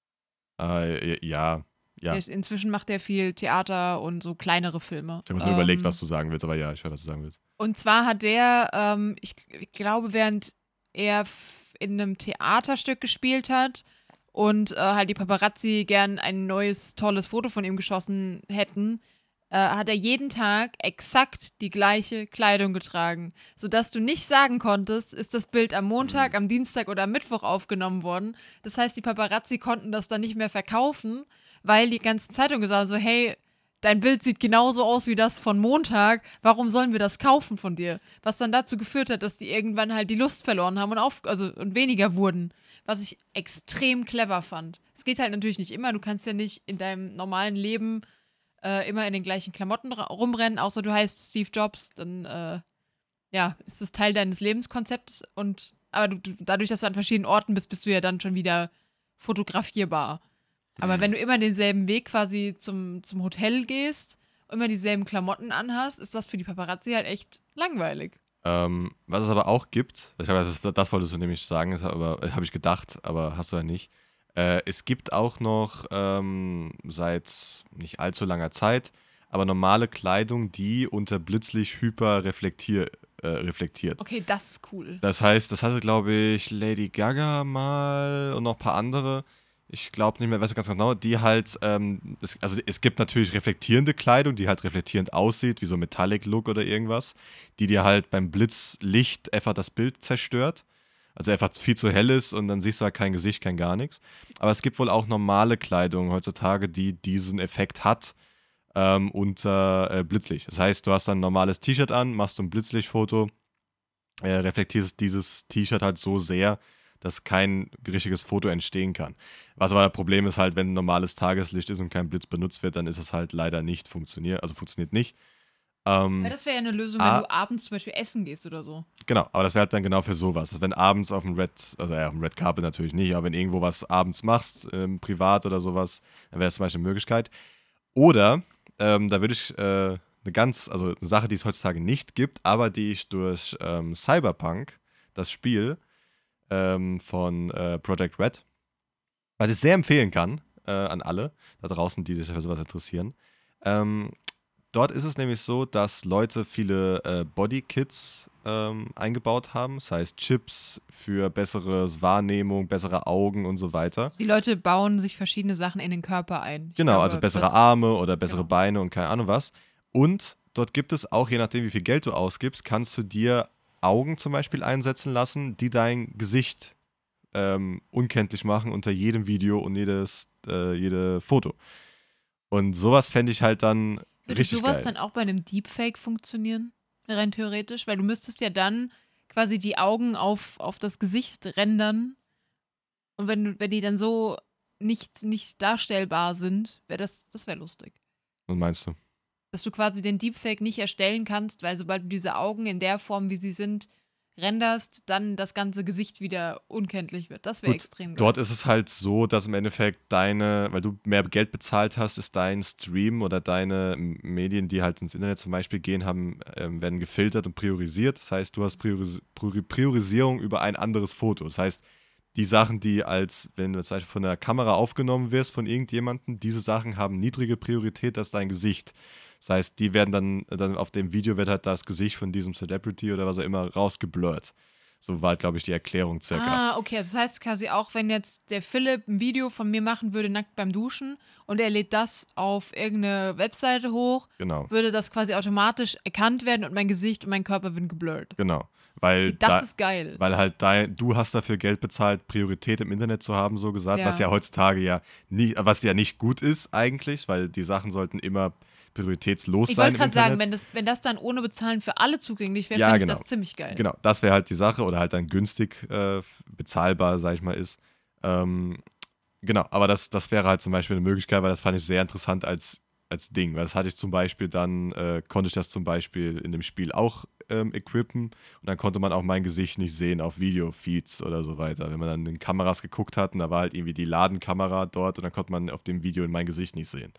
Speaker 3: äh, ja, ja.
Speaker 4: Der, inzwischen macht er viel Theater und so kleinere Filme.
Speaker 3: Ich habe mir nur überlegt,
Speaker 4: Ähm,
Speaker 3: was du sagen willst, aber ja, ich weiß, was du sagen willst.
Speaker 4: Und zwar hat der, ähm, ich, ich glaube, während er f- in einem Theaterstück gespielt hat und äh, halt die Paparazzi gern ein neues, tolles Foto von ihm geschossen hätten, äh, hat er jeden Tag exakt die gleiche Kleidung getragen. Sodass du nicht sagen konntest, ist das Bild am Montag, am Dienstag oder am Mittwoch aufgenommen worden. Das heißt, die Paparazzi konnten das dann nicht mehr verkaufen, weil die ganzen Zeitungen gesagt haben, so, hey, dein Bild sieht genauso aus wie das von Montag, warum sollen wir das kaufen von dir? Was dann dazu geführt hat, dass die irgendwann halt die Lust verloren haben und, auf, also, und weniger wurden. Was ich extrem clever fand. Es geht halt natürlich nicht immer, du kannst ja nicht in deinem normalen Leben äh, immer in den gleichen Klamotten ra- rumrennen, außer du heißt Steve Jobs, dann äh, ja, ist das Teil deines Lebenskonzepts und aber du, du, dadurch, dass du an verschiedenen Orten bist, bist du ja dann schon wieder fotografierbar. Aber wenn du immer denselben Weg quasi zum, zum Hotel gehst, immer dieselben Klamotten anhast, ist das für die Paparazzi halt echt langweilig.
Speaker 3: Ähm, was es aber auch gibt, ich glaube, das, das wolltest du nämlich sagen, das habe hab ich gedacht, aber hast du ja nicht. Äh, es gibt auch noch ähm, seit nicht allzu langer Zeit, aber normale Kleidung, die unter Blitzlicht hyper reflektier, äh, reflektiert.
Speaker 4: Okay, das ist cool.
Speaker 3: Das heißt, das hatte, glaube ich, Lady Gaga mal und noch ein paar andere. Ich glaube nicht mehr, weiß ich ganz genau, die halt, ähm, es, also es gibt natürlich reflektierende Kleidung, die halt reflektierend aussieht, wie so Metallic Look oder irgendwas, die dir halt beim Blitzlicht einfach das Bild zerstört. Also einfach viel zu hell ist und dann siehst du halt kein Gesicht, kein gar nichts. Aber es gibt wohl auch normale Kleidung heutzutage, die diesen Effekt hat ähm, unter äh, Blitzlicht. Das heißt, du hast dann ein normales T-Shirt an, machst du ein Blitzlichtfoto, äh, reflektierst dieses T-Shirt halt so sehr, dass kein richtiges Foto entstehen kann. Was aber das Problem ist halt, wenn ein normales Tageslicht ist und kein Blitz benutzt wird, dann ist es halt leider nicht funktioniert, also funktioniert nicht. Ähm,
Speaker 4: Ja, das wäre ja eine Lösung,
Speaker 3: ah.
Speaker 4: wenn du abends zum Beispiel essen gehst oder so.
Speaker 3: Genau, aber das wäre halt dann genau für sowas. Also wenn abends auf dem Red, also ja, auf dem Red Carpet natürlich nicht, aber wenn irgendwo was abends machst, ähm, privat oder sowas, dann wäre das zum Beispiel eine Möglichkeit. Oder, ähm, da würde ich äh, eine ganz, also eine Sache, die es heutzutage nicht gibt, aber die ich durch ähm, Cyberpunk, das Spiel ähm, von äh, Project Red, was ich sehr empfehlen kann äh, an alle da draußen, die sich für sowas interessieren, ähm, dort ist es nämlich so, dass Leute viele äh, Bodykits ähm, eingebaut haben. Das heißt Chips für bessere Wahrnehmung, bessere Augen und so weiter.
Speaker 4: Die Leute bauen sich verschiedene Sachen in den Körper ein. Ich
Speaker 3: Genau,
Speaker 4: glaube,
Speaker 3: also bessere
Speaker 4: das-
Speaker 3: Arme oder bessere
Speaker 4: genau.
Speaker 3: Beine und keine Ahnung was. Und dort gibt es auch, je nachdem wie viel Geld du ausgibst, kannst du dir Augen zum Beispiel einsetzen lassen, die dein Gesicht ähm, unkenntlich machen unter jedem Video und jedes äh, jede Foto. Und sowas fände ich halt dann
Speaker 4: Würde
Speaker 3: richtig
Speaker 4: sowas
Speaker 3: geil.
Speaker 4: dann auch bei einem Deepfake funktionieren? Rein theoretisch? Weil du müsstest ja dann quasi die Augen auf, auf das Gesicht rendern. Und wenn, du- wenn die dann so nicht, nicht darstellbar sind, wäre das, das wäre lustig.
Speaker 3: Was meinst du?
Speaker 4: Dass du quasi den Deepfake nicht erstellen kannst, weil sobald du diese Augen in der Form, wie sie sind, renderst, dann das ganze Gesicht wieder unkenntlich wird. Das wäre
Speaker 3: Gut,
Speaker 4: extrem geil.
Speaker 3: Dort ist es halt so, dass im Endeffekt deine, weil du mehr Geld bezahlt hast, ist dein Stream oder deine Medien, die halt ins Internet zum Beispiel gehen, haben, ähm, werden gefiltert und priorisiert. Das heißt, du hast Prioris Priori- Priorisierung über ein anderes Foto. Das heißt, die Sachen, die als, wenn du zum Beispiel von der Kamera aufgenommen wirst von irgendjemandem, diese Sachen haben niedrige Priorität als dein Gesicht. Das heißt, die werden dann, dann auf dem Video wird halt das Gesicht von diesem Celebrity oder was auch immer rausgeblurrt. So war, glaube ich, die Erklärung circa.
Speaker 4: Ah, okay. Also das heißt quasi auch, wenn jetzt der Philipp ein Video von mir machen würde, nackt beim Duschen, und er lädt das auf irgendeine Webseite hoch,
Speaker 3: Genau,
Speaker 4: würde das quasi automatisch erkannt werden und mein Gesicht und mein Körper würden geblurrt.
Speaker 3: genau. Weil
Speaker 4: Das
Speaker 3: da,
Speaker 4: ist geil.
Speaker 3: Weil halt dein, du hast dafür Geld bezahlt, Priorität im Internet zu haben, so gesagt,
Speaker 4: Ja.
Speaker 3: was ja heutzutage ja nie, was ja nicht gut ist eigentlich, weil die Sachen sollten immer prioritätslos
Speaker 4: Ich
Speaker 3: sein
Speaker 4: wollte
Speaker 3: im
Speaker 4: gerade
Speaker 3: Internet.
Speaker 4: sagen, wenn das, wenn das dann ohne Bezahlen für alle zugänglich wäre,
Speaker 3: Ja,
Speaker 4: finde ich
Speaker 3: genau.
Speaker 4: das ziemlich geil.
Speaker 3: Genau, das wäre halt die Sache oder halt dann günstig äh, bezahlbar, sag ich mal, ist. Ähm, genau, aber das, das wäre halt zum Beispiel eine Möglichkeit, weil das fand ich sehr interessant als, als Ding, weil das hatte ich zum Beispiel dann, äh, konnte ich das zum Beispiel in dem Spiel auch ähm, equippen und dann konnte man auch mein Gesicht nicht sehen auf Video-Feeds oder so weiter. Wenn man dann in Kameras geguckt hat und da war halt irgendwie die Ladenkamera dort und dann konnte man auf dem Video in mein Gesicht nicht sehen.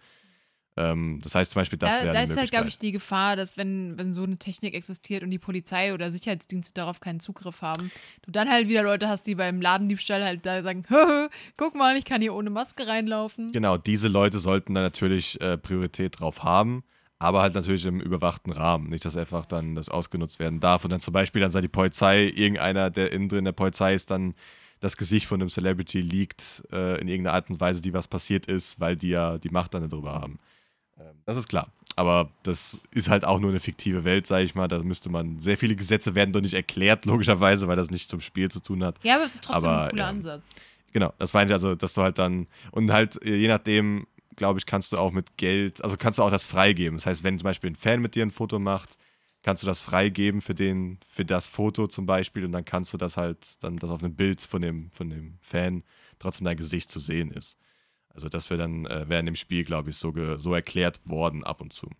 Speaker 3: Ähm, das heißt zum Beispiel, das
Speaker 4: Da,
Speaker 3: wäre
Speaker 4: da
Speaker 3: eine
Speaker 4: ist halt, glaube ich,
Speaker 3: Möglichkeit.
Speaker 4: die Gefahr, dass wenn, wenn so eine Technik existiert und die Polizei oder Sicherheitsdienste darauf keinen Zugriff haben, du dann halt wieder Leute hast, die beim Ladendiebstahl halt da sagen, hö, guck mal, ich kann hier ohne Maske reinlaufen.
Speaker 3: Genau, diese Leute sollten dann natürlich äh, Priorität drauf haben, aber halt natürlich im überwachten Rahmen. Nicht, dass einfach dann das ausgenutzt werden darf und dann zum Beispiel dann sei die Polizei, irgendeiner, der innen drin der Polizei ist, dann das Gesicht von einem Celebrity liegt äh, in irgendeiner Art und Weise, die was passiert ist, weil die ja die Macht dann darüber haben. Ähm, das ist klar. Aber das ist halt auch nur eine fiktive Welt, sage ich mal. Da müsste man, sehr viele Gesetze werden doch nicht erklärt, logischerweise, weil das nichts zum Spiel zu tun hat.
Speaker 4: Ja, aber es ist trotzdem
Speaker 3: Aber,
Speaker 4: ein cooler
Speaker 3: ja.
Speaker 4: Ansatz.
Speaker 3: Genau, das meine ich also, dass du halt dann, und halt äh, je nachdem, glaube ich, kannst du auch mit Geld, also kannst du auch das freigeben. Das heißt, wenn zum Beispiel ein Fan mit dir ein Foto macht, kannst du das freigeben für den, für das Foto zum Beispiel und dann kannst du das halt, dann, dass auf einem Bild von dem, von dem Fan trotzdem dein Gesicht zu sehen ist. Also das wäre dann, äh, wäre in dem Spiel, glaube ich, so, ge, so erklärt worden ab und zu.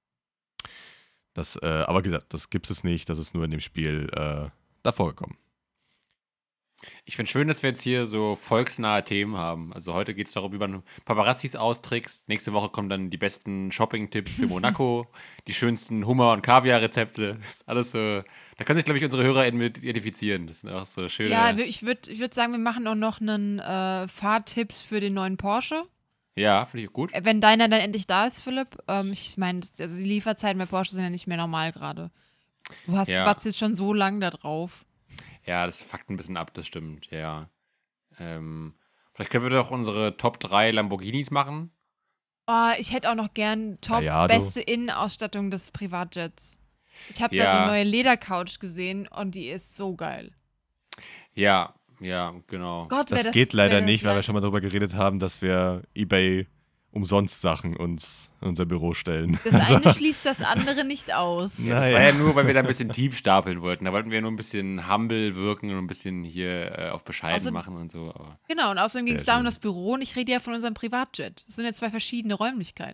Speaker 3: Das, äh, aber gesagt, das gibt es nicht, das ist nur in dem Spiel äh, davor gekommen.
Speaker 1: Ich finde schön, dass wir jetzt hier so volksnahe Themen haben. Also heute geht es darum, wie man Paparazzis austrickst. Nächste Woche kommen dann die besten Shopping-Tipps für Monaco, die schönsten Hummer- und Kaviar-Rezepte. Das ist alles so, da können sich, glaube ich, unsere HörerInnen mit identifizieren. Das sind auch so schöne...
Speaker 4: Ja, ich würde ich würd sagen, wir machen auch noch einen äh, Fahrtipps für den neuen Porsche.
Speaker 1: Ja, finde ich auch gut.
Speaker 4: Äh, Wenn deiner dann endlich da ist, Philipp. Ähm, ich meine, das- also die Lieferzeiten bei Porsche sind ja nicht mehr normal gerade. Du hast
Speaker 1: Ja.
Speaker 4: wartest jetzt schon so lang da drauf.
Speaker 1: Ja, das fuckt ein bisschen ab, das stimmt, ja. Ähm, vielleicht können wir doch unsere Top drei Lamborghinis machen.
Speaker 4: Oh, ich hätte auch noch gern top
Speaker 3: Ja, du.
Speaker 4: beste Innenausstattung des Privatjets. Ich habe da
Speaker 1: Ja.
Speaker 4: so eine neue Ledercouch gesehen und die ist so geil.
Speaker 1: Ja, ja, genau.
Speaker 4: Gott, wär
Speaker 3: Das,
Speaker 4: das
Speaker 3: geht
Speaker 4: wär
Speaker 3: leider
Speaker 4: das
Speaker 3: nicht, weil wir
Speaker 4: live-
Speaker 3: schon mal darüber geredet haben, dass wir eBay umsonst Sachen uns in unser Büro stellen.
Speaker 4: Das eine schließt das andere nicht aus.
Speaker 3: Ja.
Speaker 1: Das
Speaker 3: Naja.
Speaker 1: war ja nur, weil wir da ein bisschen tief stapeln wollten. Da wollten wir nur ein bisschen humble wirken und ein bisschen hier äh, auf bescheiden
Speaker 4: Außer-
Speaker 1: machen und so. Aber
Speaker 4: Genau, und außerdem ging es
Speaker 3: Sehr
Speaker 4: da um
Speaker 3: schön.
Speaker 4: das Büro und ich rede ja von unserem Privatjet. Das sind ja zwei verschiedene Räumlichkeiten.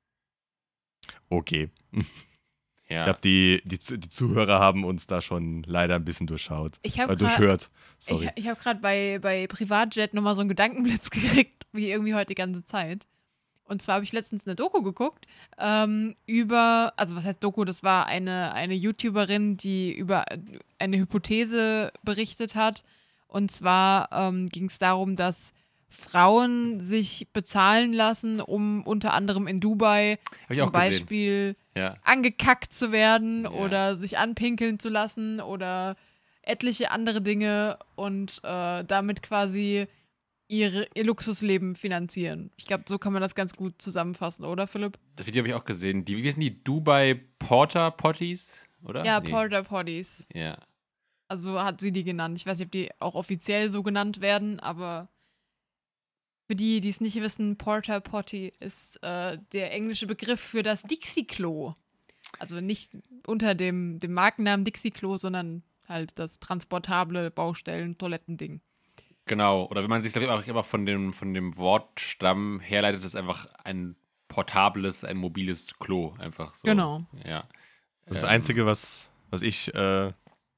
Speaker 3: Okay.
Speaker 1: ja.
Speaker 3: Ich glaube, die, die, Zu- die Zuhörer haben uns da schon leider ein bisschen durchschaut.
Speaker 4: Ich habe
Speaker 3: Äh,
Speaker 4: gerade
Speaker 3: durchhört. Sorry.
Speaker 4: ich, ich hab grad bei, bei Privatjet nochmal so einen Gedankenblitz gekriegt, wie irgendwie heute die ganze Zeit. Und zwar habe ich letztens eine Doku geguckt ähm, über, also was heißt Doku, das war eine, eine YouTuberin, die über eine Hypothese berichtet hat. Und zwar ähm, ging es darum, dass Frauen sich bezahlen lassen, um unter anderem in Dubai
Speaker 1: Hab ich
Speaker 4: zum
Speaker 1: auch gesehen.
Speaker 4: Beispiel
Speaker 1: Ja.
Speaker 4: angekackt zu werden
Speaker 1: Ja.
Speaker 4: oder sich anpinkeln zu lassen oder etliche andere Dinge und äh, damit quasi ihre, ihr Luxusleben finanzieren. Ich glaube, so kann man das ganz gut zusammenfassen, oder Philipp?
Speaker 1: Das Video habe ich auch gesehen. Die, wie sind die? Dubai Porter Potties, oder?
Speaker 4: Ja,
Speaker 1: Nee.
Speaker 4: Porter Potties.
Speaker 1: Ja.
Speaker 4: Also hat sie die genannt. Ich weiß nicht, ob die auch offiziell so genannt werden, aber für die, die es nicht wissen, Porter Potty ist äh, der englische Begriff für das Dixie-Klo. Also nicht unter dem, dem Markennamen Dixie-Klo, sondern halt das transportable Baustellen-Toilettending.
Speaker 1: Genau. Oder wenn man sich, glaube ich, auch immer von dem, von dem Wortstamm herleitet, ist einfach ein portables, ein mobiles Klo. Einfach so.
Speaker 4: Genau.
Speaker 1: Ja.
Speaker 3: Das
Speaker 1: Ähm,
Speaker 3: Einzige, was, was ich äh,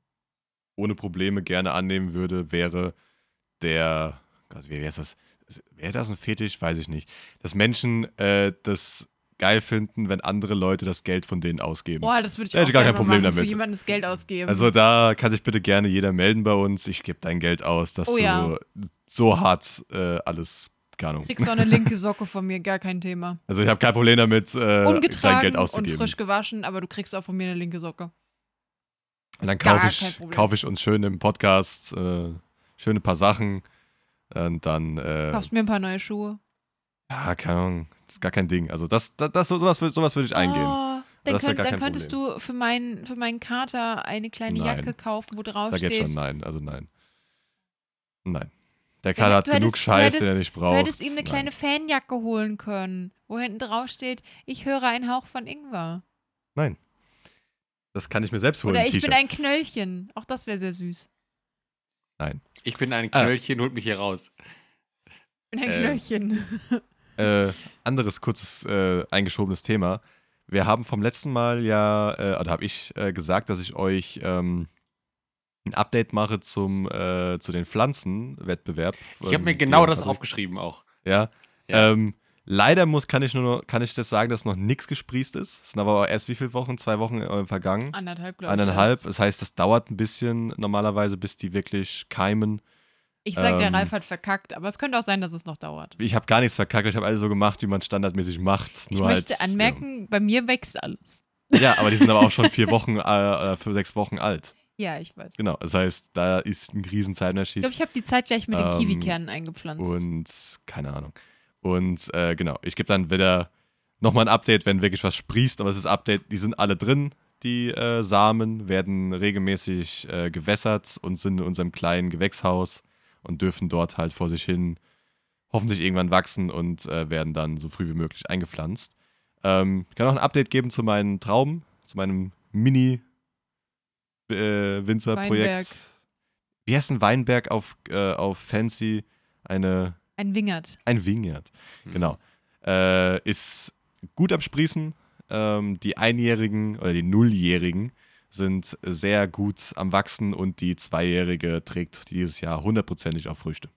Speaker 3: ohne Probleme gerne annehmen würde, wäre der, also wie heißt das? Wäre das ein Fetisch? Weiß ich nicht. Dass Menschen äh, das geil finden, wenn andere Leute das Geld von denen ausgeben.
Speaker 4: Boah, das würde ich
Speaker 3: Da hätte
Speaker 4: auch
Speaker 3: ich gar
Speaker 4: gerne
Speaker 3: kein
Speaker 4: mal
Speaker 3: Problem
Speaker 4: machen, für
Speaker 3: damit.
Speaker 4: jemanden das Geld ausgeben.
Speaker 3: Also da kann sich bitte gerne jeder melden bei uns. Ich gebe dein Geld aus, dass
Speaker 4: Oh
Speaker 3: du
Speaker 4: ja.
Speaker 3: so hart äh, alles, keine Ahnung.
Speaker 4: kriegst du auch eine linke Socke von mir, gar kein Thema.
Speaker 3: Also ich habe kein Problem damit, äh, dein
Speaker 4: Ungetragen
Speaker 3: Geld
Speaker 4: und
Speaker 3: auszugeben.
Speaker 4: frisch gewaschen, aber du kriegst auch von mir eine linke Socke.
Speaker 3: Und dann
Speaker 4: Gar
Speaker 3: kaufe
Speaker 4: kein
Speaker 3: ich,
Speaker 4: Problem.
Speaker 3: kauf ich uns schön im Podcast äh, schöne paar Sachen. Und dann, äh,
Speaker 4: Kaufst mir ein paar neue Schuhe.
Speaker 3: ja, keine Ahnung, das ist gar kein Ding. Also das, das, das sowas, würd- sowas würde ich eingehen.
Speaker 4: Oh, dann,
Speaker 3: Das wär
Speaker 4: könnt,
Speaker 3: gar
Speaker 4: dann
Speaker 3: kein
Speaker 4: könntest du für meinen, für meinen Kater eine kleine
Speaker 3: Nein.
Speaker 4: Jacke kaufen, wo drauf
Speaker 3: Sag jetzt
Speaker 4: steht.
Speaker 3: schon nein, also nein. Nein. Der
Speaker 4: Ja,
Speaker 3: Kader hat
Speaker 4: du
Speaker 3: genug
Speaker 4: hättest- du
Speaker 3: Scheiß, den er
Speaker 4: hättest-
Speaker 3: nicht
Speaker 4: Du
Speaker 3: braucht.
Speaker 4: hättest ihm eine
Speaker 3: Nein.
Speaker 4: kleine Fanjacke holen können, wo hinten drauf steht, ich höre einen Hauch von Ingwer.
Speaker 3: Nein. Das kann ich mir selbst holen,
Speaker 4: Oder
Speaker 3: ein
Speaker 4: ich bin
Speaker 3: T-Shirt.
Speaker 4: ein Knöllchen. Auch das wäre sehr süß.
Speaker 3: Nein.
Speaker 1: Ich bin ein
Speaker 3: Ah.
Speaker 1: Knöllchen, holt mich hier raus.
Speaker 4: Ich bin ein
Speaker 1: Ähm.
Speaker 4: Knöllchen.
Speaker 3: Äh, anderes kurzes äh, eingeschobenes Thema. Wir haben vom letzten Mal ja, äh, oder habe ich äh, gesagt, dass ich euch ähm, ein Update mache zum äh, zu den Pflanzenwettbewerb.
Speaker 1: Ich habe
Speaker 3: ähm,
Speaker 1: mir genau
Speaker 3: die-
Speaker 1: das aufgeschrieben auch.
Speaker 3: Ja.
Speaker 1: Ja.
Speaker 3: Ähm, leider muss kann ich nur noch, kann ich das sagen, dass noch nichts gesprießt ist. Es sind aber erst wie viele Wochen? Zwei Wochen äh, vergangen.
Speaker 4: Anderthalb, glaube ich.
Speaker 3: Eineinhalb.
Speaker 4: erst.
Speaker 3: Das heißt, das dauert ein bisschen normalerweise, bis die wirklich keimen.
Speaker 4: Ich sag, der
Speaker 3: ähm,
Speaker 4: Ralf hat verkackt, aber es könnte auch sein, dass es noch dauert.
Speaker 3: Ich habe gar nichts verkackt. Ich habe alles so gemacht, wie man standardmäßig macht.
Speaker 4: Ich
Speaker 3: Nur
Speaker 4: möchte
Speaker 3: halt,
Speaker 4: anmerken, bei mir wächst alles.
Speaker 3: Ja. ja, aber die sind aber auch schon vier Wochen, äh, für sechs Wochen alt.
Speaker 4: Ja, ich weiß.
Speaker 3: Genau. Das heißt, da ist ein riesen
Speaker 4: Ich
Speaker 3: Zeitunterschied.
Speaker 4: glaube, ich habe die Zeit gleich mit den
Speaker 3: Ähm,
Speaker 4: Kiwikernen eingepflanzt.
Speaker 3: Und keine Ahnung. Und äh, genau, ich gebe dann wieder nochmal ein Update, wenn wirklich was sprießt. Aber es ist Update, die sind alle drin. Die äh, Samen werden regelmäßig äh, gewässert und sind in unserem kleinen Gewächshaus und dürfen dort halt vor sich hin hoffentlich irgendwann wachsen und äh, werden dann so früh wie möglich eingepflanzt. Ähm, ich kann auch ein Update geben zu meinen Trauben, zu meinem Mini-Winzer-Projekt.
Speaker 4: Weinberg.
Speaker 3: Wie heißt ein Weinberg auf, äh, auf Fancy? Eine,
Speaker 4: Ein Wingert.
Speaker 3: ein Vineyard,
Speaker 1: Hm.
Speaker 3: genau. Äh, ist gut am Sprießen. Ähm, die Einjährigen oder die Nulljährigen sind sehr gut am Wachsen und die Zweijährige trägt dieses Jahr hundertprozentig auf Früchte.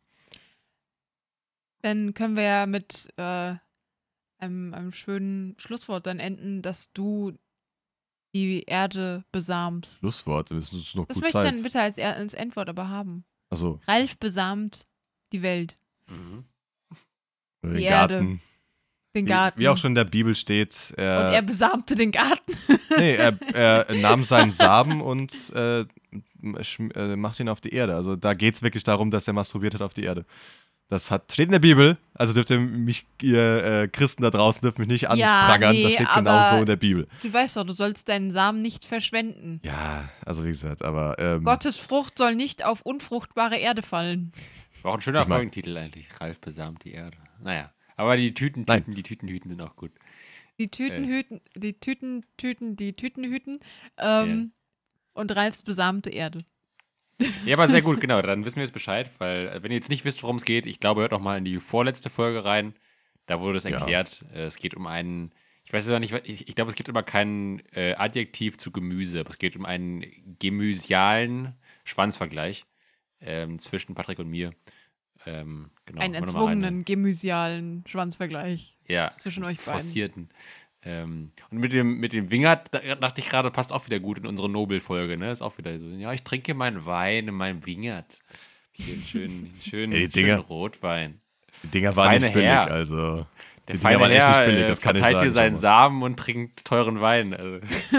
Speaker 4: Dann können wir ja mit äh, einem, einem schönen Schlusswort dann enden, dass du die Erde besamst.
Speaker 3: Schlusswort, es ist noch
Speaker 4: Das
Speaker 3: gut
Speaker 4: möchte ich
Speaker 3: Zeit.
Speaker 4: dann bitte als, er als Endwort aber haben.
Speaker 3: Also,
Speaker 4: Ralf besamt die Welt,
Speaker 1: Mhm.
Speaker 3: den
Speaker 4: Die Erde.
Speaker 3: Garten.
Speaker 4: den
Speaker 3: Wie,
Speaker 4: Garten.
Speaker 3: wie auch schon in der Bibel steht,
Speaker 4: Und er
Speaker 3: er,
Speaker 4: besamte den Garten.
Speaker 3: nee, er, er nahm seinen Samen und äh, schm- äh, macht ihn auf die Erde. Also da geht es wirklich darum, dass er masturbiert hat auf die Erde. Das hat, steht in der Bibel, also dürft ihr mich, ihr äh, Christen da draußen, dürft mich nicht
Speaker 4: Ja,
Speaker 3: anprangern,
Speaker 4: nee,
Speaker 3: das steht
Speaker 4: aber-
Speaker 3: genau so in der Bibel.
Speaker 4: Du weißt doch, du sollst deinen Samen nicht verschwenden.
Speaker 3: Ja, also wie gesagt, aber ähm,
Speaker 4: Gottes Frucht soll nicht auf unfruchtbare Erde fallen.
Speaker 1: War auch ein schöner
Speaker 3: Ich mein-
Speaker 1: Folgentitel eigentlich. Ralf besamt die Erde. Naja. Aber die Tüten,
Speaker 3: Nein.
Speaker 1: Tüten, die Tüten-Hüten sind auch gut.
Speaker 4: Die Tüten hüten, die Tüten, Tüten, die Tüten hüten ähm, und Ralfs besamte Erde.
Speaker 1: Ja, aber sehr gut, genau. Dann wissen wir jetzt Bescheid, weil, äh, wenn ihr jetzt nicht wisst, worum es geht, ich glaube, hört noch mal in die vorletzte Folge rein. Da wurde es
Speaker 3: Ja.
Speaker 1: erklärt. Äh, Es geht um einen, ich weiß es nicht, ich, ich glaube, es gibt immer kein äh, Adjektiv zu Gemüse, aber es geht um einen gemüsialen Schwanzvergleich ähm, zwischen Patrick und mir. Ähm, genau,
Speaker 4: Einen
Speaker 1: wollen wir noch mal rein, ne?
Speaker 4: erzwungenen, gemüsialen Schwanzvergleich
Speaker 1: Ja,
Speaker 4: zwischen euch beiden.
Speaker 1: forcierten. Ähm, und mit dem, mit dem Wingert, da dachte ich gerade, passt auch wieder gut in unsere Nobel-Folge, ne? Ist auch wieder so, ja, ich trinke meinen Wein in meinem Wingert. Hier einen schönen, einen schönen,
Speaker 3: Ey, die
Speaker 1: schönen
Speaker 3: Dinger.
Speaker 1: Rotwein.
Speaker 3: Die Dinger waren
Speaker 1: feine
Speaker 3: nicht billig,
Speaker 1: Herr.
Speaker 3: also.
Speaker 1: Der
Speaker 3: Die Dinger
Speaker 1: feine
Speaker 3: waren echt
Speaker 1: Herr
Speaker 3: nicht billig,
Speaker 1: äh,
Speaker 3: das kann ich
Speaker 1: verteilt
Speaker 3: sagen.
Speaker 1: hier seinen
Speaker 3: schon mal.
Speaker 1: Samen und trinkt teuren Wein. Also.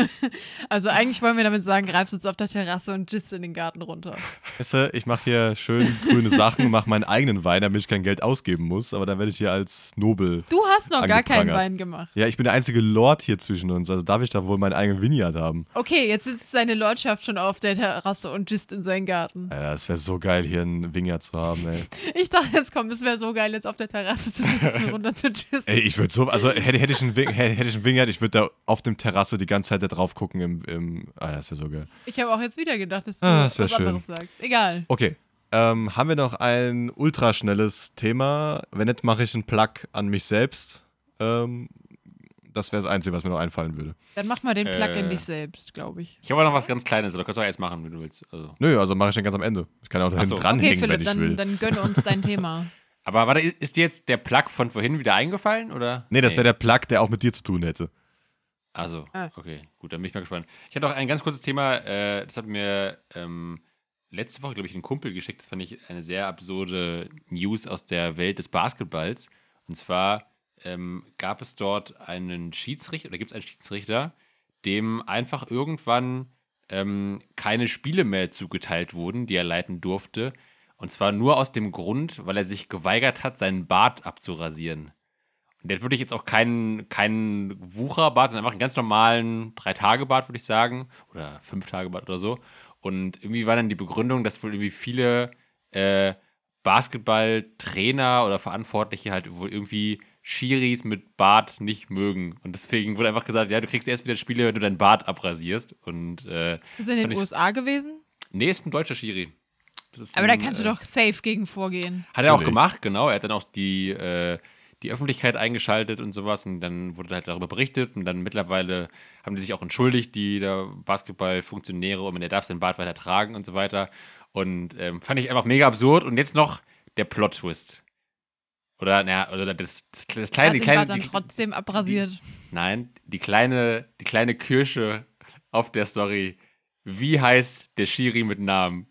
Speaker 4: Also eigentlich wollen wir damit sagen, Greif sitzt auf der Terrasse und gisst in den Garten runter.
Speaker 3: Weißt du, ich mache hier schön grüne Sachen, mache meinen eigenen Wein, damit ich kein Geld ausgeben muss, aber dann werde ich hier als Nobel.
Speaker 4: Du hast noch gar keinen
Speaker 3: Angeprangert.
Speaker 4: Wein gemacht.
Speaker 3: Ja, ich bin der einzige Lord hier zwischen uns, also darf ich da wohl meinen eigenen Vineyard haben.
Speaker 4: Okay, jetzt sitzt seine Lordschaft schon auf der Terrasse und gisst in seinen Garten.
Speaker 3: Ja, das wäre so geil, hier einen Vineyard zu haben, ey.
Speaker 4: Ich dachte, jetzt kommt, es wäre so geil, jetzt auf der Terrasse zu sitzen und runter zu gisten.
Speaker 3: Ey, ich würde so, also hätte, hätte, ich einen, Vin- hätte hätte ich einen Vineyard, ich würde da auf dem Terrasse die ganze Zeit da drauf gucken im, im ah, das wäre so geil.
Speaker 4: Ich habe auch jetzt wieder gedacht, dass du
Speaker 3: Ah, das wär
Speaker 4: was
Speaker 3: schön.
Speaker 4: anderes sagst. Egal.
Speaker 3: Okay, ähm, haben wir noch ein ultraschnelles Thema? Wenn nicht, mache ich einen Plug an mich selbst. Ähm, das wäre das Einzige, was mir noch einfallen würde.
Speaker 4: Dann mach mal den Plug in
Speaker 1: Äh.
Speaker 4: dich selbst, glaube ich.
Speaker 1: Ich habe auch noch was ganz Kleines, aber kannst du auch erst machen, wenn du willst. Also.
Speaker 3: Nö, also mache ich dann ganz am Ende. Ich kann auch da
Speaker 1: Ach
Speaker 3: hinten
Speaker 1: so.
Speaker 3: dranhängen,
Speaker 4: Okay,
Speaker 3: wenn
Speaker 4: Philipp,
Speaker 3: ich
Speaker 4: dann,
Speaker 3: will.
Speaker 4: dann gönne uns dein Thema.
Speaker 1: Aber warte, ist dir jetzt der Plug von vorhin wieder eingefallen? Oder?
Speaker 3: Nee, das wäre der Plug, der auch mit dir zu tun hätte.
Speaker 1: Also,
Speaker 4: Ah.
Speaker 1: okay, gut, dann bin ich mal gespannt. Ich hatte auch ein ganz kurzes Thema, äh, das hat mir ähm, letzte Woche, glaube ich, ein Kumpel geschickt. Das fand ich eine sehr absurde News aus der Welt des Basketballs. Und zwar ähm, gab es dort einen Schiedsrichter, oder gibt es einen Schiedsrichter, dem einfach irgendwann ähm, keine Spiele mehr zugeteilt wurden, die er leiten durfte. Und zwar nur aus dem Grund, weil er sich geweigert hat, seinen Bart abzurasieren. Und der hat wirklich jetzt auch keinen, keinen Wucherbart, sondern einfach einen ganz normalen Drei-Tage-Bart, würde ich sagen. Oder Fünf-Tage-Bart oder so. Und irgendwie war dann die Begründung, dass wohl irgendwie viele äh, Basketballtrainer oder Verantwortliche halt wohl irgendwie Schiris mit Bart nicht mögen. Und deswegen wurde einfach gesagt, ja, du kriegst erst wieder Spiele, wenn du deinen Bart abrasierst. Und äh,
Speaker 4: Ist in
Speaker 1: fand
Speaker 4: den
Speaker 1: ich-
Speaker 4: U S A gewesen?
Speaker 1: nee, ist ein deutscher Schiri. Das ist
Speaker 4: Aber
Speaker 1: ein,
Speaker 4: da kannst
Speaker 1: äh,
Speaker 4: du doch safe gegen vorgehen.
Speaker 1: Hat er auch
Speaker 3: Natürlich.
Speaker 1: gemacht, genau. Er hat dann auch die, äh, die Öffentlichkeit eingeschaltet und sowas. Und dann wurde halt darüber berichtet. Und dann mittlerweile haben die sich auch entschuldigt, die da Basketballfunktionäre. Und er darf seinen Bart weiter tragen und so weiter. Und ähm, fand ich einfach mega absurd. Und jetzt noch der Plot-Twist. Oder, naja, oder das, das, das
Speaker 4: Er
Speaker 1: kleine,
Speaker 4: hat
Speaker 1: die
Speaker 4: den
Speaker 1: kleine.
Speaker 4: Bart dann
Speaker 1: Die,
Speaker 4: trotzdem abrasiert.
Speaker 1: nein, die kleine, die kleine Kirsche auf der Story. Wie heißt der Schiri mit Namen?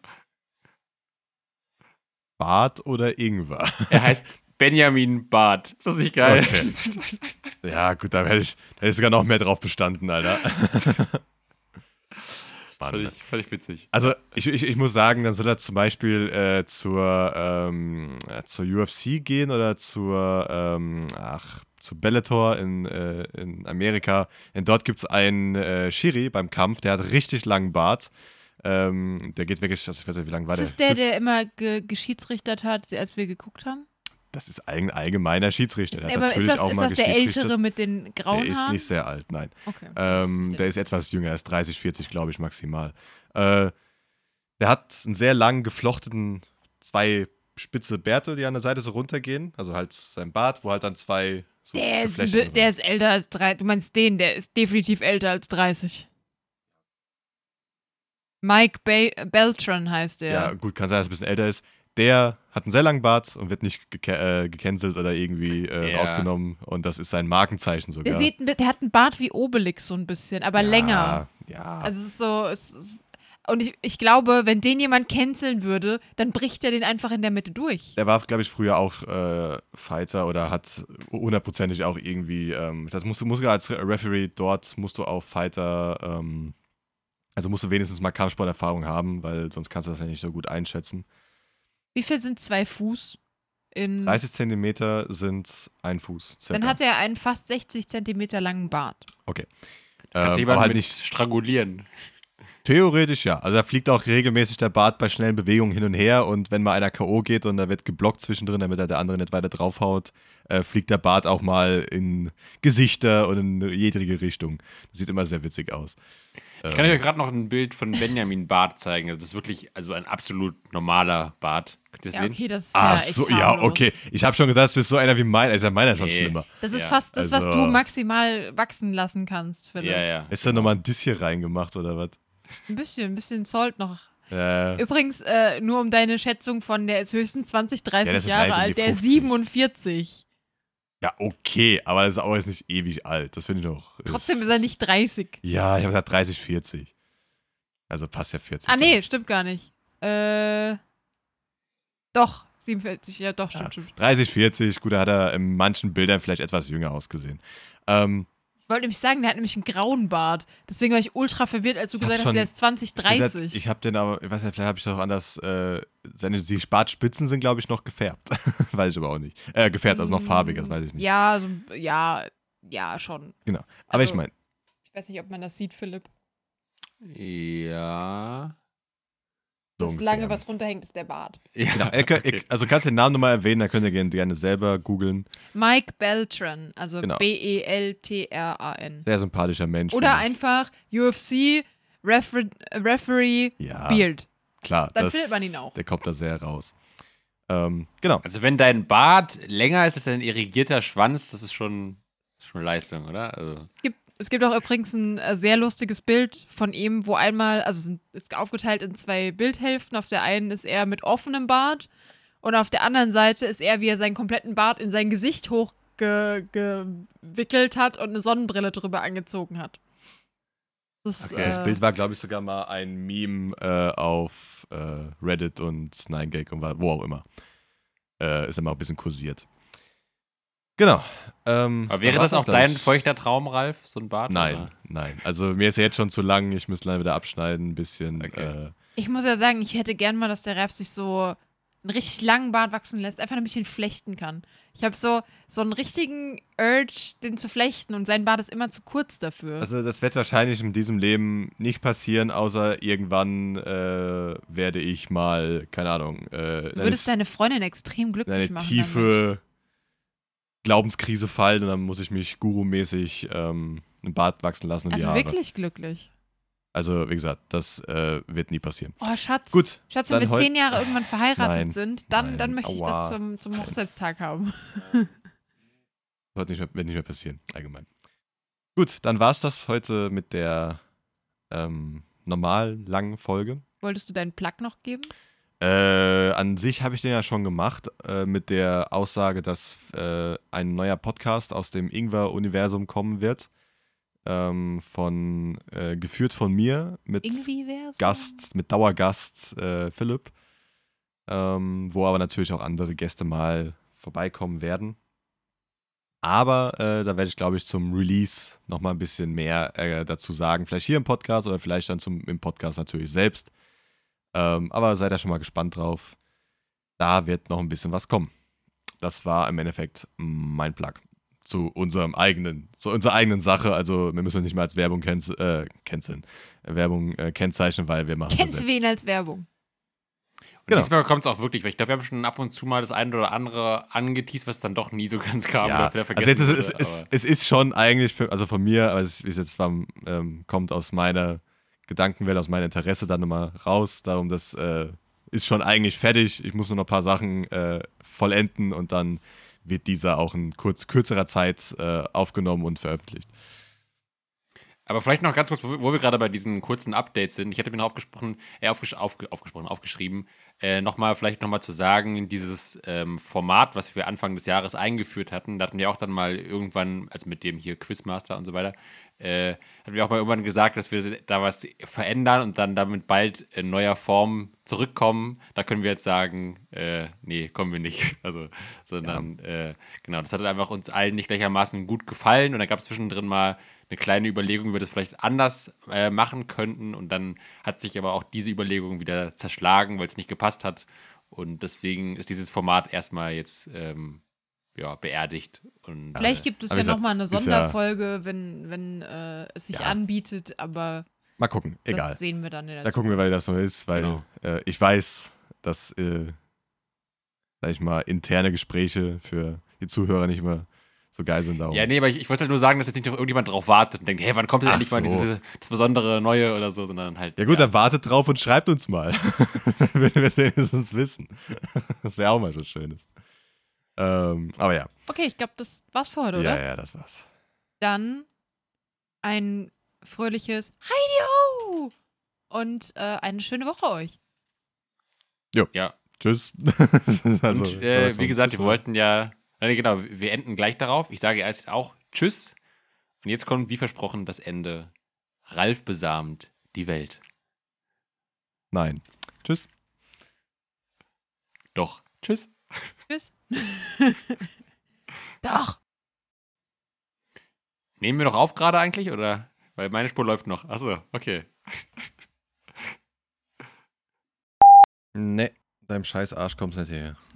Speaker 3: Bart oder Ingwer?
Speaker 1: Er heißt Benjamin Barth. Ist das nicht geil?
Speaker 3: Okay. Ja, gut, da hätte ich, da hätte ich sogar noch mehr drauf bestanden, Alter.
Speaker 1: Fand ich, fand ich witzig.
Speaker 3: Also ich, ich, ich muss sagen, dann soll er zum Beispiel äh, zur, ähm, äh, zur U F C gehen oder zur, ähm, ach, zu Bellator in, äh, in Amerika. Und dort gibt es einen äh, Schiri beim Kampf, der hat richtig langen Bart. Ähm, der geht wirklich, also ich weiß nicht, wie lange war
Speaker 4: Ist
Speaker 3: der?
Speaker 4: das der, der immer ge geschiedsrichtert hat, als wir geguckt haben?
Speaker 3: Das ist ein allgemeiner Schiedsrichter. Der hat
Speaker 4: Aber ist
Speaker 3: natürlich
Speaker 4: das,
Speaker 3: auch
Speaker 4: ist
Speaker 3: mal
Speaker 4: das der
Speaker 3: geschiedsrichtet.
Speaker 4: Ältere mit den grauen
Speaker 3: Der ist
Speaker 4: Haaren?
Speaker 3: nicht sehr alt, nein.
Speaker 4: Okay.
Speaker 3: Ähm, der ist etwas jünger, er ist dreißig, vierzig, glaube ich, maximal. Äh, der hat einen sehr lang geflochtenen, zwei spitze Bärte, die an der Seite so runtergehen. Also halt sein Bart, wo halt dann zwei so
Speaker 4: Der ist,
Speaker 3: Geflechte
Speaker 4: ein bi- der ist älter als drei. Du meinst den, der ist definitiv älter als dreißig. Mike ba Beltran heißt der.
Speaker 3: Ja, gut, kann sein, dass er ein bisschen älter ist. Der hat einen sehr langen Bart und wird nicht geke äh, gecancelt oder irgendwie äh,
Speaker 1: Ja.
Speaker 3: rausgenommen. Und das ist sein Markenzeichen sogar.
Speaker 4: Der, sieht, ein bi- der hat einen Bart wie Obelix so ein bisschen, aber
Speaker 3: ja,
Speaker 4: länger.
Speaker 3: Ja.
Speaker 4: Also es ist so. Es ist, und ich, ich glaube, wenn den jemand canceln würde, dann bricht er den einfach in der Mitte durch.
Speaker 3: Der war, glaube ich, früher auch äh, Fighter oder hat hundertprozentig auch irgendwie, ähm, das musst du, musst du als Referee dort, musst du auch Fighter, ähm, also musst du wenigstens mal Kampfsporterfahrung haben, weil sonst kannst du das ja nicht so gut einschätzen.
Speaker 4: Wie viel sind zwei Fuß? In,
Speaker 3: dreißig Zentimeter sind ein Fuß. Circa.
Speaker 4: dann hat er einen fast sechzig Zentimeter langen Bart.
Speaker 3: Okay.
Speaker 1: Kannst du
Speaker 3: Ähm, aber
Speaker 1: jemanden
Speaker 3: halt
Speaker 1: mit
Speaker 3: nicht,
Speaker 1: strangulieren.
Speaker 3: theoretisch ja. Also da fliegt auch regelmäßig der Bart bei schnellen Bewegungen hin und her und wenn mal einer K O geht und da wird geblockt zwischendrin, damit er der andere nicht weiter draufhaut, äh, fliegt der Bart auch mal in Gesichter und in jedrige Richtung. Das sieht immer sehr witzig aus.
Speaker 1: Ich kann euch gerade noch ein Bild von Benjamin Barth zeigen. Also das ist wirklich also ein absolut normaler Bart. Könnt ihr das
Speaker 4: Ja,
Speaker 1: sehen?
Speaker 4: okay, das ist
Speaker 3: Ach
Speaker 4: ja echt
Speaker 3: so, ja,
Speaker 4: harmlos.
Speaker 3: okay. Ich habe schon gedacht, das ist so einer wie meiner. Ist ja meiner schon
Speaker 1: Nee.
Speaker 3: schlimmer.
Speaker 4: Das ist
Speaker 1: Ja,
Speaker 4: fast das, was
Speaker 3: also-
Speaker 4: du maximal wachsen lassen kannst, Philipp.
Speaker 1: Ja, ja.
Speaker 3: Ist da nochmal ein Diss hier reingemacht oder was?
Speaker 4: Ein bisschen, ein bisschen Salt noch.
Speaker 3: Äh,
Speaker 4: Übrigens, äh, nur um deine Schätzung von, der ist höchstens zwanzig,
Speaker 3: Ja,
Speaker 4: dreißig
Speaker 3: das ist
Speaker 4: Jahre
Speaker 3: leicht um die
Speaker 4: alt, der ist
Speaker 3: fünfzig.
Speaker 4: siebenundvierzig.
Speaker 3: ja, okay, aber das ist auch jetzt nicht ewig alt. Das finde ich noch.
Speaker 4: Trotzdem ist er nicht dreißig.
Speaker 3: Ja, ich habe gesagt dreißig, vierzig. Also passt ja vierzig.
Speaker 4: Ah, nee, stimmt gar nicht. Äh, doch, siebenundvierzig, ja doch, stimmt,
Speaker 3: Ja,
Speaker 4: stimmt.
Speaker 3: dreißig, vierzig, gut, da hat er in manchen Bildern vielleicht etwas jünger ausgesehen. Ähm,
Speaker 4: Ich wollte nämlich sagen, der hat nämlich einen grauen Bart. Deswegen war ich ultra verwirrt, als du
Speaker 3: Ich hab
Speaker 4: gesagt hast,
Speaker 3: schon-
Speaker 4: der ist zwanzig,
Speaker 3: wie gesagt,
Speaker 4: dreißig.
Speaker 3: ich habe den aber, ich weiß nicht, vielleicht habe ich das auch anders, äh, seine, die Bartspitzen sind, glaube ich, noch gefärbt. Weiß ich aber auch nicht. Äh, gefärbt, also noch farbig, das weiß ich nicht.
Speaker 4: Ja, so, ja, ja, schon.
Speaker 3: Genau. Aber
Speaker 4: Also-
Speaker 3: ich meine,
Speaker 4: Ich weiß nicht, ob man das sieht, Philipp.
Speaker 1: Ja.
Speaker 3: so
Speaker 4: Das
Speaker 3: ungefähr.
Speaker 4: lange, was runterhängt, ist der Bart.
Speaker 1: ja.
Speaker 3: Genau, ihr könnt,
Speaker 1: okay.
Speaker 3: ihr, also kannst du den Namen nochmal erwähnen, dann könnt ihr gerne, gerne selber googeln.
Speaker 4: Mike Beltran, also
Speaker 3: Genau.
Speaker 4: B E L T R A N.
Speaker 3: Sehr sympathischer Mensch.
Speaker 4: Oder
Speaker 3: finde
Speaker 4: einfach U F C Refer Referee
Speaker 3: ich. Ja,
Speaker 4: Beard.
Speaker 3: klar.
Speaker 4: Dann
Speaker 3: das,
Speaker 4: findet man ihn auch.
Speaker 3: Der kommt da sehr raus. Ähm, genau.
Speaker 1: Also wenn dein Bart länger ist als dein irrigierter Schwanz, das ist schon, schon Leistung, oder? Also,
Speaker 4: Gibt, es gibt auch übrigens ein äh, sehr lustiges Bild von ihm, wo einmal, also es sind- ist aufgeteilt in zwei Bildhälften. Auf der einen ist er mit offenem Bart und auf der anderen Seite ist er, wie er seinen kompletten Bart in sein Gesicht hochgewickelt hat und eine Sonnenbrille drüber angezogen hat. Das,
Speaker 1: Okay.
Speaker 4: äh,
Speaker 3: Das Bild war, glaube ich, sogar mal ein Meme äh, auf äh, Reddit und nine gag und wa- wo auch immer. Äh, ist immer ein bisschen kursiert. Genau. Ähm,
Speaker 1: aber wäre
Speaker 3: dann war's
Speaker 1: das auch
Speaker 3: glaub
Speaker 1: dein
Speaker 3: ich.
Speaker 1: feuchter Traum, Ralf, so ein Bart?
Speaker 3: Nein,
Speaker 1: Oder?
Speaker 3: nein. Also mir ist ja jetzt schon zu lang. Ich müsste dann wieder abschneiden, ein bisschen.
Speaker 1: Okay.
Speaker 3: Äh,
Speaker 4: ich muss ja sagen, ich hätte gern mal, dass der Ralf sich so einen richtig langen Bart wachsen lässt, einfach damit ich ihn flechten kann. Ich habe so, so einen richtigen Urge, den zu flechten und sein Bart ist immer zu kurz dafür.
Speaker 3: also das wird wahrscheinlich in diesem Leben nicht passieren, außer irgendwann äh, werde ich mal, keine Ahnung, äh,
Speaker 4: du würdest deine Freundin extrem glücklich
Speaker 3: eine
Speaker 4: machen. damit.
Speaker 3: tiefe Glaubenskrise fallen und dann muss ich mich gurumäßig ähm, einen Bart wachsen lassen und die
Speaker 4: Also
Speaker 3: Haare.
Speaker 4: wirklich glücklich.
Speaker 3: Also wie gesagt, das äh, wird nie passieren.
Speaker 4: Oh, Schatz.
Speaker 3: Gut,
Speaker 4: Schatz, wenn
Speaker 3: dann
Speaker 4: wir
Speaker 3: heu-
Speaker 4: zehn Jahre irgendwann verheiratet
Speaker 3: Nein,
Speaker 4: sind, dann,
Speaker 3: nein,
Speaker 4: dann möchte ich
Speaker 3: aua.
Speaker 4: das zum, zum Hochzeitstag haben.
Speaker 3: Wird nicht mehr, wird nicht mehr passieren, allgemein. Gut, dann war es das heute mit der ähm, normal langen Folge.
Speaker 4: Wolltest du deinen Plug noch geben?
Speaker 3: Äh, an sich habe ich den ja schon gemacht, äh, mit der Aussage, dass äh, ein neuer Podcast aus dem Ingwer-Universum kommen wird. Ähm, von, äh, geführt von mir mit
Speaker 4: Irgendwie wär's.
Speaker 3: Gast, mit Dauergast äh, Philipp. Ähm, wo aber natürlich auch andere Gäste mal vorbeikommen werden. Aber äh, da werde ich, glaube ich, zum Release nochmal ein bisschen mehr äh, dazu sagen. Vielleicht hier im Podcast oder vielleicht dann zum, im Podcast natürlich selbst. Ähm, aber seid da schon mal gespannt drauf. Da wird noch ein bisschen was kommen. Das war im Endeffekt mein Plug zu unserem eigenen, zu unserer eigenen Sache. Also wir müssen uns nicht mal als Werbung kenz äh, canceln. Werbung äh, kennzeichnen, weil wir machen
Speaker 4: Kennst
Speaker 3: das
Speaker 4: du
Speaker 3: selbst.
Speaker 4: wen als Werbung?
Speaker 1: Und
Speaker 3: Genau.
Speaker 1: diesmal kommt es auch wirklich, weil ich glaube, wir haben schon ab und zu mal das eine oder andere angeteased, was dann doch nie so ganz kam
Speaker 3: Ja,
Speaker 1: oder wieder
Speaker 3: also
Speaker 1: vergessen
Speaker 3: jetzt, ist-
Speaker 1: wurde,
Speaker 3: es, es,
Speaker 1: aber-
Speaker 3: es ist schon eigentlich, für, also von mir, aber es ist jetzt zwar, ähm, kommt aus meiner Gedankenwelt, aus meinem Interesse dann nochmal raus. Darum, das äh, ist schon eigentlich fertig. Ich muss nur noch ein paar Sachen äh, vollenden und dann wird dieser auch in kurz, kürzerer Zeit äh, aufgenommen und veröffentlicht.
Speaker 1: Aber vielleicht noch ganz kurz, wo wir, wo wir gerade bei diesen kurzen Updates sind. Ich hatte mir noch aufgesprochen, äh, aufgesch aufge aufgesprochen, aufgeschrieben, äh, nochmal vielleicht nochmal zu sagen, dieses ähm, Format, was wir Anfang des Jahres eingeführt hatten, da hatten wir auch dann mal irgendwann, also mit dem hier Quizmaster und so weiter, äh, hatten wir auch mal irgendwann gesagt, dass wir da was verändern und dann damit bald in neuer Form zurückkommen. Da können wir jetzt sagen, äh, nee, kommen wir nicht. Also, sondern, äh, genau, das hat einfach uns allen nicht gleichermaßen gut gefallen und dann gab es zwischendrin mal eine kleine Überlegung, wie wir das vielleicht anders äh, machen könnten. Und dann hat sich aber auch diese Überlegung wieder zerschlagen, weil es nicht gepasst hat. Und deswegen ist dieses Format erstmal jetzt ähm, ja, beerdigt. Und,
Speaker 4: Vielleicht gibt es
Speaker 3: Aber
Speaker 4: ja
Speaker 3: wie gesagt,
Speaker 4: nochmal eine
Speaker 3: ist ja-
Speaker 4: Sonderfolge, wenn, wenn äh, es sich
Speaker 3: Ja.
Speaker 4: anbietet, aber
Speaker 3: Mal gucken, egal.
Speaker 4: das sehen wir dann in der
Speaker 3: Da gucken wir, weil das so ist, weil
Speaker 1: Genau.
Speaker 3: äh, ich weiß, dass, äh, sag ich mal, interne Gespräche für die Zuhörer nicht immer so geil sind. Darum.
Speaker 1: ja, nee, aber ich, ich wollte halt nur sagen, dass jetzt nicht noch irgendjemand drauf wartet und denkt, hey, wann kommt denn
Speaker 3: Ach
Speaker 1: endlich mal
Speaker 3: so.
Speaker 1: diese, das besondere Neue oder so, sondern halt.
Speaker 3: Ja gut, dann wartet drauf und schreibt uns mal, wenn wir es wenigstens wissen. Das wäre auch mal was Schönes. Ähm, aber ja.
Speaker 4: Okay, ich glaube, das war's für heute, oder?
Speaker 3: Ja, ja, das war's.
Speaker 4: Dann ein fröhliches Heidi-Ho! Und äh, eine schöne Woche euch.
Speaker 1: Ja.
Speaker 3: Tschüss. Also,
Speaker 1: und
Speaker 3: soll
Speaker 1: äh,
Speaker 3: ich
Speaker 1: wie
Speaker 3: noch-
Speaker 1: gesagt, wir wollten ja. Nee, genau, wir enden gleich darauf. Ich sage erst auch Tschüss. Und jetzt kommt, wie versprochen, das Ende. Ralf besamt die Welt.
Speaker 3: Nein. Tschüss.
Speaker 1: Doch. Tschüss.
Speaker 4: Tschüss. Doch.
Speaker 1: Nehmen wir noch auf gerade eigentlich, oder? Weil meine Spur läuft noch. Achso, okay.
Speaker 3: Nee, deinem scheiß Arsch kommt's nicht her.